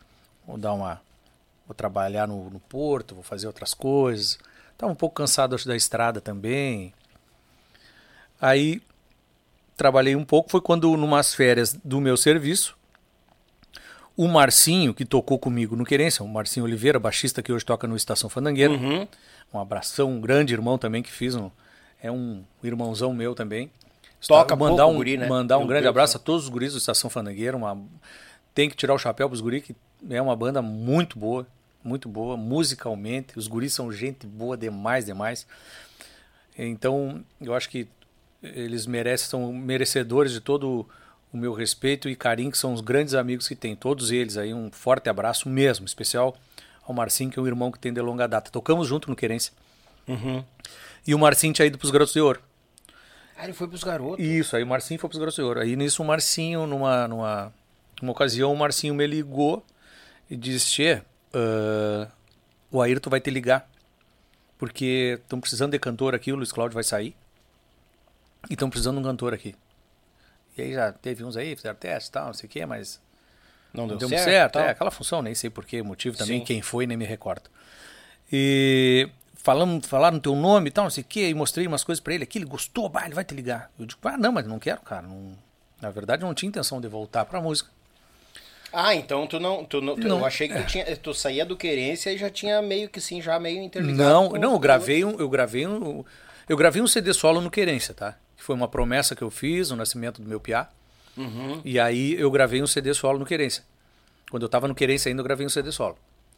trabalhar no Porto, vou fazer outras coisas. Estava um pouco cansado da estrada também. Aí trabalhei um pouco, foi quando numas férias do meu serviço, o Marcinho, que tocou comigo no Querência, o Marcinho Oliveira, baixista que hoje toca no Estação Fandangueira. Uhum. Um abração, um grande irmão também que fiz, é um irmãozão meu também. Toca mandar pouco, guri, né? Mandar um grande abraço a todos os guris do Estação Fandangueira. Tem que tirar o chapéu pros guris, que é uma banda muito boa, musicalmente. Os guris são gente boa demais. Então, eu acho que eles são merecedores de todo o meu respeito e carinho, que são os grandes amigos que tem. Todos eles aí, um forte abraço mesmo, especial ao Marcinho, que é um irmão que tem de longa data. Tocamos junto no Querência. Uhum. E o Marcinho tinha ido pros Garotos de Ouro. Ele foi pros Garotos? Isso, aí o Marcinho foi pros Garotos de Ouro. Aí nisso o Marcinho, numa ocasião, o Marcinho me ligou e disse, o Ayrton vai te ligar, porque estão precisando de cantor aqui, o Luiz Cláudio vai sair, e estão precisando de um cantor aqui. E aí já teve uns aí, fizeram teste e tal, não sei o que, mas não deu muito certo. Aquela função, nem sei por que motivo também, Sim. Quem foi, nem me recordo. E falaram teu nome e tal, não sei o que, e mostrei umas coisas pra ele aqui, ele gostou, ele vai te ligar. Eu digo, não, mas não quero, cara. Na verdade, eu não tinha intenção de voltar pra música. Então não. Eu achei que tu saía do Querência e já tinha meio que sim, já meio interligado. Não, eu gravei um CD solo no Querência, tá? Que foi uma promessa que eu fiz no nascimento do meu piá. Uhum. E aí eu gravei um CD solo no Querência. Quando eu tava no Querência ainda, eu gravei um CD solo.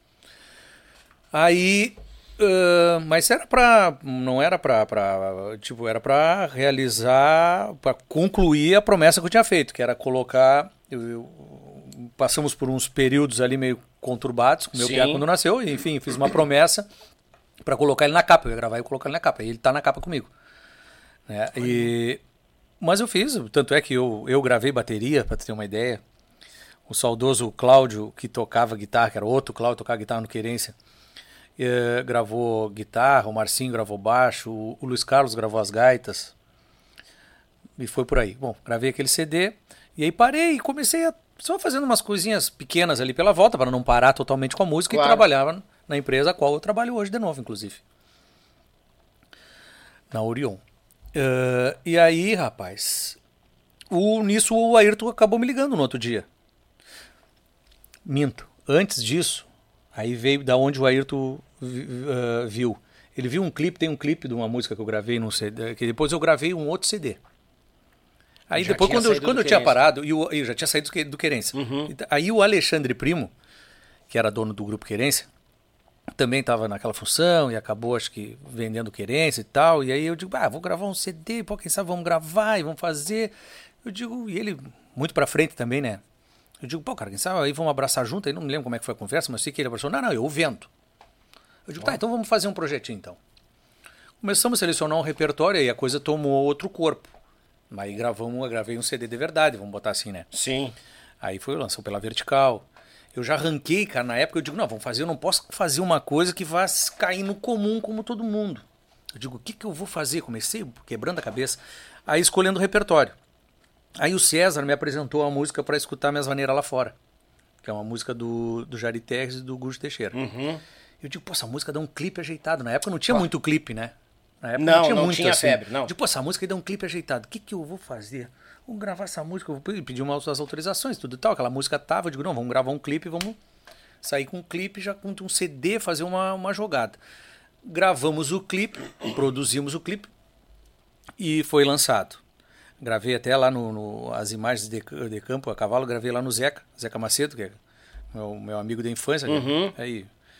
Aí, mas não era pra era pra realizar, pra concluir a promessa que eu tinha feito, que era colocar, passamos por uns períodos ali meio conturbados com o meu piá quando nasceu, e, enfim, fiz uma promessa pra colocar ele na capa, eu ia gravar e colocar ele na capa, e ele tá na capa comigo. Né? Mas eu fiz, tanto é que eu gravei bateria, pra ter uma ideia. o saudoso Cláudio, que tocava guitarra, que era outro Cláudio, tocava guitarra no Querência, gravou guitarra, o Marcinho gravou baixo, o Luiz Carlos gravou as gaitas, e foi por aí. Bom, gravei aquele CD, e aí parei e comecei só fazendo umas coisinhas pequenas ali pela volta, para não parar totalmente com a música, claro. E trabalhava na empresa a qual eu trabalho hoje de novo, inclusive. Na Orion. E aí, rapaz, nisso o Ayrton acabou me ligando no outro dia. Minto. Antes disso, aí veio da onde o Ayrton viu. Ele viu tem um clipe de uma música que eu gravei num CD, que depois eu gravei um outro CD. Aí já depois, quando eu tinha parado, eu já tinha saído do Querência. Uhum. Aí o Alexandre Primo, que era dono do Grupo Querência, também estava naquela função e acabou, acho que, vendendo Querência e tal. E aí eu digo, vou gravar um CD, pô, quem sabe vamos gravar e vamos fazer. Eu digo, e ele, muito pra frente também, né? Eu digo, pô, cara, quem sabe aí vamos abraçar junto. Aí não me lembro como é que foi a conversa, mas sei que ele abraçou. Não, eu vendo. Eu digo, então vamos fazer um projetinho, então. Começamos a selecionar um repertório e a coisa tomou outro corpo. Aí gravei um CD de verdade, vamos botar assim, né? Sim. Aí lançou pela Vertical. Eu já arranquei, cara, na época eu digo, não, eu não posso fazer uma coisa que vá cair no comum como todo mundo. Eu digo, o que eu vou fazer? Comecei quebrando a cabeça, aí escolhendo o repertório. Aí o César me apresentou a música para escutar Minhas Maneiras Lá Fora, que é uma música do Jari Terres e do Gujo Teixeira. Uhum. Eu digo, pô, essa música dá um clipe ajeitado. Na época não tinha muito clipe, né? Na época não tinha assim. Febre, não. Tipo, essa música aí dá um clipe ajeitado. O que eu vou fazer? Vou gravar essa música, eu vou pedir umas autorizações, tudo e tal. Aquela música tava, eu digo, não, vamos gravar um clipe, vamos sair com um clipe, já com um CD, fazer uma jogada. Gravamos o clipe, produzimos o clipe e foi lançado. Gravei até lá as imagens de campo a cavalo, gravei lá no Zeca Macedo, que é meu amigo da infância. Uhum. Aí,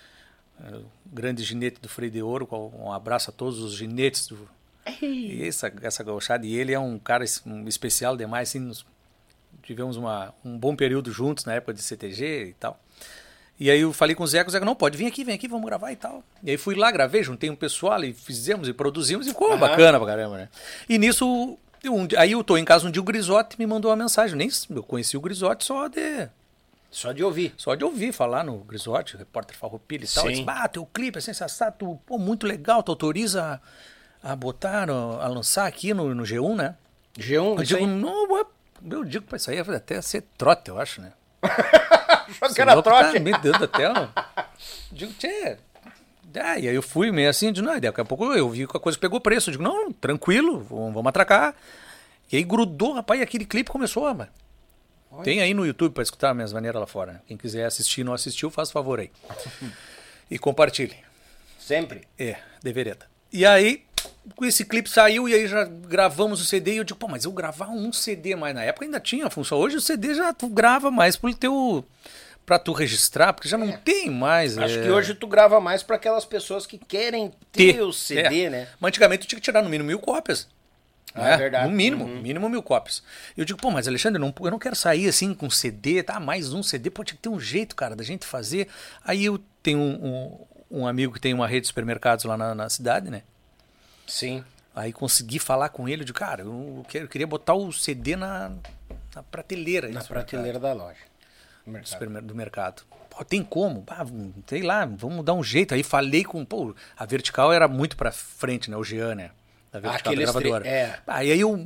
grande ginete do Freio de Ouro, um abraço a todos os ginetes e essa gauchada, e ele é um cara especial demais, assim, tivemos um bom período juntos na época de CTG e tal. E aí eu falei com o Zeca, não, pode vir aqui, vamos gravar e tal. E aí fui lá, gravei, juntei um pessoal e fizemos e produzimos e ficou bacana pra caramba, né? E nisso, aí eu tô em casa um dia, o Grisotti me mandou uma mensagem, eu conheci o Grisotti só de ouvir. Só de ouvir falar no Grisotti, o repórter Farroupilha e tal. Sim. Eu disse, teu clipe é sensacional, pô, muito legal, tu autoriza a botar, a lançar aqui no G1, né? G1? Eu digo, não, eu digo, pra isso aí vai até ser trote, eu acho, né? Só que era trote. Tá me dando até, digo, tchê. E aí eu fui meio assim, daqui a pouco eu vi que a coisa pegou preço. Eu digo, não, tranquilo, vamos atracar. E aí grudou, rapaz, e aquele clipe começou, mano. Tem aí no YouTube pra escutar Minhas Maneiras Lá Fora. Quem quiser assistir, não assistiu, faz favor aí. E compartilhe. Sempre? Deveria. E aí, esse clipe saiu e aí já gravamos o CD e eu digo, pô, mas eu gravar um CD mais na época ainda tinha a função. Hoje o CD já tu grava mais pra tu registrar, porque já não tem mais. Acho que hoje tu grava mais pra aquelas pessoas que querem ter o CD, né? Mas antigamente tu tinha que tirar no mínimo 1000 cópias. É verdade. No mínimo 1000 cópias. Eu digo, pô, mas Alexandre, eu não quero sair assim com CD, mais um CD, pô, tinha que ter um jeito, cara, da gente fazer. Aí eu tenho um amigo que tem uma rede de supermercados lá na cidade, né? Sim. Aí consegui falar com ele, eu digo, cara, eu queria botar o CD na prateleira. Na prateleira da loja. Do mercado. Pô, tem como? Sei lá, vamos dar um jeito. Aí falei a Vertical era muito pra frente, né? O Jean, né? Da Vertical, da gravadora. Aí eu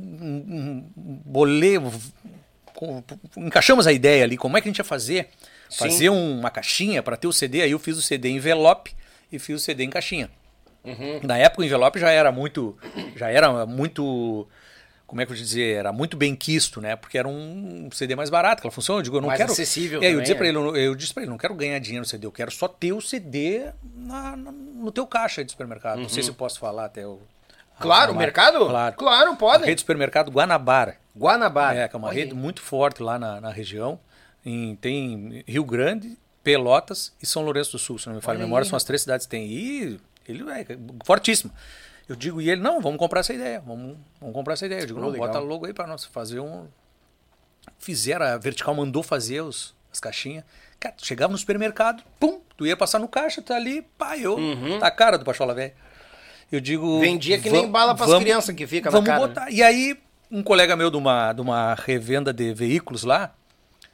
bolei, encaixamos a ideia ali, como é que a gente ia fazer uma caixinha para ter o CD. Aí eu fiz o CD em envelope e fiz o CD em caixinha. Uhum. Na época o envelope já era muito, como é que eu vou dizer, era muito bem quisto, né? Porque era um CD mais barato, aquela função, eu digo, eu não mais quero... acessível eu disse pra ele, não quero ganhar dinheiro no CD, eu quero só ter o CD no teu caixa de supermercado. Não sei se eu posso falar até o... Claro, o mercado? Claro, pode. A rede de supermercado Guanabara. Que é uma rede muito forte lá na região. Tem Rio Grande, Pelotas e São Lourenço do Sul, se não me falha a memória, são as 3 cidades que tem. E ele é fortíssimo. Eu digo, e ele, não, vamos comprar essa ideia. Vamos comprar essa ideia. Eu digo, não, bota logo aí pra nós fazer Fizeram, a Vertical mandou fazer as caixinhas. Cara, tu chegava no supermercado, tu ia passar no caixa, tá ali, tá a cara do Pachola Velho. Eu digo... Vendia que nem bala pras crianças que fica na cara. Vamos botar. E aí, um colega meu de uma revenda de veículos lá,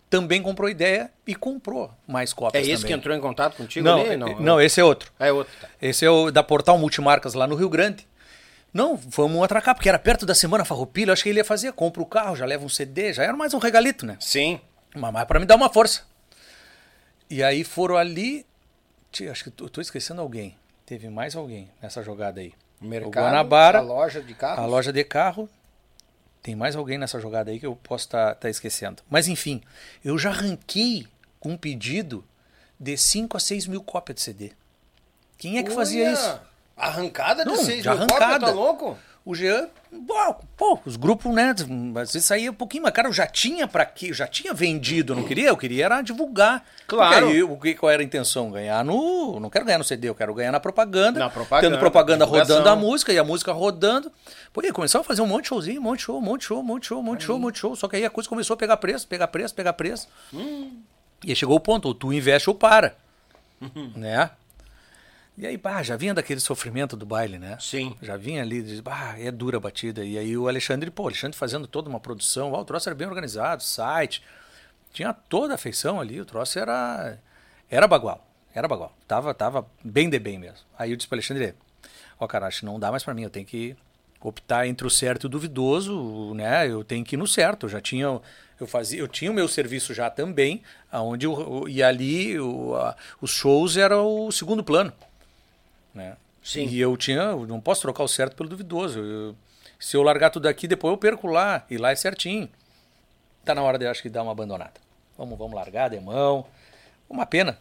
também comprou ideia e comprou mais cópias É esse também. que entrou em contato contigo Não, ali? não, esse é outro. É outro. Tá. Esse é o da Portal Multimarcas lá no Rio Grande. Não, vamos atracar, porque era perto da Semana Farroupilha, eu acho que ele ia fazer, compra o carro, já leva um CD, já era mais um regalito, né? Sim. Mas pra me dar uma força. E aí foram ali, acho que eu tô esquecendo alguém, teve mais alguém nessa jogada aí. Mercado, o Guanabara, a loja de carros. a loja de carro, tem mais alguém nessa jogada aí que eu posso estar esquecendo. Mas enfim, eu já ranquei com um pedido de 5 a 6 mil cópias de CD. Quem é que fazia isso? Arrancada de Não, 6 já mil cópias, arrancada. tá louco? O Jean, pô, os grupos, né, às vezes saía um pouquinho, mas cara, eu já tinha pra quê? Eu já tinha vendido, eu queria era divulgar. Claro. Porque aí, qual era a intenção? Ganhar não quero ganhar no CD, eu quero ganhar na propaganda. Na propaganda, tendo propaganda divulgação. rodando a música e a música rodando. Pô, e começou a fazer um monte de showzinho, um monte de show. Só que aí a coisa começou a pegar preço. E aí chegou o ponto, ou tu investe ou para. Né? E aí, já vinha daquele sofrimento do baile, né? Sim. Já vinha ali, é dura a batida. E aí o Alexandre fazendo toda uma produção, o troço era bem organizado, site, tinha toda a feição ali, o troço era bagual. Tava bem de bem mesmo. Aí eu disse pro Alexandre, cara, acho que não dá mais pra mim, eu tenho que optar entre o certo e o duvidoso, né? Eu tenho que ir no certo. Eu tinha o meu serviço já também, aonde e ali os shows eram o segundo plano. Né? Sim. E eu não posso trocar o certo pelo duvidoso. Se eu largar tudo aqui, depois eu perco lá, e lá é certinho. Tá na hora de, acho que, dar uma abandonada. Vamos largar de mão. Uma pena.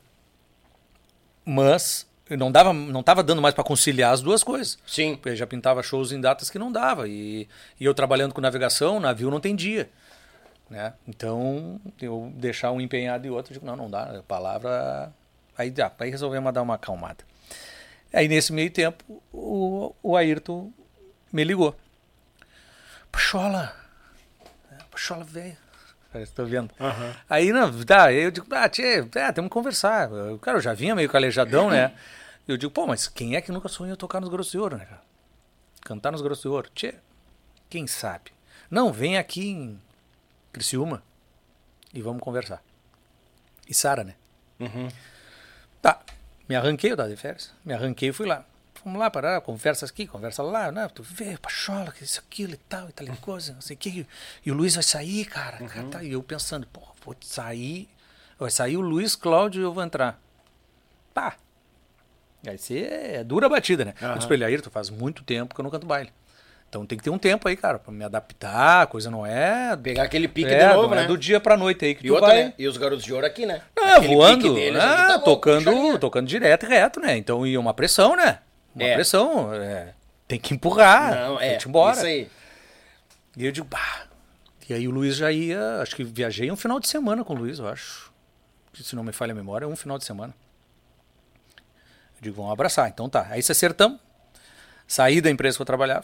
Mas não tava dando mais para conciliar as duas coisas. Sim. Porque já pintava shows em datas que não dava. E eu trabalhando com navegação, navio não tem dia. Né? Então, eu deixar um empenhado e outro, eu digo, não dá. A palavra... Aí resolvemos dar uma acalmada. Aí, nesse meio tempo, o Ayrton me ligou. Pachola, velho. Estou vendo. Uhum. Aí, eu digo, temos que conversar. Cara, eu já vinha meio calejadão, né? Eu digo, mas quem é que nunca sonhou tocar nos Grossos de Ouro, né, cara? Cantar nos Grossos de Ouro. Quem sabe? Não, vem aqui em Criciúma e vamos conversar. E Sara, né? Uhum. Tá. Me arranquei, eu tava de férias. Me arranquei e fui lá. Vamos lá, parar, conversa aqui, conversa lá, né? Tu vê, Pachola, que isso, aquilo e tal coisa, não sei o que. E o Luiz vai sair, cara. Tá. E eu pensando, vou sair. Vai sair o Luiz, Cláudio e eu vou entrar. Pá. Aí é dura a batida, né? Eu disse pra ele, Ayrton, faz muito tempo que eu não canto baile. Então tem que ter um tempo aí, cara, pra me adaptar, a coisa não é... Pegar aquele pique de novo, né? É do dia pra noite aí que e tu outra, vai... né? E os Garotos de Ouro aqui, né? Voando, deles, tá tocando direto e reto, né? Então, e uma pressão, né? Uma pressão, tem que empurrar, tem que ir embora. Isso aí. E eu digo, E aí o Luiz já ia, acho que viajei um final de semana com o Luiz, eu acho. Se não me falha a memória, um final de semana. Eu digo, vamos abraçar. Então tá, aí se acertamos. Saí da empresa que eu trabalhava.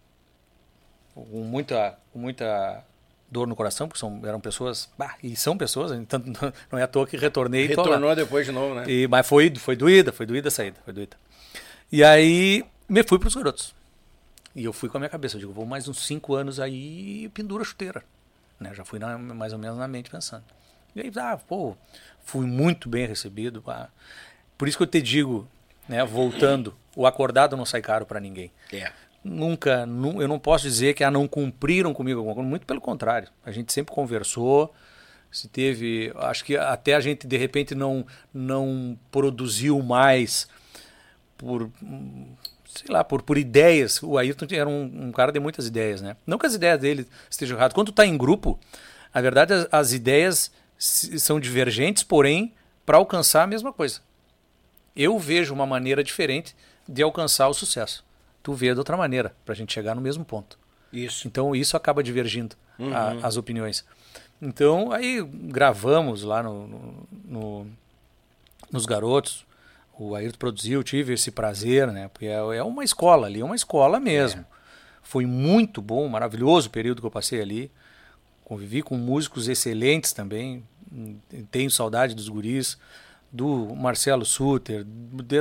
Com muita dor no coração, porque eram pessoas, e são pessoas, então não é à toa que retornei. Retornou depois de novo, né? Mas foi doída a saída, foi doída. E aí me fui para os Garotos. E eu fui com a minha cabeça, eu digo, vou mais uns 5 anos aí e pendura a chuteira. Né? Já fui mais ou menos na mente pensando. E aí, fui muito bem recebido. Por isso que eu te digo, né, voltando, o acordado não sai caro para ninguém. Nunca, eu não posso dizer que não cumpriram comigo alguma coisa, muito pelo contrário. A gente sempre conversou, acho que até a gente de repente não produziu mais por ideias. O Ayrton era um cara de muitas ideias, né? Não que as ideias dele estejam erradas. Quando tu tá em grupo, a verdade, as ideias são divergentes, porém, para alcançar a mesma coisa. Eu vejo uma maneira diferente de alcançar o sucesso. Tu vê de outra maneira, pra gente chegar no mesmo ponto. Isso. Então isso acaba divergindo as opiniões. Então aí gravamos lá nos Garotos, o Ayrton produziu, tive esse prazer, né? Porque é uma escola ali, é uma escola mesmo. Foi muito bom, maravilhoso o período que eu passei ali. Convivi com músicos excelentes também, tenho saudade dos guris, do Marcelo Suter,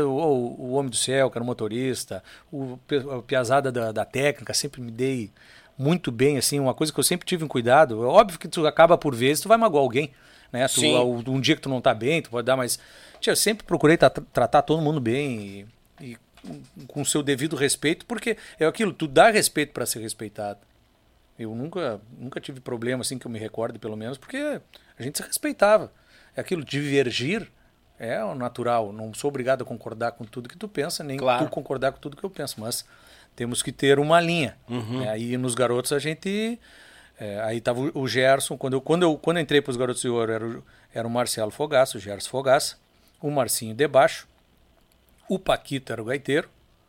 o Homem do Céu, que era o motorista, a piazada da técnica, sempre me dei muito bem, assim, uma coisa que eu sempre tive um cuidado. É óbvio que tu acaba por vezes, tu vai magoar alguém, né? Um dia que tu não tá bem, tu pode dar, mas eu sempre procurei tratar todo mundo bem e com o seu devido respeito, porque é aquilo, tu dá respeito para ser respeitado. Eu nunca tive problema, assim, que eu me recorde, pelo menos, porque a gente se respeitava. É aquilo, divergir é o natural. Não sou obrigado a concordar com tudo que tu pensa, nem tu concordar com tudo que eu penso, mas temos que ter uma linha. Né? Aí nos Garotos a gente... aí tava o Gerson, quando eu entrei para os Garotos de Ouro, era o Marcelo Fogaça, o Gerson Fogaça, o Marcinho Debaixo, o Paquito era o gaiteiro,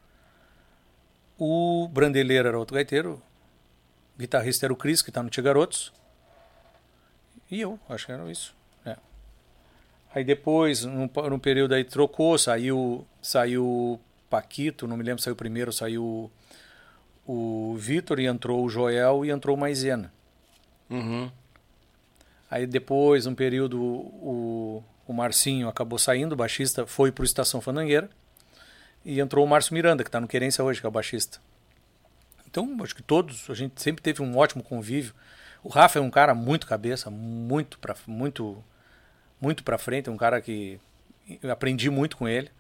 o Brandeleiro era outro gaiteiro, o guitarrista era o Cris, que está no Tia Garotos, e eu, acho que era isso. Aí depois, num período aí trocou, saiu o Paquito, não me lembro se saiu primeiro, saiu o Vitor e entrou o Joel e entrou o Maisena. Aí depois, um período, o Marcinho acabou saindo, o baixista foi pro Estação Fandangueira e entrou o Márcio Miranda, que está no Querência hoje, que é o baixista. Então, acho que a gente sempre teve um ótimo convívio. O Rafa é um cara muito cabeça, muito pra frente, um cara que eu aprendi muito com ele.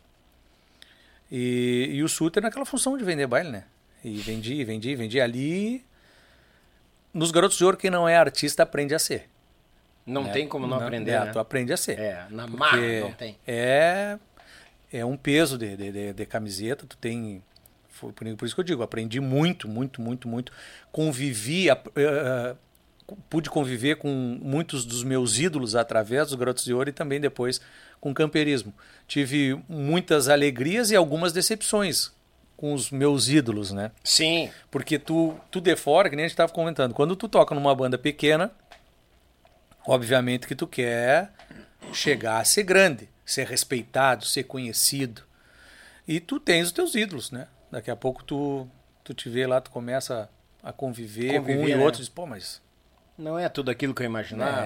E o Suter naquela função de vender baile, né? E vendi ali. Nos Garotos de Ouro, quem não é artista aprende a ser. Não tem como não aprender, né? Tu aprende a ser. Na marra não tem. É um peso de camiseta, tu tem... Por isso que eu digo, aprendi muito. Convivi, pude conviver com muitos dos meus ídolos através dos Garotos de Ouro e também depois com o camperismo. Tive muitas alegrias e algumas decepções com os meus ídolos, né? Sim. Porque tu de fora, que nem a gente estava comentando, quando tu toca numa banda pequena, obviamente que tu quer chegar a ser grande, ser respeitado, ser conhecido. E tu tens os teus ídolos, né? Daqui a pouco tu te vê lá, tu começa a conviver com um e outro, diz, pô, mas... Não é tudo aquilo que eu imaginava.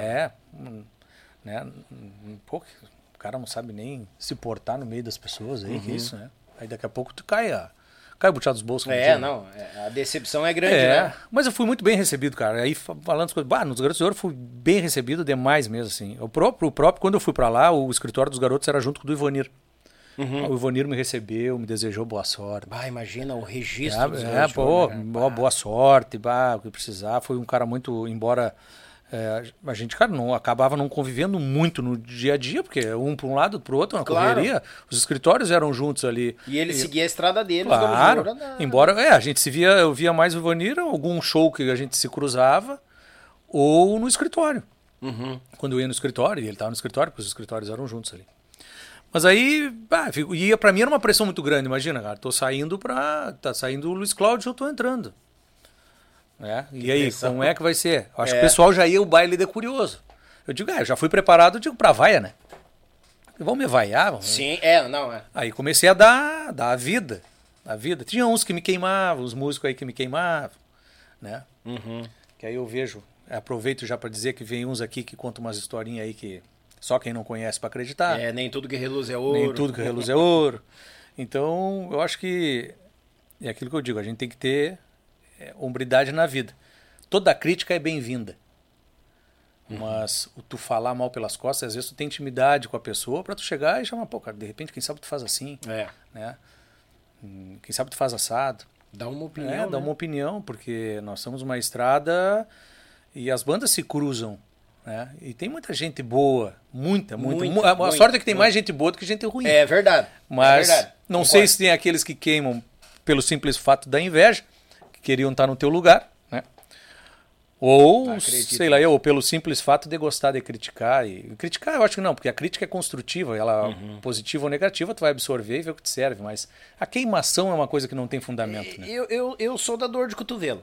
Né? Pô, o cara não sabe nem se portar no meio das pessoas, aí, que isso, né? Aí daqui a pouco tu cai o buchado dos bolsos. A decepção é grande, né? Mas eu fui muito bem recebido, cara. Aí falando as coisas, nos Garotos de Ouro fui bem recebido demais mesmo, assim. O próprio, quando eu fui pra lá, o escritório dos Garotos era junto com o do Ivonir. O Ivonir me recebeu, me desejou boa sorte. Imagina o registro dos Garotos de Ouro, boa sorte, o que precisar. Foi um cara muito, embora a gente, cara, acabava não convivendo muito no dia a dia, porque um para um lado, para o outro, na correria. Os escritórios eram juntos ali. E ele seguia a estrada dele. Claro, embora, eu via mais o Ivonir, algum show que a gente se cruzava, ou no escritório. Quando eu ia no escritório, e ele estava no escritório, porque os escritórios eram juntos ali. Mas aí, pra mim era uma pressão muito grande, imagina, cara, tá saindo o Luiz Cláudio, eu tô entrando. E aí, como é que vai ser? Eu acho que o pessoal já ia o baile de curioso. Eu digo, eu já fui preparado, pra vaia, né? Vamos me vaiar? Sim, Aí comecei a dar a vida. Tinha uns que me queimavam, os músicos aí que me queimavam, né? Que aí eu vejo, aproveito já pra dizer que vem uns aqui que contam umas historinhas aí que... Só quem não conhece para acreditar. Nem tudo que reluz é ouro. Então, eu acho que é aquilo que eu digo, a gente tem que ter hombridade na vida. Toda crítica é bem-vinda. Mas tu falar mal pelas costas, às vezes tu tem intimidade com a pessoa para tu chegar e chamar, pô, cara, de repente, quem sabe tu faz assim, né? Quem sabe tu faz assado. Dá uma opinião, dá uma opinião, porque nós somos uma estrada e as bandas se cruzam. E tem muita gente boa, muita. A sorte é que tem mais gente boa do que gente ruim. É verdade. Mas não sei se tem aqueles que queimam pelo simples fato da inveja, que queriam estar no teu lugar, né? Ou, sei lá, ou pelo simples fato de gostar de criticar. E criticar eu acho que não, porque a crítica é construtiva, ela positiva ou negativa, tu vai absorver e ver o que te serve. Mas a queimação é uma coisa que não tem fundamento. Né? Eu sou da dor de cotovelo.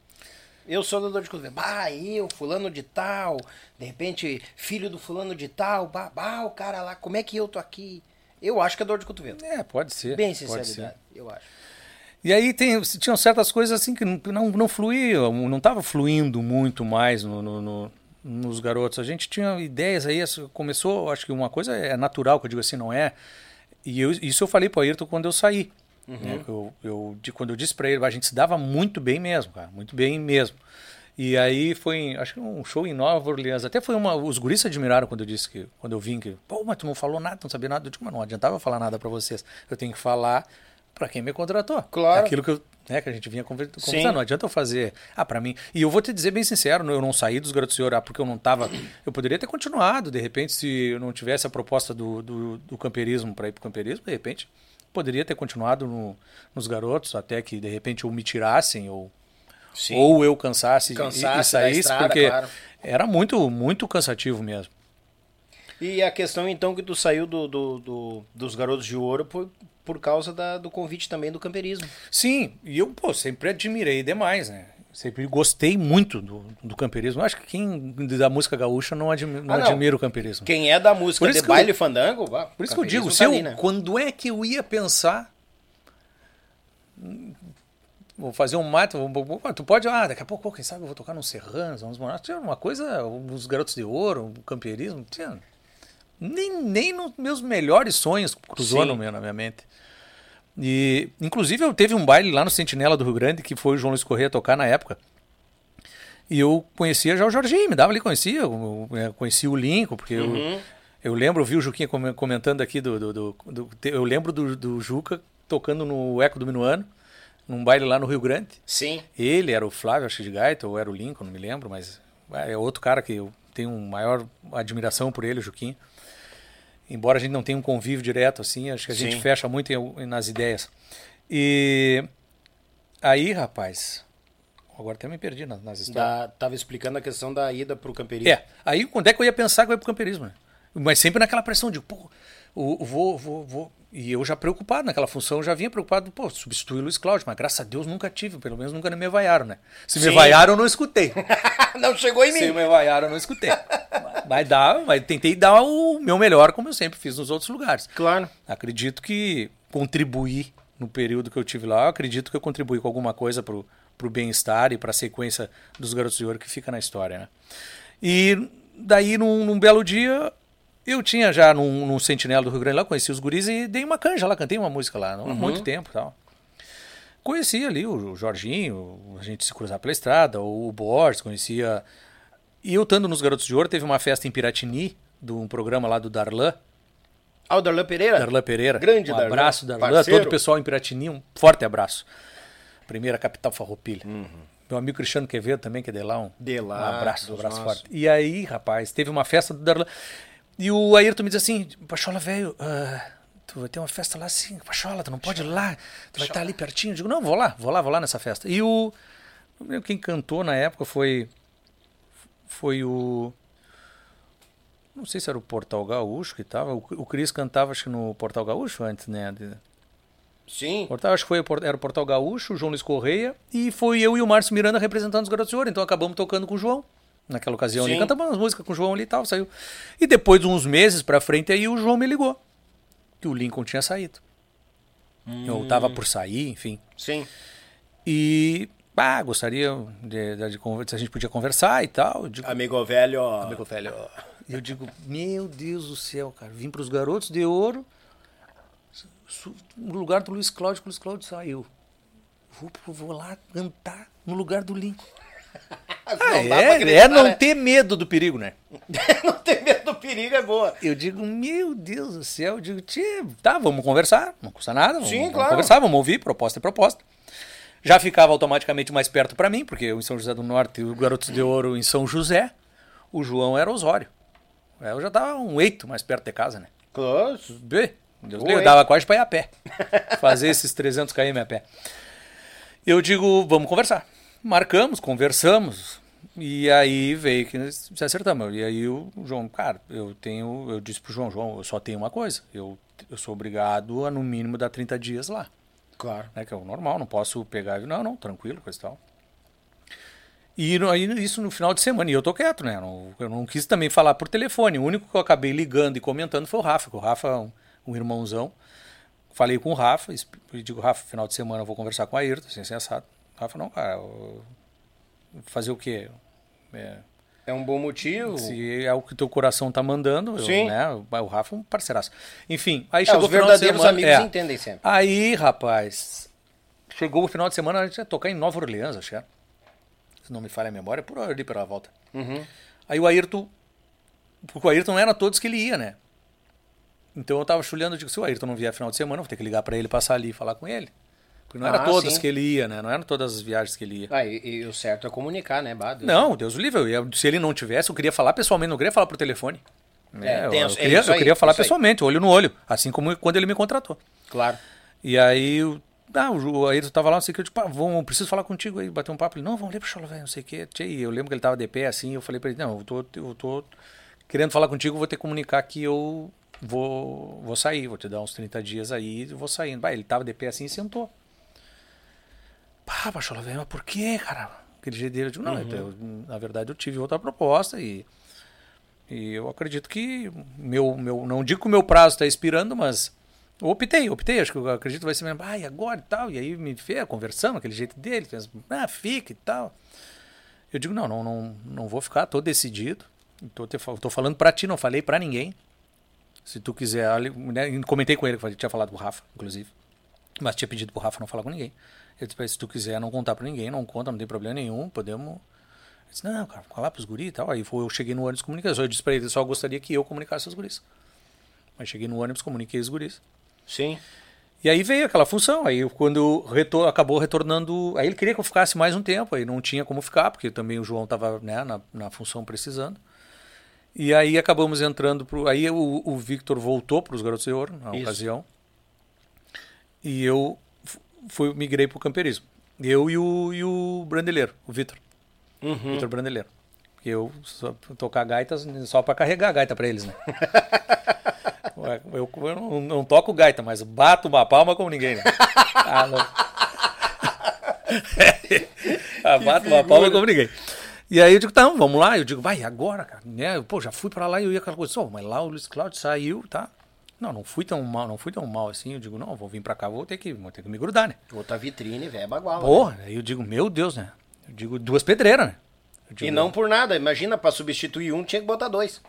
Fulano de tal, de repente, filho do fulano de tal, o cara lá, como é que eu tô aqui? Eu acho que é dor de cotovelo. Pode ser. Bem sinceridade, eu acho. E aí tinham certas coisas assim que não fluíam, não estava fluindo muito mais nos Garotos. A gente tinha ideias aí, começou, acho que uma coisa é natural, que eu digo assim, não é? E isso eu falei pro Ayrton quando eu saí. Né? Quando eu disse pra ele, a gente se dava muito bem mesmo, cara, muito bem mesmo. E aí foi, acho que um show em Nova Orleans. Até foi os guris se admiraram quando eu vim que, pô, mas tu não falou nada, tu não sabia nada. Eu digo, mas não adiantava falar nada pra vocês. Eu tenho que falar pra quem me contratou. Claro. Aquilo que a gente vinha conversando. Não adianta eu fazer, pra mim. E eu vou te dizer bem sincero, eu não saí dos Garotos de Ouro porque eu não tava. Eu poderia ter continuado, de repente, se eu não tivesse a proposta do camperismo pra ir pro camperismo, de repente, poderia ter continuado nos Garotos, até que de repente ou me tirassem, ou eu cansasse e saísse, estrada, porque claro. era muito, muito cansativo mesmo. E a questão, então, que tu saiu dos Garotos de Ouro por causa do convite também do camperismo. Sim, e eu sempre admirei demais, né? Sempre gostei muito do camperismo. Acho que quem da música gaúcha não admira o camperismo. Quem é da música de baile e fandango, por isso que eu digo, né? Quando é que eu ia pensar... Vou fazer um mato, tu pode, daqui a pouco, quem sabe eu vou tocar nos Serranos, uns Monarcas, tinha uma coisa, os Garotos de Ouro, o camperismo, tinha, nem nos meus melhores sonhos cruzou na minha mente. E, inclusive, eu teve um baile lá no Sentinela do Rio Grande, que foi o João Luiz Corrêa tocar na época, e eu conhecia já o Jorginho, me dava ali, conhecia o Lincoln, porque eu lembro, eu vi o Juquinha comentando aqui, eu lembro do Juca tocando no Eco do Minuano, num baile lá no Rio Grande. Sim. Ele era o Flávio, acho de gaita, ou era o Lincoln, não me lembro, mas é outro cara que eu tenho maior admiração por ele, o Juquinha. Embora a gente não tenha um convívio direto, assim, acho que a gente fecha muito nas ideias. E aí, rapaz, agora até me perdi nas histórias. Tava explicando a questão da ida pro camperismo. Aí quando é que eu ia pensar que eu ia pro camperismo, né? Mas sempre naquela pressão de, vou. E eu já preocupado naquela função, eu já vinha preocupado, substituir o Luiz Cláudio, mas graças a Deus nunca tive, pelo menos nunca me vaiaram, né? Se me vaiaram, eu não escutei. Não chegou em mim. Se me vaiaram, eu não escutei. Mas tentei dar o meu melhor, como eu sempre fiz nos outros lugares. Claro. Acredito que contribuí no período que eu tive lá, acredito que eu contribuí com alguma coisa pro bem-estar e pra sequência dos Garotos de Ouro que fica na história, né? E daí, num belo dia... Eu tinha já num Sentinela do Rio Grande lá, conheci os guris e dei uma canja lá, cantei uma música lá, há muito tempo e tal. Conheci ali o Jorginho, a gente se cruzava pela estrada, o Borges, conhecia... E eu estando nos Garotos de Ouro, teve uma festa em Piratini, de um programa lá do Darlan. O Darlan Pereira? Darlan Pereira. Grande Darlan. Um abraço, Darlan. Parceiro. Todo o pessoal em Piratini, um forte abraço. Primeira capital farroupilha. Meu amigo Cristiano Quevedo também, que é de lá. Um abraço forte. E aí, rapaz, teve uma festa do Darlan... E o Ayrton me diz assim, Pachola, velho, tu vai ter uma festa lá assim, Pachola, tu não pode ir lá, tu vai estar ali pertinho. Eu digo, não, vou lá nessa festa. E quem cantou na época foi o... Não sei se era o Portal Gaúcho que tava, o Cris cantava acho que no Portal Gaúcho antes, né? Sim. Acho que era o Portal Gaúcho, o João Luiz Corrêa, e foi eu e o Márcio Miranda representando os Garotos de Ouro, então acabamos tocando com o João. Naquela ocasião ali, cantamos umas músicas com o João ali e tal, saiu. E depois de uns meses pra frente, aí o João me ligou, que o Lincoln tinha saído. Eu tava por sair, enfim. Sim. E, gostaria se a gente podia conversar e tal. Eu digo, Amigo velho. E eu digo, meu Deus do céu, cara, vim pros Garotos de Ouro, no lugar do Luiz Cláudio, que o Luiz Cláudio saiu. Vou lá cantar no lugar do Lincoln. Não ter medo do perigo, né? Não ter medo do perigo é boa. Eu digo, meu Deus do céu, eu digo, vamos conversar, não custa nada, vamos claro. Conversar, vamos ouvir, proposta é proposta. Já ficava automaticamente mais perto pra mim, porque eu em São José do Norte e o Garotos de Ouro em São José, o João era Osório. Eu já tava um eito mais perto de casa, né? Claro. Eu dava quase pra ir a pé, fazer esses 300 km a pé. Eu digo, vamos conversar. Marcamos, conversamos, e aí veio que se acertamos. E aí o João, cara, eu disse pro João, eu só tenho uma coisa, eu sou obrigado a no mínimo dar 30 dias lá. Claro. Que é o normal, não posso pegar, não, tranquilo, coisa e tal. E aí isso no final de semana, e eu tô quieto, né, eu não quis também falar por telefone, o único que eu acabei ligando e comentando foi o Rafa, que o Rafa é um irmãozão. Falei com o Rafa, e digo, Rafa, final de semana eu vou conversar com a Ayrton, assim assado. Rafa, não, cara, fazer o quê? É um bom motivo. Se é o que teu coração tá mandando, Sim. O Rafa é um parceiraço. Enfim, aí chegou Os o final de verdadeiros semana. amigos entendem sempre. Aí, rapaz, chegou o final de semana, a gente ia tocar em Nova Orleans, acho que era. Se não me falha a memória, por ali pela volta. Aí o Ayrton, porque o Ayrton não era todos que ele ia, né? Então eu tava chulhando, eu digo, se o Ayrton não vier final de semana, eu vou ter que ligar pra ele, passar ali e falar com ele. Porque não era todas sim. que ele ia, né? Não eram todas as viagens que ele ia. E o certo é comunicar, né, Bado? Não, Deus o livre. Se ele não tivesse, eu queria falar pessoalmente, não queria falar por telefone. Eu queria falar pessoalmente, olho no olho. Assim como quando ele me contratou. Claro. E aí, o Ayrton tava lá, não sei o que, eu tipo, preciso falar contigo aí, bater um papo. Ele, não, vamos ler pro Chola, velho, não sei o que. E eu lembro que ele tava de pé assim, eu falei pra ele, não, eu tô querendo falar contigo, vou ter que comunicar que eu vou sair, vou te dar uns 30 dias aí e vou saindo. Ele tava de pé assim e sentou. Pachola, velho, mas por que, cara? Aquele jeito dele, eu digo, não, na verdade eu tive outra proposta e eu acredito que não digo que o meu prazo está expirando, mas eu optei, acho que eu acredito que vai ser mesmo, e agora e tal, e aí me fez conversando, aquele jeito dele, fica e tal. Eu digo, não vou ficar, tô decidido, tô falando pra ti, não falei pra ninguém. Se tu quiser, né, comentei com ele, que tinha falado com o Rafa, inclusive, mas tinha pedido pro Rafa não falar com ninguém. Ele disse, se tu quiser não contar pra ninguém, não conta, não tem problema nenhum, podemos... Eu disse, não, cara, vou falar pros guris e tal. Aí eu cheguei no ônibus, comuniquei, eu disse pra ele, só gostaria que eu comunicasse os guris. Aí cheguei no ônibus, comuniquei os guris. Sim. E aí veio aquela função, aí quando acabou retornando, aí ele queria que eu ficasse mais um tempo, aí não tinha como ficar, porque também o João tava, né, na função precisando. E aí acabamos entrando aí o Victor voltou pros Garotos de Ouro, na ocasião. E eu migrei pro camperismo. Eu e o Brandeleiro, o Vitor. Vitor Brandeleiro. Eu tocar gaitas só para carregar a gaita para eles, né? eu não toco gaita, mas bato uma palma como ninguém, né? Bato uma palma como ninguém. E aí eu digo, tá, vamos lá. Eu digo, vai, agora, cara? Né? Pô, já fui para lá e eu ia aquela coisa, mas lá o Luiz Cláudio saiu, tá? Não fui tão mal assim. Eu digo, não, vou vir pra cá, vou ter que me grudar, né? Outra vitrine, velho, bagual. Porra, né? Aí eu digo, meu Deus, né? Eu digo, 2 pedreiras, né? E não por nada, imagina, pra substituir um tinha que botar 2.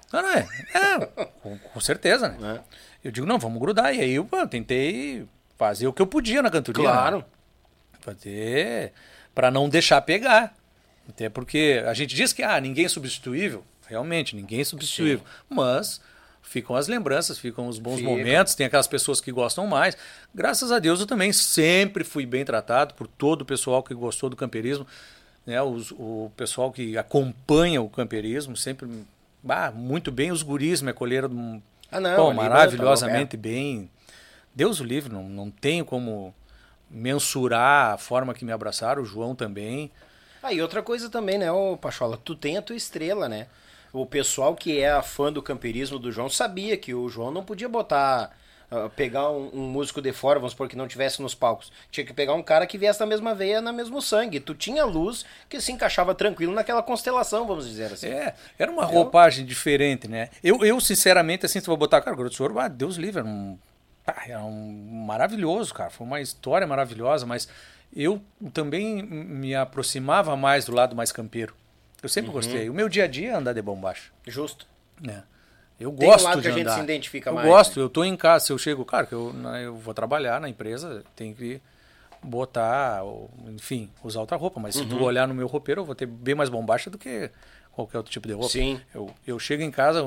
Com certeza, né? Eu digo, não, vamos grudar. E aí eu tentei fazer o que eu podia na cantoria. Claro. Né? Fazer pra não deixar pegar. Até porque a gente diz que ninguém é substituível. Realmente, ninguém é substituível. Sim. Mas... ficam as lembranças, ficam os bons momentos, tem aquelas pessoas que gostam mais. Graças a Deus eu também sempre fui bem tratado por todo o pessoal que gostou do camperismo, né? O pessoal que acompanha o camperismo, sempre muito bem. Os guris me acolheram maravilhosamente bem. Deus o livre, não tenho como mensurar a forma que me abraçaram, o João também. E outra coisa também, né, Pachola, tu tem a tua estrela, né? O pessoal que é fã do camperismo do João sabia que o João não podia pegar um músico de fora, vamos supor, que não tivesse nos palcos. Tinha que pegar um cara que viesse na mesma veia, na mesmo sangue. Tu tinha luz que se encaixava tranquilo naquela constelação, vamos dizer assim. Era uma roupagem diferente, né? Eu sinceramente, assim, se eu vou botar, cara, o Garoto de Ouro, Deus livre, era um maravilhoso, cara. Foi uma história maravilhosa, mas eu também me aproximava mais do lado mais campeiro. Eu sempre gostei. O meu dia a dia é andar de bombacha. Justo. Eu gosto lado de andar. Que a gente se identifica mais. Eu gosto. Né? Eu tô em casa, se eu chego, cara, que eu vou trabalhar na empresa, tenho que botar, enfim, usar outra roupa. Mas se tu olhar no meu roupeiro, eu vou ter bem mais bombacha do que qualquer outro tipo de roupa. Sim. Eu chego em casa,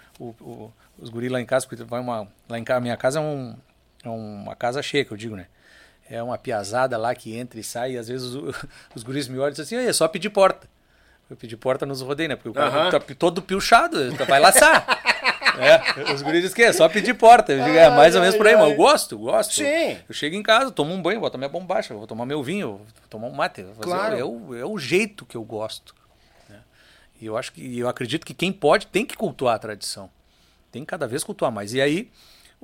os guris lá em casa, porque lá em casa, minha casa é uma casa cheia, que eu digo, né? É uma piazada lá que entra e sai, e às vezes os guris me olham e dizem assim, é só pedir porta. Eu pedi porta nos rodeios, né? Porque o cara tá todo pilchado, vai laçar. Os guris dizem que é só pedir porta. Eu digo, mais ou menos por aí, mas eu gosto. Sim. Eu chego em casa, tomo um banho, boto minha bombacha, vou tomar meu vinho, vou tomar um mate. Claro. É o jeito que eu gosto. Né? E eu acredito que quem pode tem que cultuar a tradição. Tem que cada vez cultuar mais. E aí,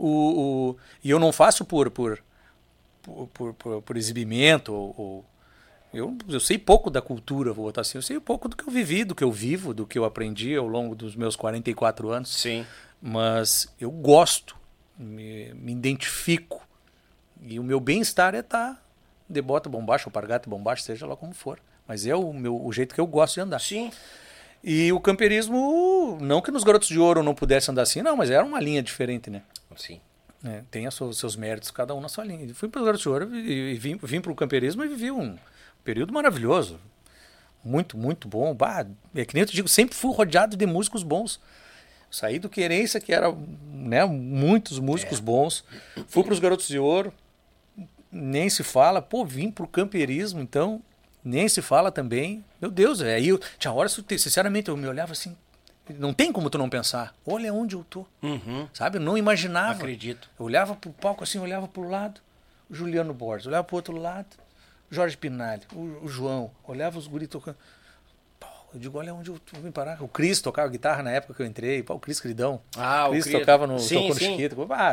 e eu não faço por exibimento eu sei pouco da cultura, vou botar assim, eu sei pouco do que eu vivi, do que eu vivo, do que eu aprendi ao longo dos meus 44 anos. Sim. Mas eu gosto, me identifico. E o meu bem-estar é estar de bota bombacha, ou pargata bombacha, seja lá como for. Mas é o jeito que eu gosto de andar. Sim. E o camperismo, não que nos Garotos de Ouro não pudesse andar assim, não, mas era uma linha diferente, né? Sim. Tem os seus méritos, cada um na sua linha. Fui para os Garotos de Ouro e vim para o camperismo e vivi um período maravilhoso. Muito, muito bom. Bah, é que nem eu te digo, sempre fui rodeado de músicos bons. Saí do Querência, que era, né, muitos músicos bons. Fui para os Garotos de Ouro, nem se fala. Pô, vim para o camperismo, então, nem se fala também. Meu Deus, aí tinha horas, sinceramente, eu me olhava assim, não tem como tu não pensar. Olha onde eu tô. Sabe? Eu não imaginava. Acredito. Eu olhava pro palco assim, olhava pro lado, o Juliano Borges, olhava pro outro lado, Jorge Pinalli, o João, olhava os guris tocando. Pô, eu digo, olha onde eu vim parar. O Cris tocava guitarra na época que eu entrei. Pô, o Cris Queridão. Ah, o Cris Cris tocava no Chiquito.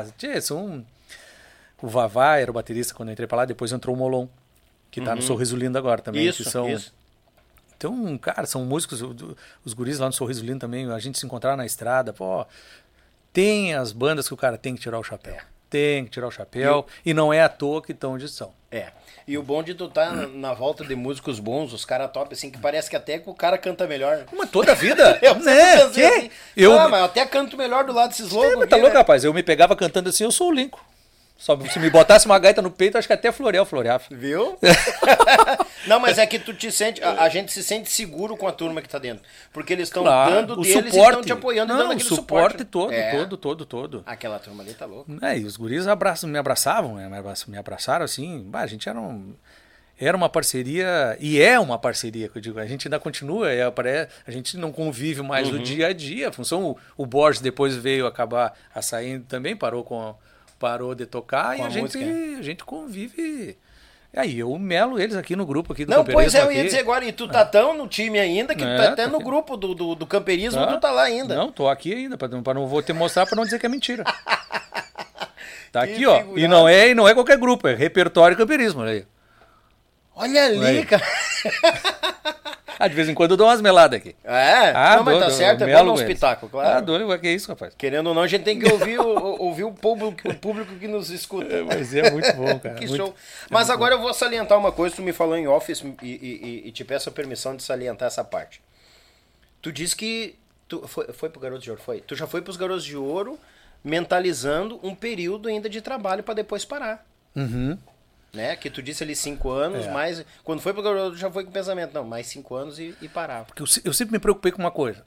O Vavá era o baterista quando eu entrei pra lá, depois entrou o Molon, que tá no Sorriso Lindo agora também. Isso, que são... isso. Então, cara, são músicos, os guris lá no Sorriso Lindo também, a gente se encontrar na estrada, pô, tem as bandas que o cara tem que tirar o chapéu. Tem que tirar o chapéu, e não é à toa que estão onde estão. E o bom de tu tá na volta de músicos bons, os caras top, assim, que parece que até que o cara canta melhor. Mas toda a vida? Eu sempre pensei assim, Eu... mas eu até canto melhor do lado desses loucos. Mas tá louco, rapaz, eu me pegava cantando assim, eu sou o Lincoln. Só se me botasse uma gaita no peito, acho que até Florial floreava. Viu? Não, mas é que tu te sente, a gente se sente seguro com a turma que tá dentro. Porque eles estão dando deles suporte. E estão te apoiando, dando aquele suporte. Todo. todo. Aquela turma ali tá louco. E os guris me abraçavam, né? Me abraçaram assim. A gente era uma parceria, e é uma parceria, que eu digo. A gente ainda continua, a gente não convive mais o dia a dia. A função, o Borges depois veio acabar saindo também, parou de tocar, e a gente convive. Aí eu melo eles aqui no grupo aqui do camperismo. Não, pois eu ia aqui. dizer agora, e tu tá tão no time ainda, que tu tá até no grupo do camperismo, tu tá lá ainda. Não, tô aqui ainda, não vou te mostrar pra não dizer que é mentira. Tá aqui, ó. E não é qualquer grupo, é repertório camperismo. Olha ali, cara. De vez em quando eu dou umas meladas aqui. Não, mas tá certo, é bom no espetáculo, claro. Que é isso, rapaz. Querendo ou não, a gente tem que ouvir o público que nos escuta. Mas é muito bom, cara. Que show. Mas agora eu vou salientar uma coisa, tu me falou em off e te peço a permissão de salientar essa parte. Tu disse que tu foi pro Garotos de Ouro, foi? Tu já foi pros Garotos de Ouro mentalizando um período ainda de trabalho pra depois parar. Né? Que tu disse ali 5 anos, mas quando foi pro Garoto já foi com o pensamento, não, mais 5 anos e parava. Porque eu sempre me preocupei com uma coisa.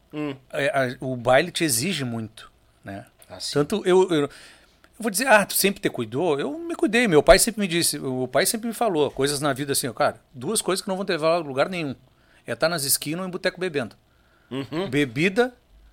O baile te exige muito, né? Tanto eu vou dizer, tu sempre te cuidou? Eu me cuidei, meu pai sempre me falou, coisas na vida assim, cara, 2 coisas que não vão te levar a lugar nenhum. É estar nas esquinas ou em boteco bebendo. Bebida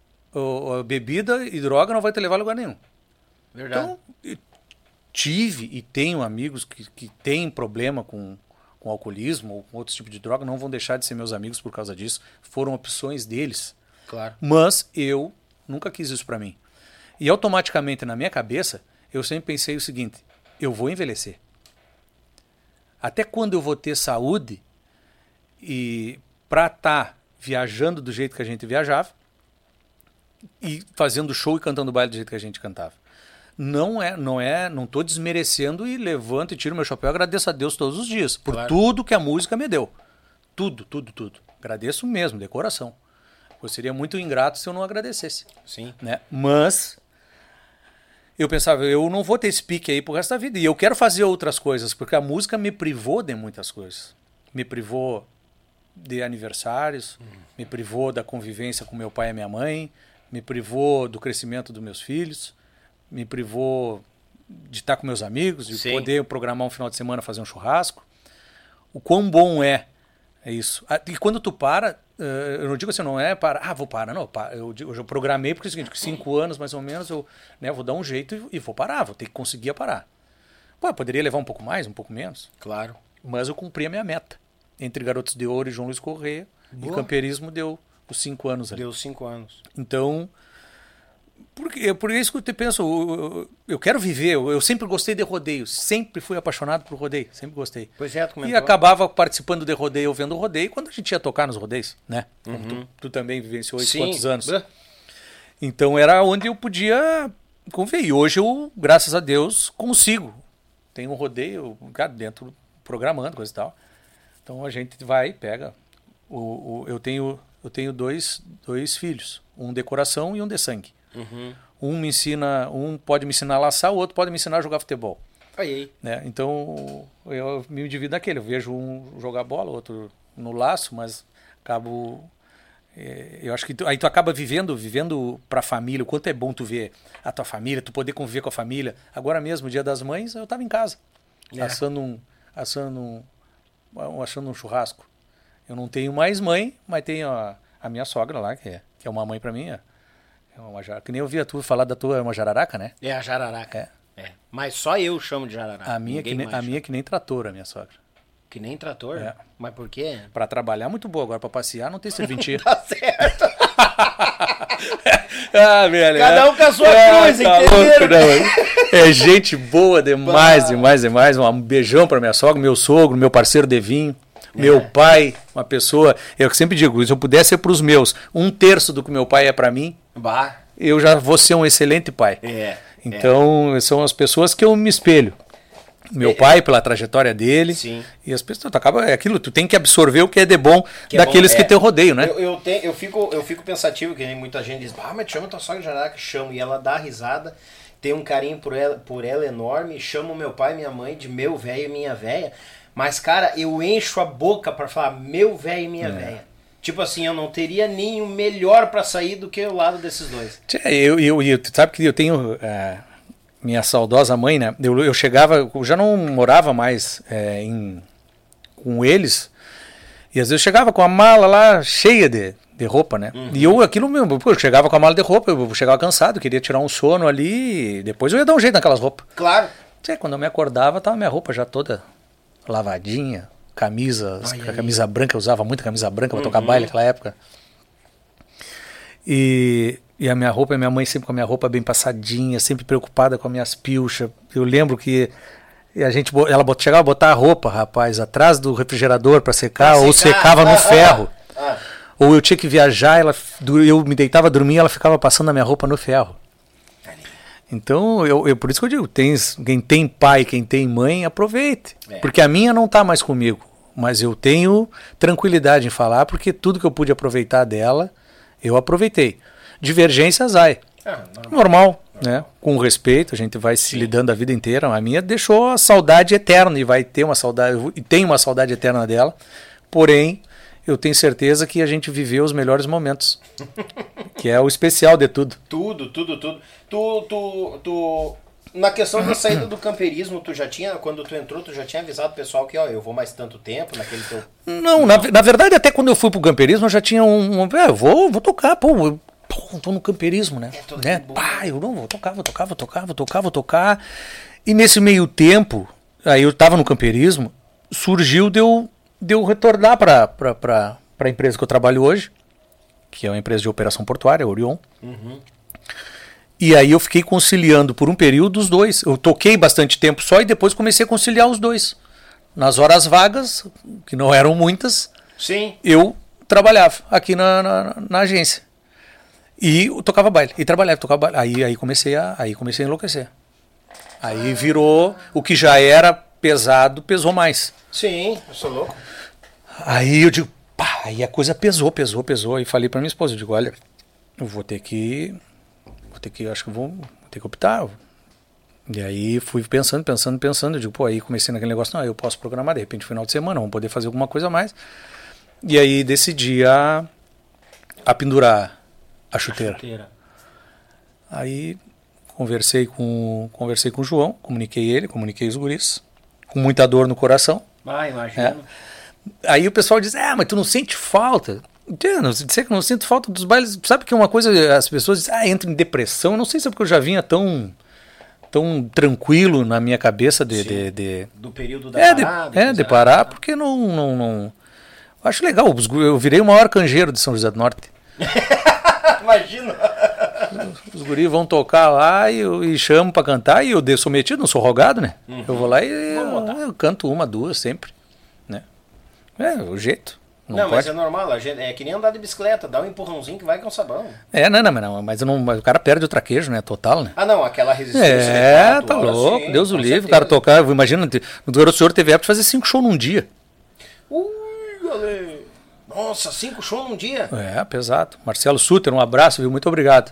e droga não vai te levar a lugar nenhum. Verdade. Então, tive e tenho amigos que têm problema com alcoolismo ou com outro tipo de droga, não vão deixar de ser meus amigos por causa disso. Foram opções deles. Claro. Mas eu nunca quis isso pra mim. E automaticamente na minha cabeça, eu sempre pensei o seguinte, eu vou envelhecer. Até quando eu vou ter saúde e pra estar viajando do jeito que a gente viajava e fazendo show e cantando baile do jeito que a gente cantava. Não tô desmerecendo e levanto e tiro meu chapéu e agradeço a Deus todos os dias por tudo que a música me deu. Tudo. Agradeço mesmo, de coração. Eu seria muito ingrato se eu não agradecesse. Sim. Né? Mas eu pensava, eu não vou ter esse pique aí pro resto da vida. E eu quero fazer outras coisas, porque a música me privou de muitas coisas. Me privou de aniversários, me privou da convivência com meu pai e minha mãe, me privou do crescimento dos meus filhos, me privou de estar com meus amigos, de poder programar um final de semana, fazer um churrasco. O quão bom é isso. E quando tu para, eu não digo assim, não é para, vou parar, não. Eu já programei, porque é o seguinte, 5 anos mais ou menos, eu vou dar um jeito e vou parar, vou ter que conseguir parar. Pô, eu poderia levar um pouco mais, um pouco menos. Claro. Mas eu cumpri a minha meta. Entre Garotos de Ouro e João Luiz Correia, e camperismo deu os 5 anos ali. Deu 5 anos. Então, por isso que eu te penso, eu quero viver, eu sempre gostei de rodeio, sempre fui apaixonado por rodeio, sempre gostei. Pois é, tu comentou. E acabava participando de rodeio, vendo rodeio, quando a gente ia tocar nos rodeios, né? Como tu também vivenciou isso quantos anos. Então era onde eu podia conviver. E hoje eu, graças a Deus, consigo. Tem um rodeio, cara, dentro, programando, coisa e tal. Então a gente vai, pega. Eu tenho Eu tenho dois filhos, um de coração e um de sangue. Um pode me ensinar a laçar, o outro pode me ensinar a jogar futebol. Aí. Né? Então eu me divido naquele. Eu vejo um jogar bola, o outro no laço, mas acabo. Eu acho que aí tu acaba vivendo pra família. O quanto é bom tu ver a tua família, tu poder conviver com a família. Agora mesmo, Dia das Mães, eu tava em casa, assando um churrasco. Eu não tenho mais mãe, mas tenho a minha sogra lá, que é uma mãe pra mim. Que nem eu via tu falar da tua, é uma jararaca, né? É a jararaca. Mas só eu chamo de jararaca. A minha que nem trator, a minha sogra. Que nem trator? É. Mas por quê? Pra trabalhar, muito boa. Agora pra passear, não tem serventia. Tá certo. Velho. Cada um com a sua cruz, entenderam? É gente boa demais. Um beijão pra minha sogra, meu sogro, meu parceiro Devinho. Meu pai, uma pessoa... Eu sempre digo, se eu pudesse ser pros meus 1/3 do que meu pai é pra mim, eu já vou ser um excelente pai. Então, são as pessoas que eu me espelho. Meu pai, pela trajetória dele. Sim. E as pessoas, é aquilo, tu tem que absorver o que é de bom daqueles que te rodeiam, né? Eu fico pensativo, que nem muita gente diz, mas te chama tua sogra de jararaca, chamo. E ela dá risada, tem um carinho por ela enorme, chamo meu pai e minha mãe de meu velho e minha velha. Mas, cara, eu encho a boca pra falar meu velho e minha velha. Tipo assim, eu não teria nenhum melhor pra sair do que o lado desses dois. Tu sabe que eu tenho... minha saudosa mãe, né? Eu chegava, eu já não morava mais com eles, e às vezes eu chegava com a mala lá cheia de roupa, né? E eu chegava com a mala de roupa, eu chegava cansado, queria tirar um sono ali, e depois eu ia dar um jeito naquelas roupas. Claro. Quando eu me acordava, tava minha roupa já toda lavadinha, camisa branca, eu usava muita camisa branca pra tocar baile naquela época. E a minha roupa, minha mãe sempre com a minha roupa bem passadinha, sempre preocupada com as minhas pilchas. Eu lembro que ela chegava a botar a roupa, rapaz, atrás do refrigerador para secar, ou secava no ferro. Ou eu tinha que viajar, eu me deitava a dormir, ela ficava passando a minha roupa no ferro. Então, por isso que eu digo, quem tem pai, quem tem mãe, aproveite. Porque a minha não tá mais comigo, mas eu tenho tranquilidade em falar, porque tudo que eu pude aproveitar dela, eu aproveitei. Divergências há. Normal, né? Com respeito, a gente vai se lidando a vida inteira. A minha deixou a saudade eterna e vai ter uma saudade, e tem uma saudade eterna dela. Porém, eu tenho certeza que a gente viveu os melhores momentos. Que é o especial de tudo. Tudo. Tu na questão da saída do campeirismo, quando tu entrou, tu já tinha avisado o pessoal que, eu vou mais tanto tempo naquele teu... Não, na verdade, até quando eu fui pro campeirismo, eu já tinha eu vou tocar, eu tô no campeirismo, né? Eu não vou tocar. E nesse meio tempo, aí eu tava no campeirismo, surgiu de eu retornar pra empresa que eu trabalho hoje, que é uma empresa de operação portuária, Orion. E aí eu fiquei conciliando por um período os dois. Eu toquei bastante tempo só e depois comecei a conciliar os dois. Nas horas vagas, que não eram muitas, sim, eu trabalhava aqui na agência. E eu tocava baile. E trabalhava, tocava baile. Aí comecei a enlouquecer. Aí virou, o que já era pesado, pesou mais. Sim, eu sou louco. Aí eu digo, aí a coisa pesou. E falei pra minha esposa, eu digo, olha, eu vou ter que, acho que vou ter que optar. E aí fui pensando, eu digo, aí comecei naquele negócio, eu posso programar, de repente, final de semana, vamos poder fazer alguma coisa a mais. E aí decidi a pendurar a chuteira. Aí conversei com o João, comuniquei os guris, com muita dor no coração. Imagino. Aí o pessoal diz, mas tu não sente falta? Dizer que eu não sinto falta dos bailes. Sabe que uma coisa, as pessoas dizem, entro em depressão. Eu não sei se é porque eu já vinha tão tranquilo na minha cabeça do período da parada. De parar, porque não... Acho legal, eu virei o maior canjeiro de São José do Norte. Imagina! Os guris vão tocar lá e chamam pra cantar, e eu sou metido, não sou rogado, né? Eu vou lá e eu canto uma, duas sempre, né? É o jeito. Não, mas é normal, é que nem andar de bicicleta, dá um empurrãozinho que vai com sabão. Mas o cara perde o traquejo, né? Total, né? Aquela resistência. Tá louco, Deus o livre, o cara tocar, imagina, no Garoto Senhor teve época de fazer 5 shows num dia. Ale! Nossa, 5 shows num dia? É, pesado. Marcelo Suter, um abraço, viu? Muito obrigado.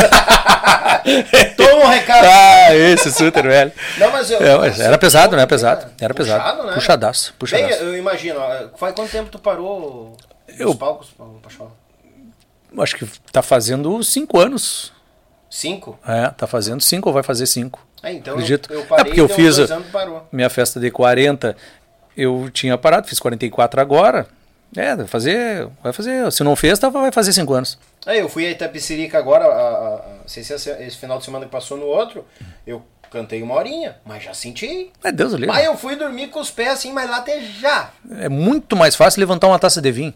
Toma um recado. Esse Suter, velho. Não, mas mas era pesado, né? Pesado. Era pesado. Puxado, né? Puxadaço. Bem, eu imagino. Faz quanto tempo tu parou nos palcos, Pachola? Acho que tá fazendo 5 anos. 5? É, tá fazendo 5 ou vai fazer 5. Então acredito. Eu parei, porque eu fiz 2 anos, parou. Minha festa de 40, eu tinha parado, fiz 44 agora. Vai fazer, se não fez, vai fazer 5 anos. Eu fui a Itapecerica agora, não sei se esse final de semana que passou no outro, eu cantei 1 horinha, mas já senti. Deus o livre. Mas eu fui dormir com os pés assim, mas latejar. É muito mais fácil levantar uma taça de vinho.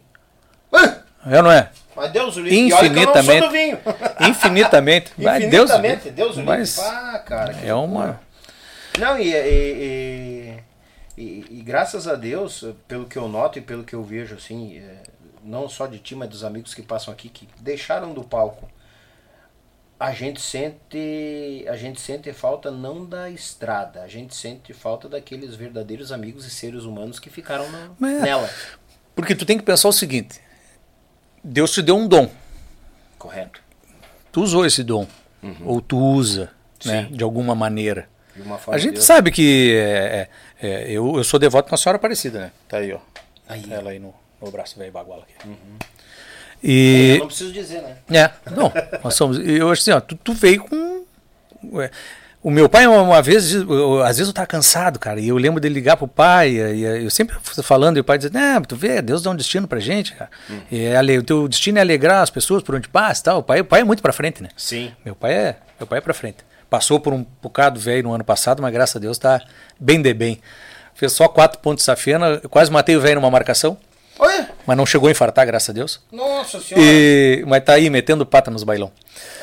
Não é? Mas Deus o livre. Infinitamente. E olha que eu não sou do vinho. Infinitamente. Infinitamente. Deus o livre. Mas cara. É uma... Não, e graças a Deus, pelo que eu noto e pelo que eu vejo, assim, não só de ti, mas dos amigos que passam aqui, que deixaram do palco, a gente sente falta não da estrada, a gente sente falta daqueles verdadeiros amigos e seres humanos que ficaram nela. Porque tu tem que pensar o seguinte, Deus te deu um dom. Correto. Tu usou esse dom, ou tu usa, né, de alguma maneira. A gente sabe que eu sou devoto de Nossa Senhora Aparecida, né? Tá aí, ó. Ela aí no braço velho baguala aqui. Eu não preciso dizer, né? Não, nós somos. Eu acho assim, ó, tu veio com. O meu pai, uma vez, às vezes eu tava cansado, cara, e eu lembro dele ligar pro pai, e eu sempre falando, e o pai dizia, tu vê, Deus dá um destino pra gente, cara. O teu destino é alegrar as pessoas por onde passa e tal. O pai é muito pra frente, né? Sim. Meu pai é pra frente. Passou por um bocado velho no ano passado, mas graças a Deus tá bem de bem. Fez só 4 pontos de safena, eu quase matei o velho numa marcação. Oi? Mas não chegou a infartar, graças a Deus. Nossa Senhora! Mas tá aí, metendo pata nos bailão.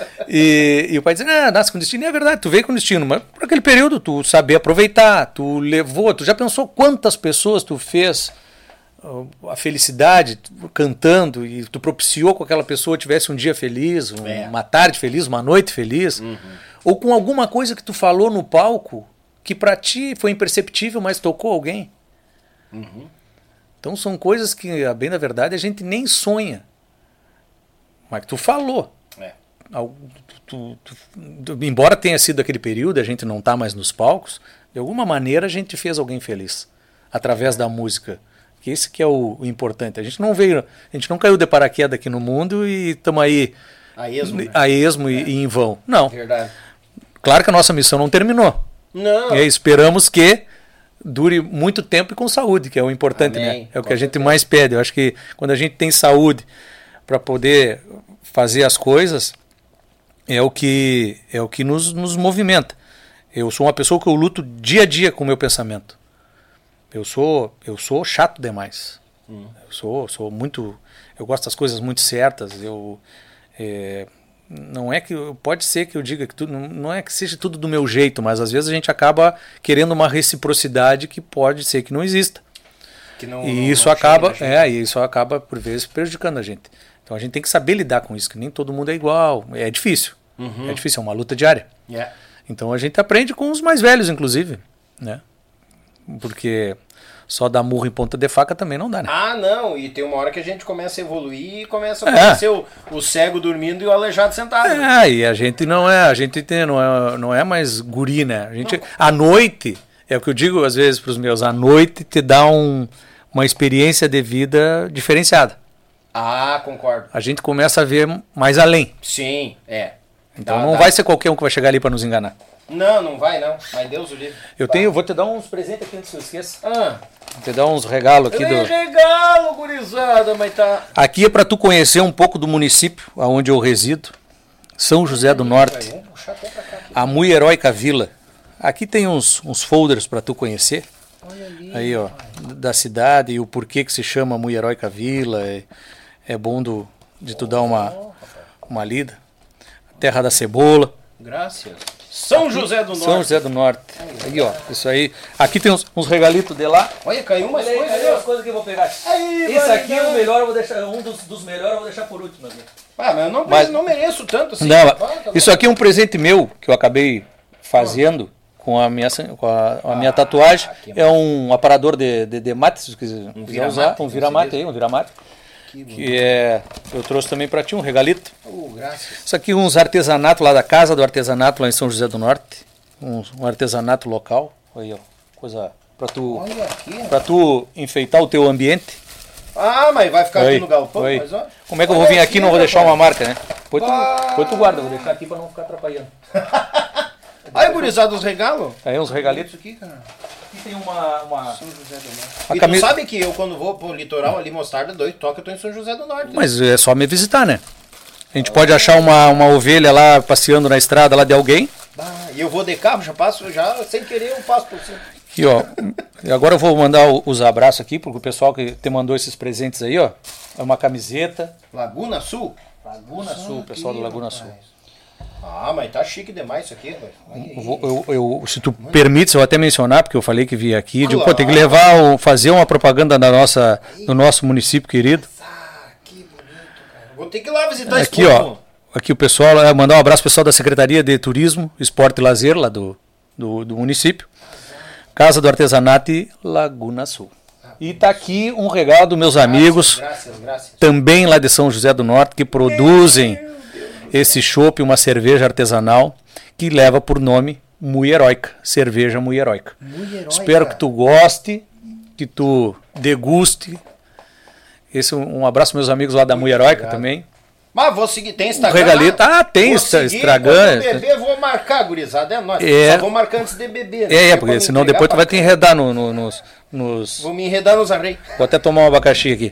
E o pai dizia, nasce com destino. E é verdade, tu veio com destino, mas por aquele período tu sabia aproveitar, tu levou, tu já pensou quantas pessoas tu fez a felicidade cantando e tu propiciou que aquela pessoa tivesse um dia feliz, uma tarde feliz, uma noite feliz. Ou com alguma coisa que tu falou no palco que pra ti foi imperceptível, mas tocou alguém. Então são coisas que, a bem da verdade, a gente nem sonha. Mas que tu falou. Embora tenha sido aquele período, a gente não tá mais nos palcos, de alguma maneira a gente fez alguém feliz. Através da música. Que esse que é o importante. A gente não caiu de paraquedas aqui no mundo e estamos aí a esmo e em vão. Não. Verdade. Claro que a nossa missão não terminou. Não. E esperamos que dure muito tempo e com saúde, que é o importante, né? É o que a gente mais pede. Eu acho que quando a gente tem saúde para poder fazer as coisas, é o que nos movimenta. Eu sou uma pessoa que eu luto dia a dia com o meu pensamento. Eu sou chato demais. Eu sou muito... Eu gosto das coisas muito certas. Não é que... Pode ser que eu diga que tudo... Não é que seja tudo do meu jeito, mas às vezes a gente acaba querendo uma reciprocidade que pode ser que não exista. Isso acaba, por vezes, prejudicando a gente. Então a gente tem que saber lidar com isso, que nem todo mundo é igual. É difícil. É difícil, é uma luta diária. Então a gente aprende com os mais velhos, inclusive, né? Porque só dar murro em ponta de faca também não dá, né? Não, e tem uma hora que a gente começa a evoluir e começa a conhecer o cego dormindo e o aleijado sentado. E a gente não é mais guri, né? A noite, é o que eu digo às vezes para os meus, a noite te dá uma experiência de vida diferenciada. Concordo. A gente começa a ver mais além. Sim, Então não vai ser qualquer um que vai chegar ali para nos enganar. Não vai não, mas Deus o livre. Vou te dar uns presentes aqui antes que eu esqueça. Vou te dar uns regalos aqui. Regalo, gurizada, mas tá... Aqui é para tu conhecer um pouco do município onde eu resido, São José do Norte, a Muito Heróica Vila. Aqui tem uns folders para tu conhecer. Olha ali. Aí, ó, da cidade e o porquê que se chama Muito Heróica Vila. É bom de tu dar uma lida. Terra da Cebola. Graças. São José do Norte. São José do Norte. Aí, ó, isso aí. Aqui tem uns regalitos de lá. Olha, caiu umas coisas. Olha as coisas que eu vou pegar. Isso aqui é o melhor, eu vou deixar, um dos melhores eu vou deixar por último. Mas eu não mereço tanto assim. Não, isso aqui é um presente meu que eu acabei fazendo com a minha tatuagem. É um aparador de mate, se quiser usar. Um viramate aí, um viramate. Eu trouxe também para ti um regalito. Graças. Isso aqui uns artesanatos lá da Casa do Artesanato lá em São José do Norte. Um artesanato local. Aí, ó, coisa para tu, Olha aqui. para tu enfeitar o teu ambiente. Ah, mas vai ficar aqui no galpão? Aí. Mas, ó. Como é que eu vou vir aqui e não vou deixar uma marca, né? Depois tu guarda, vou deixar aqui para não ficar atrapalhando. Aí, gurizada, os regalos. Aí uns regalitos. Aqui, cara. Aqui tem uma São José do Norte. a E camisa. tu sabe que eu, quando vou pro litoral ali, Mostarda, 2 toques, eu tô em São José do Norte. Mas é só me visitar, né? A gente pode achar uma ovelha lá passeando na estrada lá de alguém. E eu vou de carro, já passo, sem querer, eu passo por cima. Aqui, ó. E agora eu vou mandar os abraços aqui, porque o pessoal que te mandou esses presentes aí, ó. É uma camiseta. Laguna Sul? Laguna Sul, pessoal do Laguna Sul. Ah, mas tá chique demais isso aqui, velho. Se tu permite, eu vou até mencionar, porque eu falei que vim aqui, digo, Claro. pô, tem que fazer uma propaganda do nosso município querido. Que bonito, cara. Vou ter que ir lá visitar esse Aqui, ó. Aqui o pessoal, mandar um abraço pro pessoal da Secretaria de Turismo, Esporte e Lazer, lá do município. Casa do Artesanato e Laguna Sul. E tá aqui um regalo dos meus amigos, Graças. também lá de São José do Norte, que produzem esse chopp, uma cerveja artesanal, que leva por nome Muieroica, cerveja Muieroica. Espero que tu goste, que tu deguste. Um abraço meus amigos lá da Muieroica também. Mas vou seguir, tem Um Instagram? regalito. Ah, tem Instagram. Quando eu beber, vou marcar, gurizada, é nóis. É. Só vou marcar antes de beber. Né? Porque senão depois tu vai te enredar nos... Vou me enredar nos arreios. Vou até tomar um abacaxi aqui.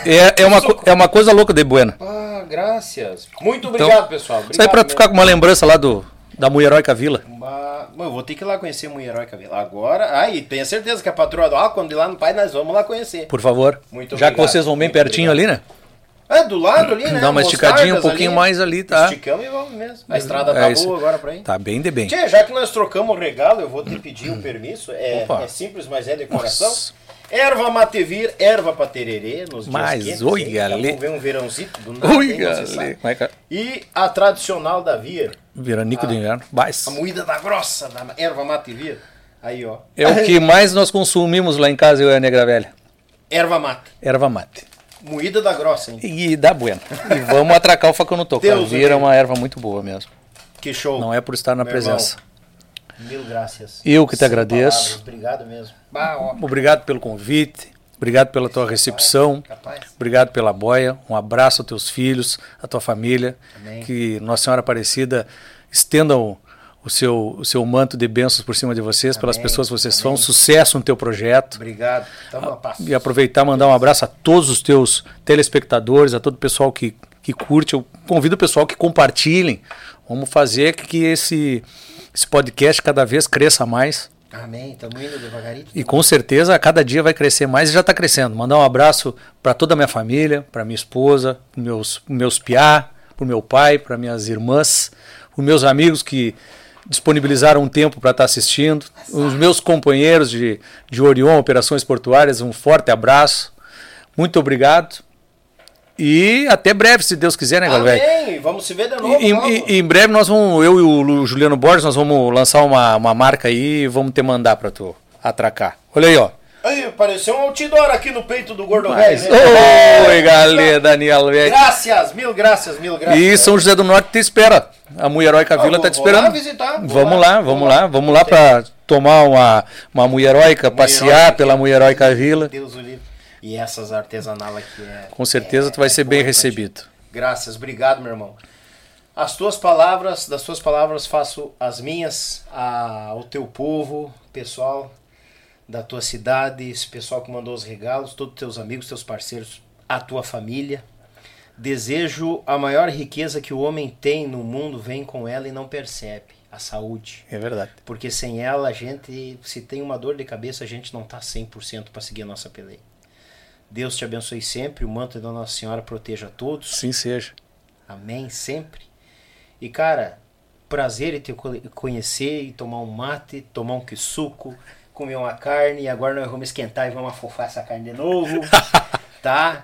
É uma coisa louca de buena. Ah, graças. Muito obrigado, pessoal. Isso aí pra tu ficar com uma lembrança lá da Muieroica Vila. Eu vou ter que ir lá conhecer Muieroica Vila. Agora, aí, tenha certeza que a patroa quando ir lá no pai, nós vamos lá conhecer. Por favor. Muito Já obrigado. que vocês vão bem Muito pertinho obrigado. ali, né? É, do lado ali, né? Dá uma esticadinha um pouquinho mais ali, tá? Esticamos e vamos mesmo. A estrada tá boa agora pra ir. Tá bem de bem. Tchê, já que nós trocamos o regalo, eu vou te pedir um permisso. É Opa. simples, mas é decoração. Nossa. Erva matevir, erva pra tererê, nos dias Mas, quentes. oi, hein? galê. Vamos ver um verãozito do nada. Ui, hein, você sabe. galera. E a tradicional da Vir, Veranico de inverno. Bais. a moída da grossa, da erva matevir. Aí, ó. É o que mais nós consumimos lá em casa, eu e a Negra Velha. Erva mate. Erva mate. Moída da grossa, hein? E dá bueno. E vamos atracar o facão no toco. A Deus Vira é me uma erva muito boa mesmo. Que show. Não é por estar na Meu presença. irmão, mil graças. Eu que te Sem agradeço. palavras, obrigado mesmo. Ó, Obrigado pelo convite. Obrigado pela tua recepção. capaz. Obrigado pela boia. Um abraço aos teus filhos, à tua família. Amém. Que Nossa Senhora Aparecida estenda o seu manto de bênçãos por cima de vocês, pelas pessoas que vocês são. Sucesso no teu projeto. Obrigado. Tamo a passo. E aproveitar e mandar um abraço a todos os teus telespectadores, a todo o pessoal que curte. Eu convido o pessoal que compartilhem. Vamos fazer que esse podcast cada vez cresça mais. Amém. Tamo indo devagarinho. E com certeza a cada dia vai crescer mais e já está crescendo. Mandar um abraço para toda a minha família, para minha esposa, para meus piá, para o meu pai, para minhas irmãs, os meus amigos que disponibilizaram um tempo para estar assistindo, os meus companheiros de Orion Operações Portuárias, um forte abraço, muito obrigado e até breve, se Deus quiser, né, galera? Amém. Vamos se ver de novo. E em breve nós vamos, eu e o Juliano Borges, nós vamos lançar uma marca aí e vamos te mandar para tu atracar. Olha aí, ó. Aí, apareceu um outdoor aqui no peito do gordo Mas, velho. Né? oi, galera, Daniel, velho. Graças, mil graças. E São José do Norte te espera. A Muieroica Vila tá te esperando. Vou lá visitar. Vamos lá para tomar uma Muieroica, passear pela Muieroica Vila. Deus o livre. E essas artesanal aqui Com certeza tu vai ser bem recebido. Graças, obrigado, meu irmão. Das tuas palavras faço as minhas, ao teu povo, pessoal da tua cidade, esse pessoal que mandou os regalos, todos teus amigos, teus parceiros, a tua família. Desejo a maior riqueza que o homem tem no mundo, vem com ela e não percebe, a saúde. É verdade. Porque sem ela, a gente, se tem uma dor de cabeça, a gente não está 100% para seguir a nossa peleia. Deus te abençoe sempre, o manto da Nossa Senhora proteja a todos. Sim seja. Amém, sempre. E cara, prazer em te conhecer e tomar um mate, tomar um quisuco, comer uma carne, e agora nós vamos esquentar e vamos afofar essa carne de novo. Tá?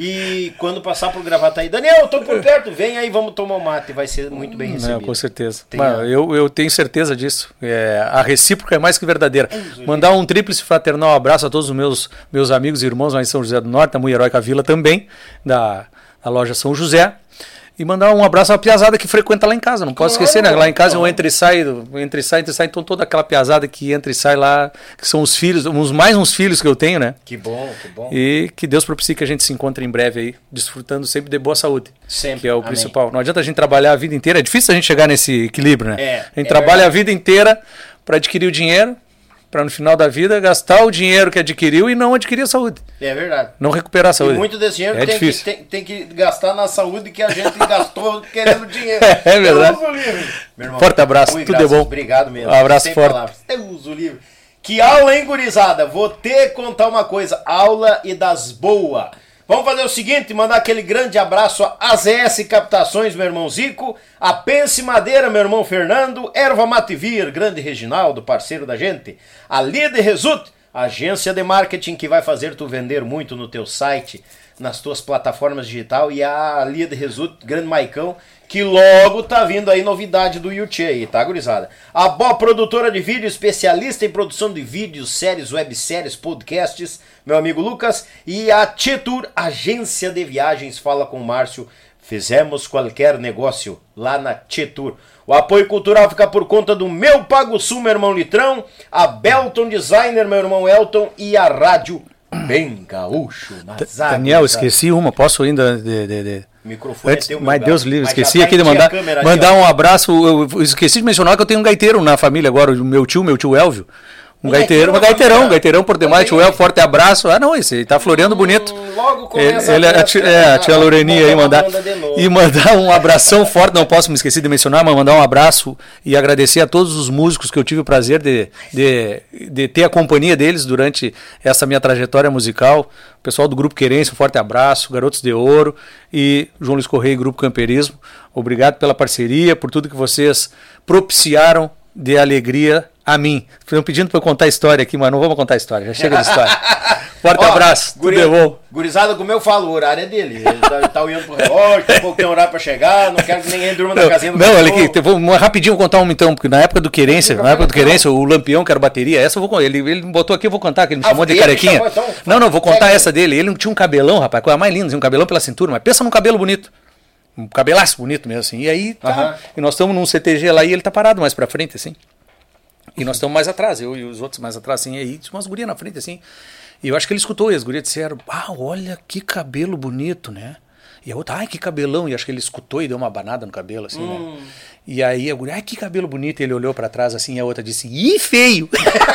E quando passar pro Gravataí, Daniel, eu tô por perto, vem aí, vamos tomar um mate, vai ser muito bem recebido. Não, com certeza. Mas eu tenho certeza disso. A recíproca é mais que verdadeira. Mandar um tríplice fraternal abraço a todos os meus amigos e irmãos lá em São José do Norte, da Mulher Heróica Vila também, da loja São José. E mandar um abraço à piazada que frequenta lá em casa, não posso esquecer, né? Lá em casa eu entro e saio, então toda aquela piazada que entra e sai lá, que são os filhos, mais uns filhos que eu tenho, né? Que bom, que bom. E que Deus propicie que a gente se encontre em breve aí, desfrutando sempre de boa saúde. Sempre. Que é o principal. Não adianta a gente trabalhar a vida inteira, é difícil a gente chegar nesse equilíbrio, né? A gente trabalha a vida inteira para adquirir o dinheiro, para no final da vida gastar o dinheiro que adquiriu e não adquirir a saúde. É verdade. Não recuperar a saúde. E muito desse dinheiro tem que gastar na saúde que a gente gastou querendo dinheiro. É verdade. Meu irmão, forte abraço, tudo de bom. Obrigado mesmo. Um abraço forte. Deus o livre. Que aula, hein, gurizada? Vou ter que contar uma coisa. Aula e das boas. Vamos fazer o seguinte, mandar aquele grande abraço a AZS Captações, meu irmão Zico, a Pense Madeira, meu irmão Fernando, Erva Mativir, grande Reginaldo, parceiro da gente, a Lide Result, agência de marketing que vai fazer tu vender muito no teu site, nas tuas plataformas digital, e a Lide Result, grande Maicão, que logo tá vindo aí novidade do YouTube aí, tá, gurizada? A Bó Produtora de Vídeo, especialista em produção de vídeos, séries, webséries, podcasts, meu amigo Lucas, e a Tietur, agência de viagens, fala com o Márcio, fizemos qualquer negócio lá na Tietur. O apoio cultural fica por conta do Meu Pago Sul, meu irmão Litrão, a Belton Designer, meu irmão Elton, e a Rádio Bem Gaúcho. Daniel, esqueci uma, posso ainda... Microfone antes, mas Deus livre, esqueci aqui de mandar um abraço. Eu esqueci de mencionar que eu tenho um gaiteiro na família agora, o meu tio Elvio. Um gaiteirão por demais, tio Elvio, forte abraço. Ah, não, esse tá floreando bonito. Logo começa a tia Loreninha aí mandar. E mandar um abração forte, não posso me esquecer de mencionar, mas mandar um abraço e agradecer a todos os músicos que eu tive o prazer de ter a companhia deles durante essa minha trajetória musical. O pessoal do Grupo Querência, um forte abraço, Garotos de Ouro e João Luiz Correia e Grupo Camperismo. Obrigado pela parceria, por tudo que vocês propiciaram de alegria a mim. Estão pedindo para eu contar a história aqui, mas não vamos contar a história, já chega de história. Forte abraço, tudo de bom. Gurizada, como eu falo, o horário é dele. Ele tá olhando pro relógio, daqui a pouco tem horário para chegar, não quero que ninguém durma na casinha do Não, olha aqui, vou rapidinho contar uma então, porque na época do Querência, o Lampião, que era bateria, essa eu vou ele botou aqui, eu vou contar, que ele me chamou de carequinha. Não, vou contar essa dele. Ele não tinha um cabelão, rapaz, coisa mais linda, um cabelão pela cintura, mas pensa num cabelo bonito. Um cabelaço bonito mesmo, assim. E aí, tá. E nós estamos num CTG lá e ele tá parado mais pra frente, assim. E nós estamos mais atrás, eu e os outros mais atrás, assim. E aí tinha umas gurias na frente, assim. E eu acho que ele escutou e as gurias disseram, olha que cabelo bonito, né? E a outra, ai, que cabelão. E acho que ele escutou e deu uma abanada no cabelo, assim, né? E aí a guria, ai, que cabelo bonito. E ele olhou pra trás, assim, e a outra disse, ih, feio!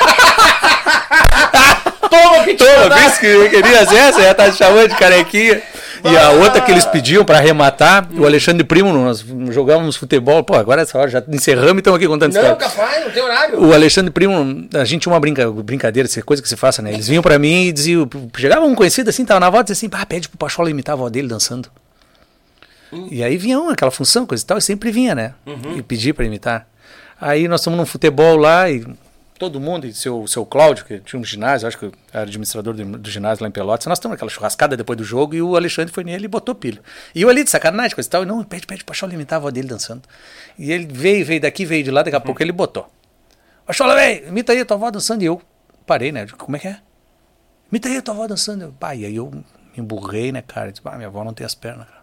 Toma, que eu queria essa, já tá chamando de carequinha. E a outra que eles pediam para arrematar, o Alexandre Primo, nós jogávamos futebol, agora essa hora já encerramos e estamos aqui contando história. Não, capaz, não tem horário. O Alexandre Primo, a gente tinha uma brincadeira, coisa que se faça, né? Eles vinham para mim e diziam, chegava um conhecido assim, tava na volta e dizia assim, pede pro Pachola imitar a avó dele dançando. E aí vinha aquela função, coisa e tal, e sempre vinha, né? E pedir para imitar. Aí nós estamos num futebol lá e... todo mundo, e seu Cláudio, que tinha um ginásio, acho que era administrador do ginásio lá em Pelotas, nós estamos naquela churrascada depois do jogo e o Alexandre foi nele e botou pilha. E eu ali de sacanagem, coisa e tal, e não, pede Pachola imitar a avó dele dançando. E ele veio daqui, veio de lá, daqui a pouco ele botou. Pachola, velho, imita aí a tua avó dançando. E eu parei, né? Como é que é? Imita aí a tua avó dançando. E aí eu me emburrei, né, cara? Disse, minha avó não tem as pernas, cara.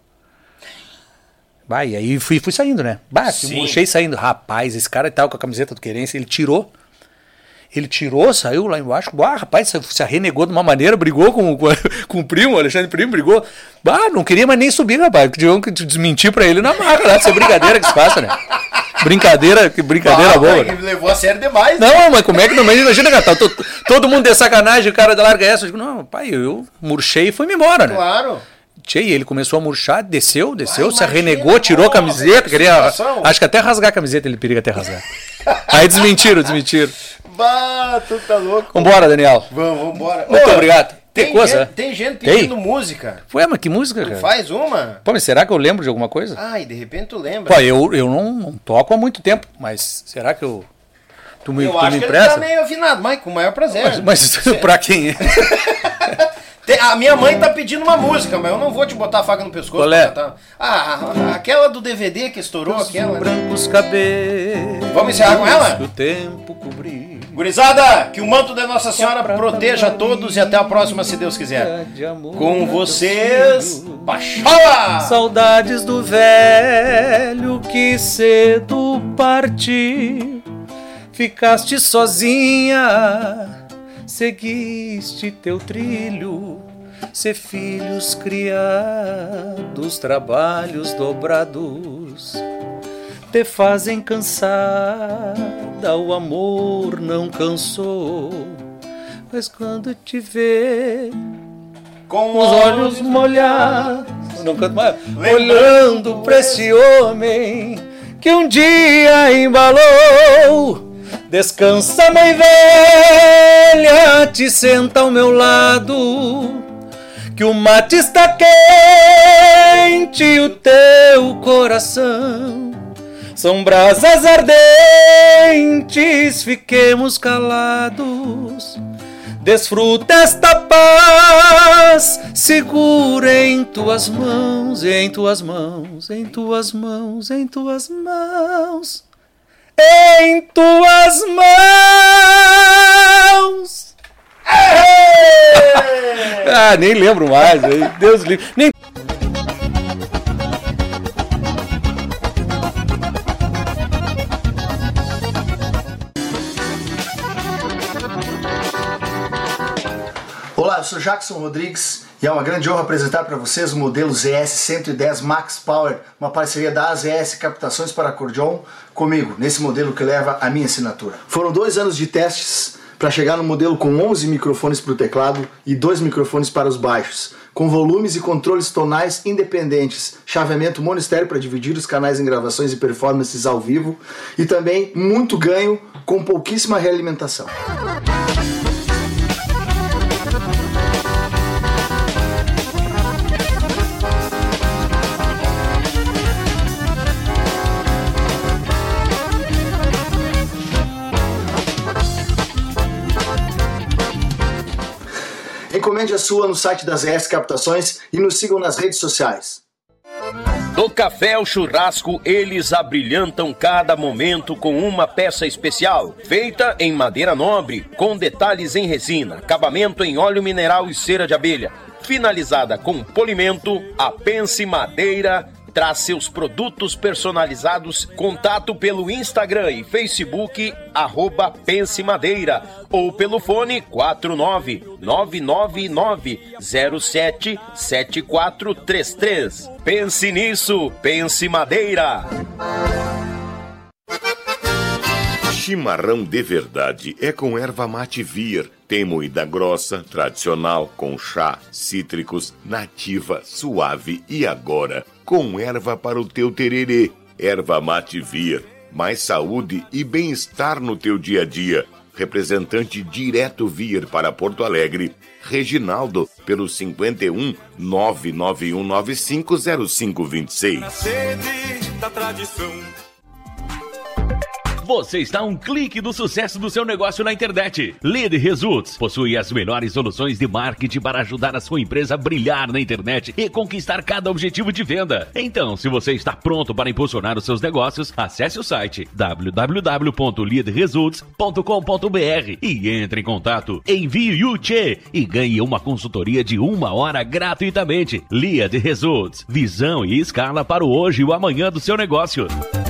E aí fui saindo, né? Murchei saindo. Rapaz, esse cara tava com a camiseta do Querência, ele tirou, saiu lá embaixo. Rapaz, se renegou de uma maneira, brigou com o primo, o Alexandre Primo, brigou. Não queria mais nem subir, rapaz. Tinha que desmentir pra ele na marca, né? Essa brincadeira que se faça, né? Brincadeira boa. Ele levou a sério demais. Não, mas como é que não? Imagina, cara, todo mundo de sacanagem, o cara larga essa. Eu digo, não, pai, eu murchei e fui-me embora, né? Claro. E ele começou a murchar, desceu, se renegou, tirou a camiseta, queria, acho que até rasgar a camiseta ele periga até rasgar. Aí desmentiram. Tu tá louco. Vambora, Daniel. Vambora. Muito obrigado. Tem gente pedindo música. Mas que música, cara? Faz uma. Mas será que eu lembro de alguma coisa? E de repente tu lembra. Eu não toco há muito tempo, mas será que tu me acho que empresta? Ele tá meio afinado, mas com o maior prazer. Mas pra quem é? A minha mãe tá pedindo uma música, mas eu não vou te botar a faca no pescoço. Qual é? Aquela do DVD que estourou, aquela. Brancos cabelos. Vamos encerrar com ela? Que o tempo cobrir. Gurizada, que o manto da Nossa Senhora proteja a todos e até a próxima, se Deus quiser. Com vocês, Pachola! Saudades do velho que cedo partiu. Ficaste sozinha, seguiste teu trilho, ser filhos criados, trabalhos dobrados, te fazem cansada, o amor não cansou, mas quando te vê com os olhos molhados, não canto mais, olhando pra esse homem que um dia embalou. Descansa, mãe velha, te senta ao meu lado, que o mate está quente e o teu coração são brasas ardentes, fiquemos calados. Desfruta esta paz, segura em tuas mãos, em tuas mãos, em tuas mãos, em tuas mãos. Em tuas mãos. Nem lembro mais, Deus livre. Nem... Olá, eu sou Jackson Rodrigues e é uma grande honra apresentar para vocês o modelo ZS110 Max Power, uma parceria da AZS Captações para Acordeon, comigo, nesse modelo que leva a minha assinatura. Foram 2 anos de testes para chegar no modelo com 11 microfones para o teclado e 2 microfones para os baixos, com volumes e controles tonais independentes, chaveamento mono-estéreo para dividir os canais em gravações e performances ao vivo e também muito ganho com pouquíssima realimentação. Encomende a sua no site das ZS Captações e nos sigam nas redes sociais. Do café ao churrasco, eles abrilhantam cada momento com uma peça especial, feita em madeira nobre, com detalhes em resina, acabamento em óleo mineral e cera de abelha, finalizada com polimento. A Pense Madeira traz seus produtos personalizados. Contato pelo Instagram e Facebook @Pense Madeira ou pelo fone 49999077433. Pense nisso, Pense Madeira. Chimarrão de verdade é com erva mate vir. Tem moída grossa, tradicional, com chá, cítricos, nativa, suave e agora com erva para o teu tererê. Erva mate vir. Mais saúde e bem-estar no teu dia a dia. Representante direto vir para Porto Alegre. Reginaldo, pelo 51 991950526. Na sede da tradição. Você está a um clique do sucesso do seu negócio na internet. Lead Results possui as melhores soluções de marketing para ajudar a sua empresa a brilhar na internet e conquistar cada objetivo de venda. Então, se você está pronto para impulsionar os seus negócios, acesse o site www.leadresults.com.br e entre em contato. Envie o Tchê e ganhe uma consultoria de 1 hora gratuitamente. Lead Results, visão e escala para o hoje e o amanhã do seu negócio.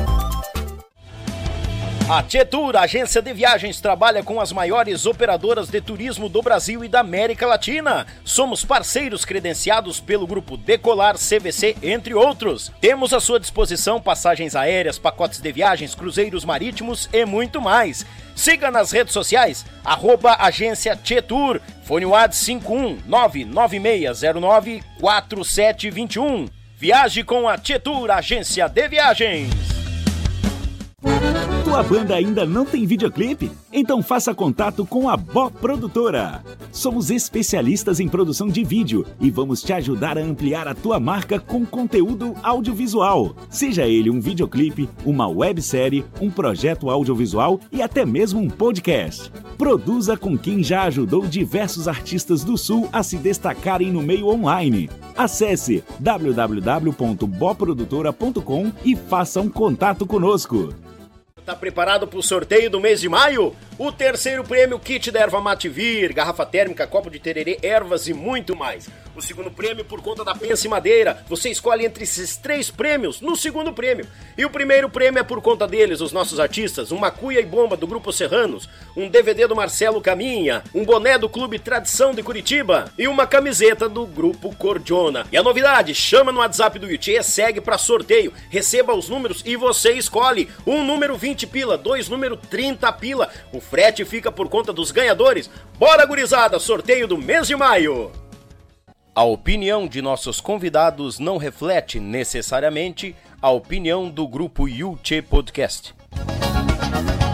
A Tietur, agência de viagens, trabalha com as maiores operadoras de turismo do Brasil e da América Latina. Somos parceiros credenciados pelo Grupo Decolar, CVC, entre outros. Temos à sua disposição passagens aéreas, pacotes de viagens, cruzeiros marítimos e muito mais. Siga nas redes sociais, @agência Tietur, fone WhatsApp 51996094721. Viaje com a Tietur, agência de viagens. Tua banda ainda não tem videoclipe? Então faça contato com a Bó Produtora. Somos especialistas em produção de vídeo e vamos te ajudar a ampliar a tua marca com conteúdo audiovisual. Seja ele um videoclipe, uma websérie, um projeto audiovisual e até mesmo um podcast. Produza com quem já ajudou diversos artistas do Sul a se destacarem no meio online. Acesse www.boprodutora.com e faça um contato conosco. Tá preparado para o sorteio do mês de maio? O terceiro prêmio, kit da erva mate vir, garrafa térmica, copo de tererê, ervas e muito mais. O segundo prêmio por conta da Pense Madeira. Você escolhe entre esses 3 prêmios no segundo prêmio. E o primeiro prêmio é por conta deles, os nossos artistas. Uma cuia e bomba do Grupo Serranos, um DVD do Marcelo Caminha, um boné do Clube Tradição de Curitiba e uma camiseta do Grupo Cordiona. E a novidade, chama no WhatsApp do Yuchê, segue para sorteio, receba os números e você escolhe. Um número 20 pila, 2 número 30 pila. O frete fica por conta dos ganhadores. Bora, gurizada, sorteio do mês de maio. A opinião de nossos convidados não reflete necessariamente a opinião do Grupo Yuchê Podcast.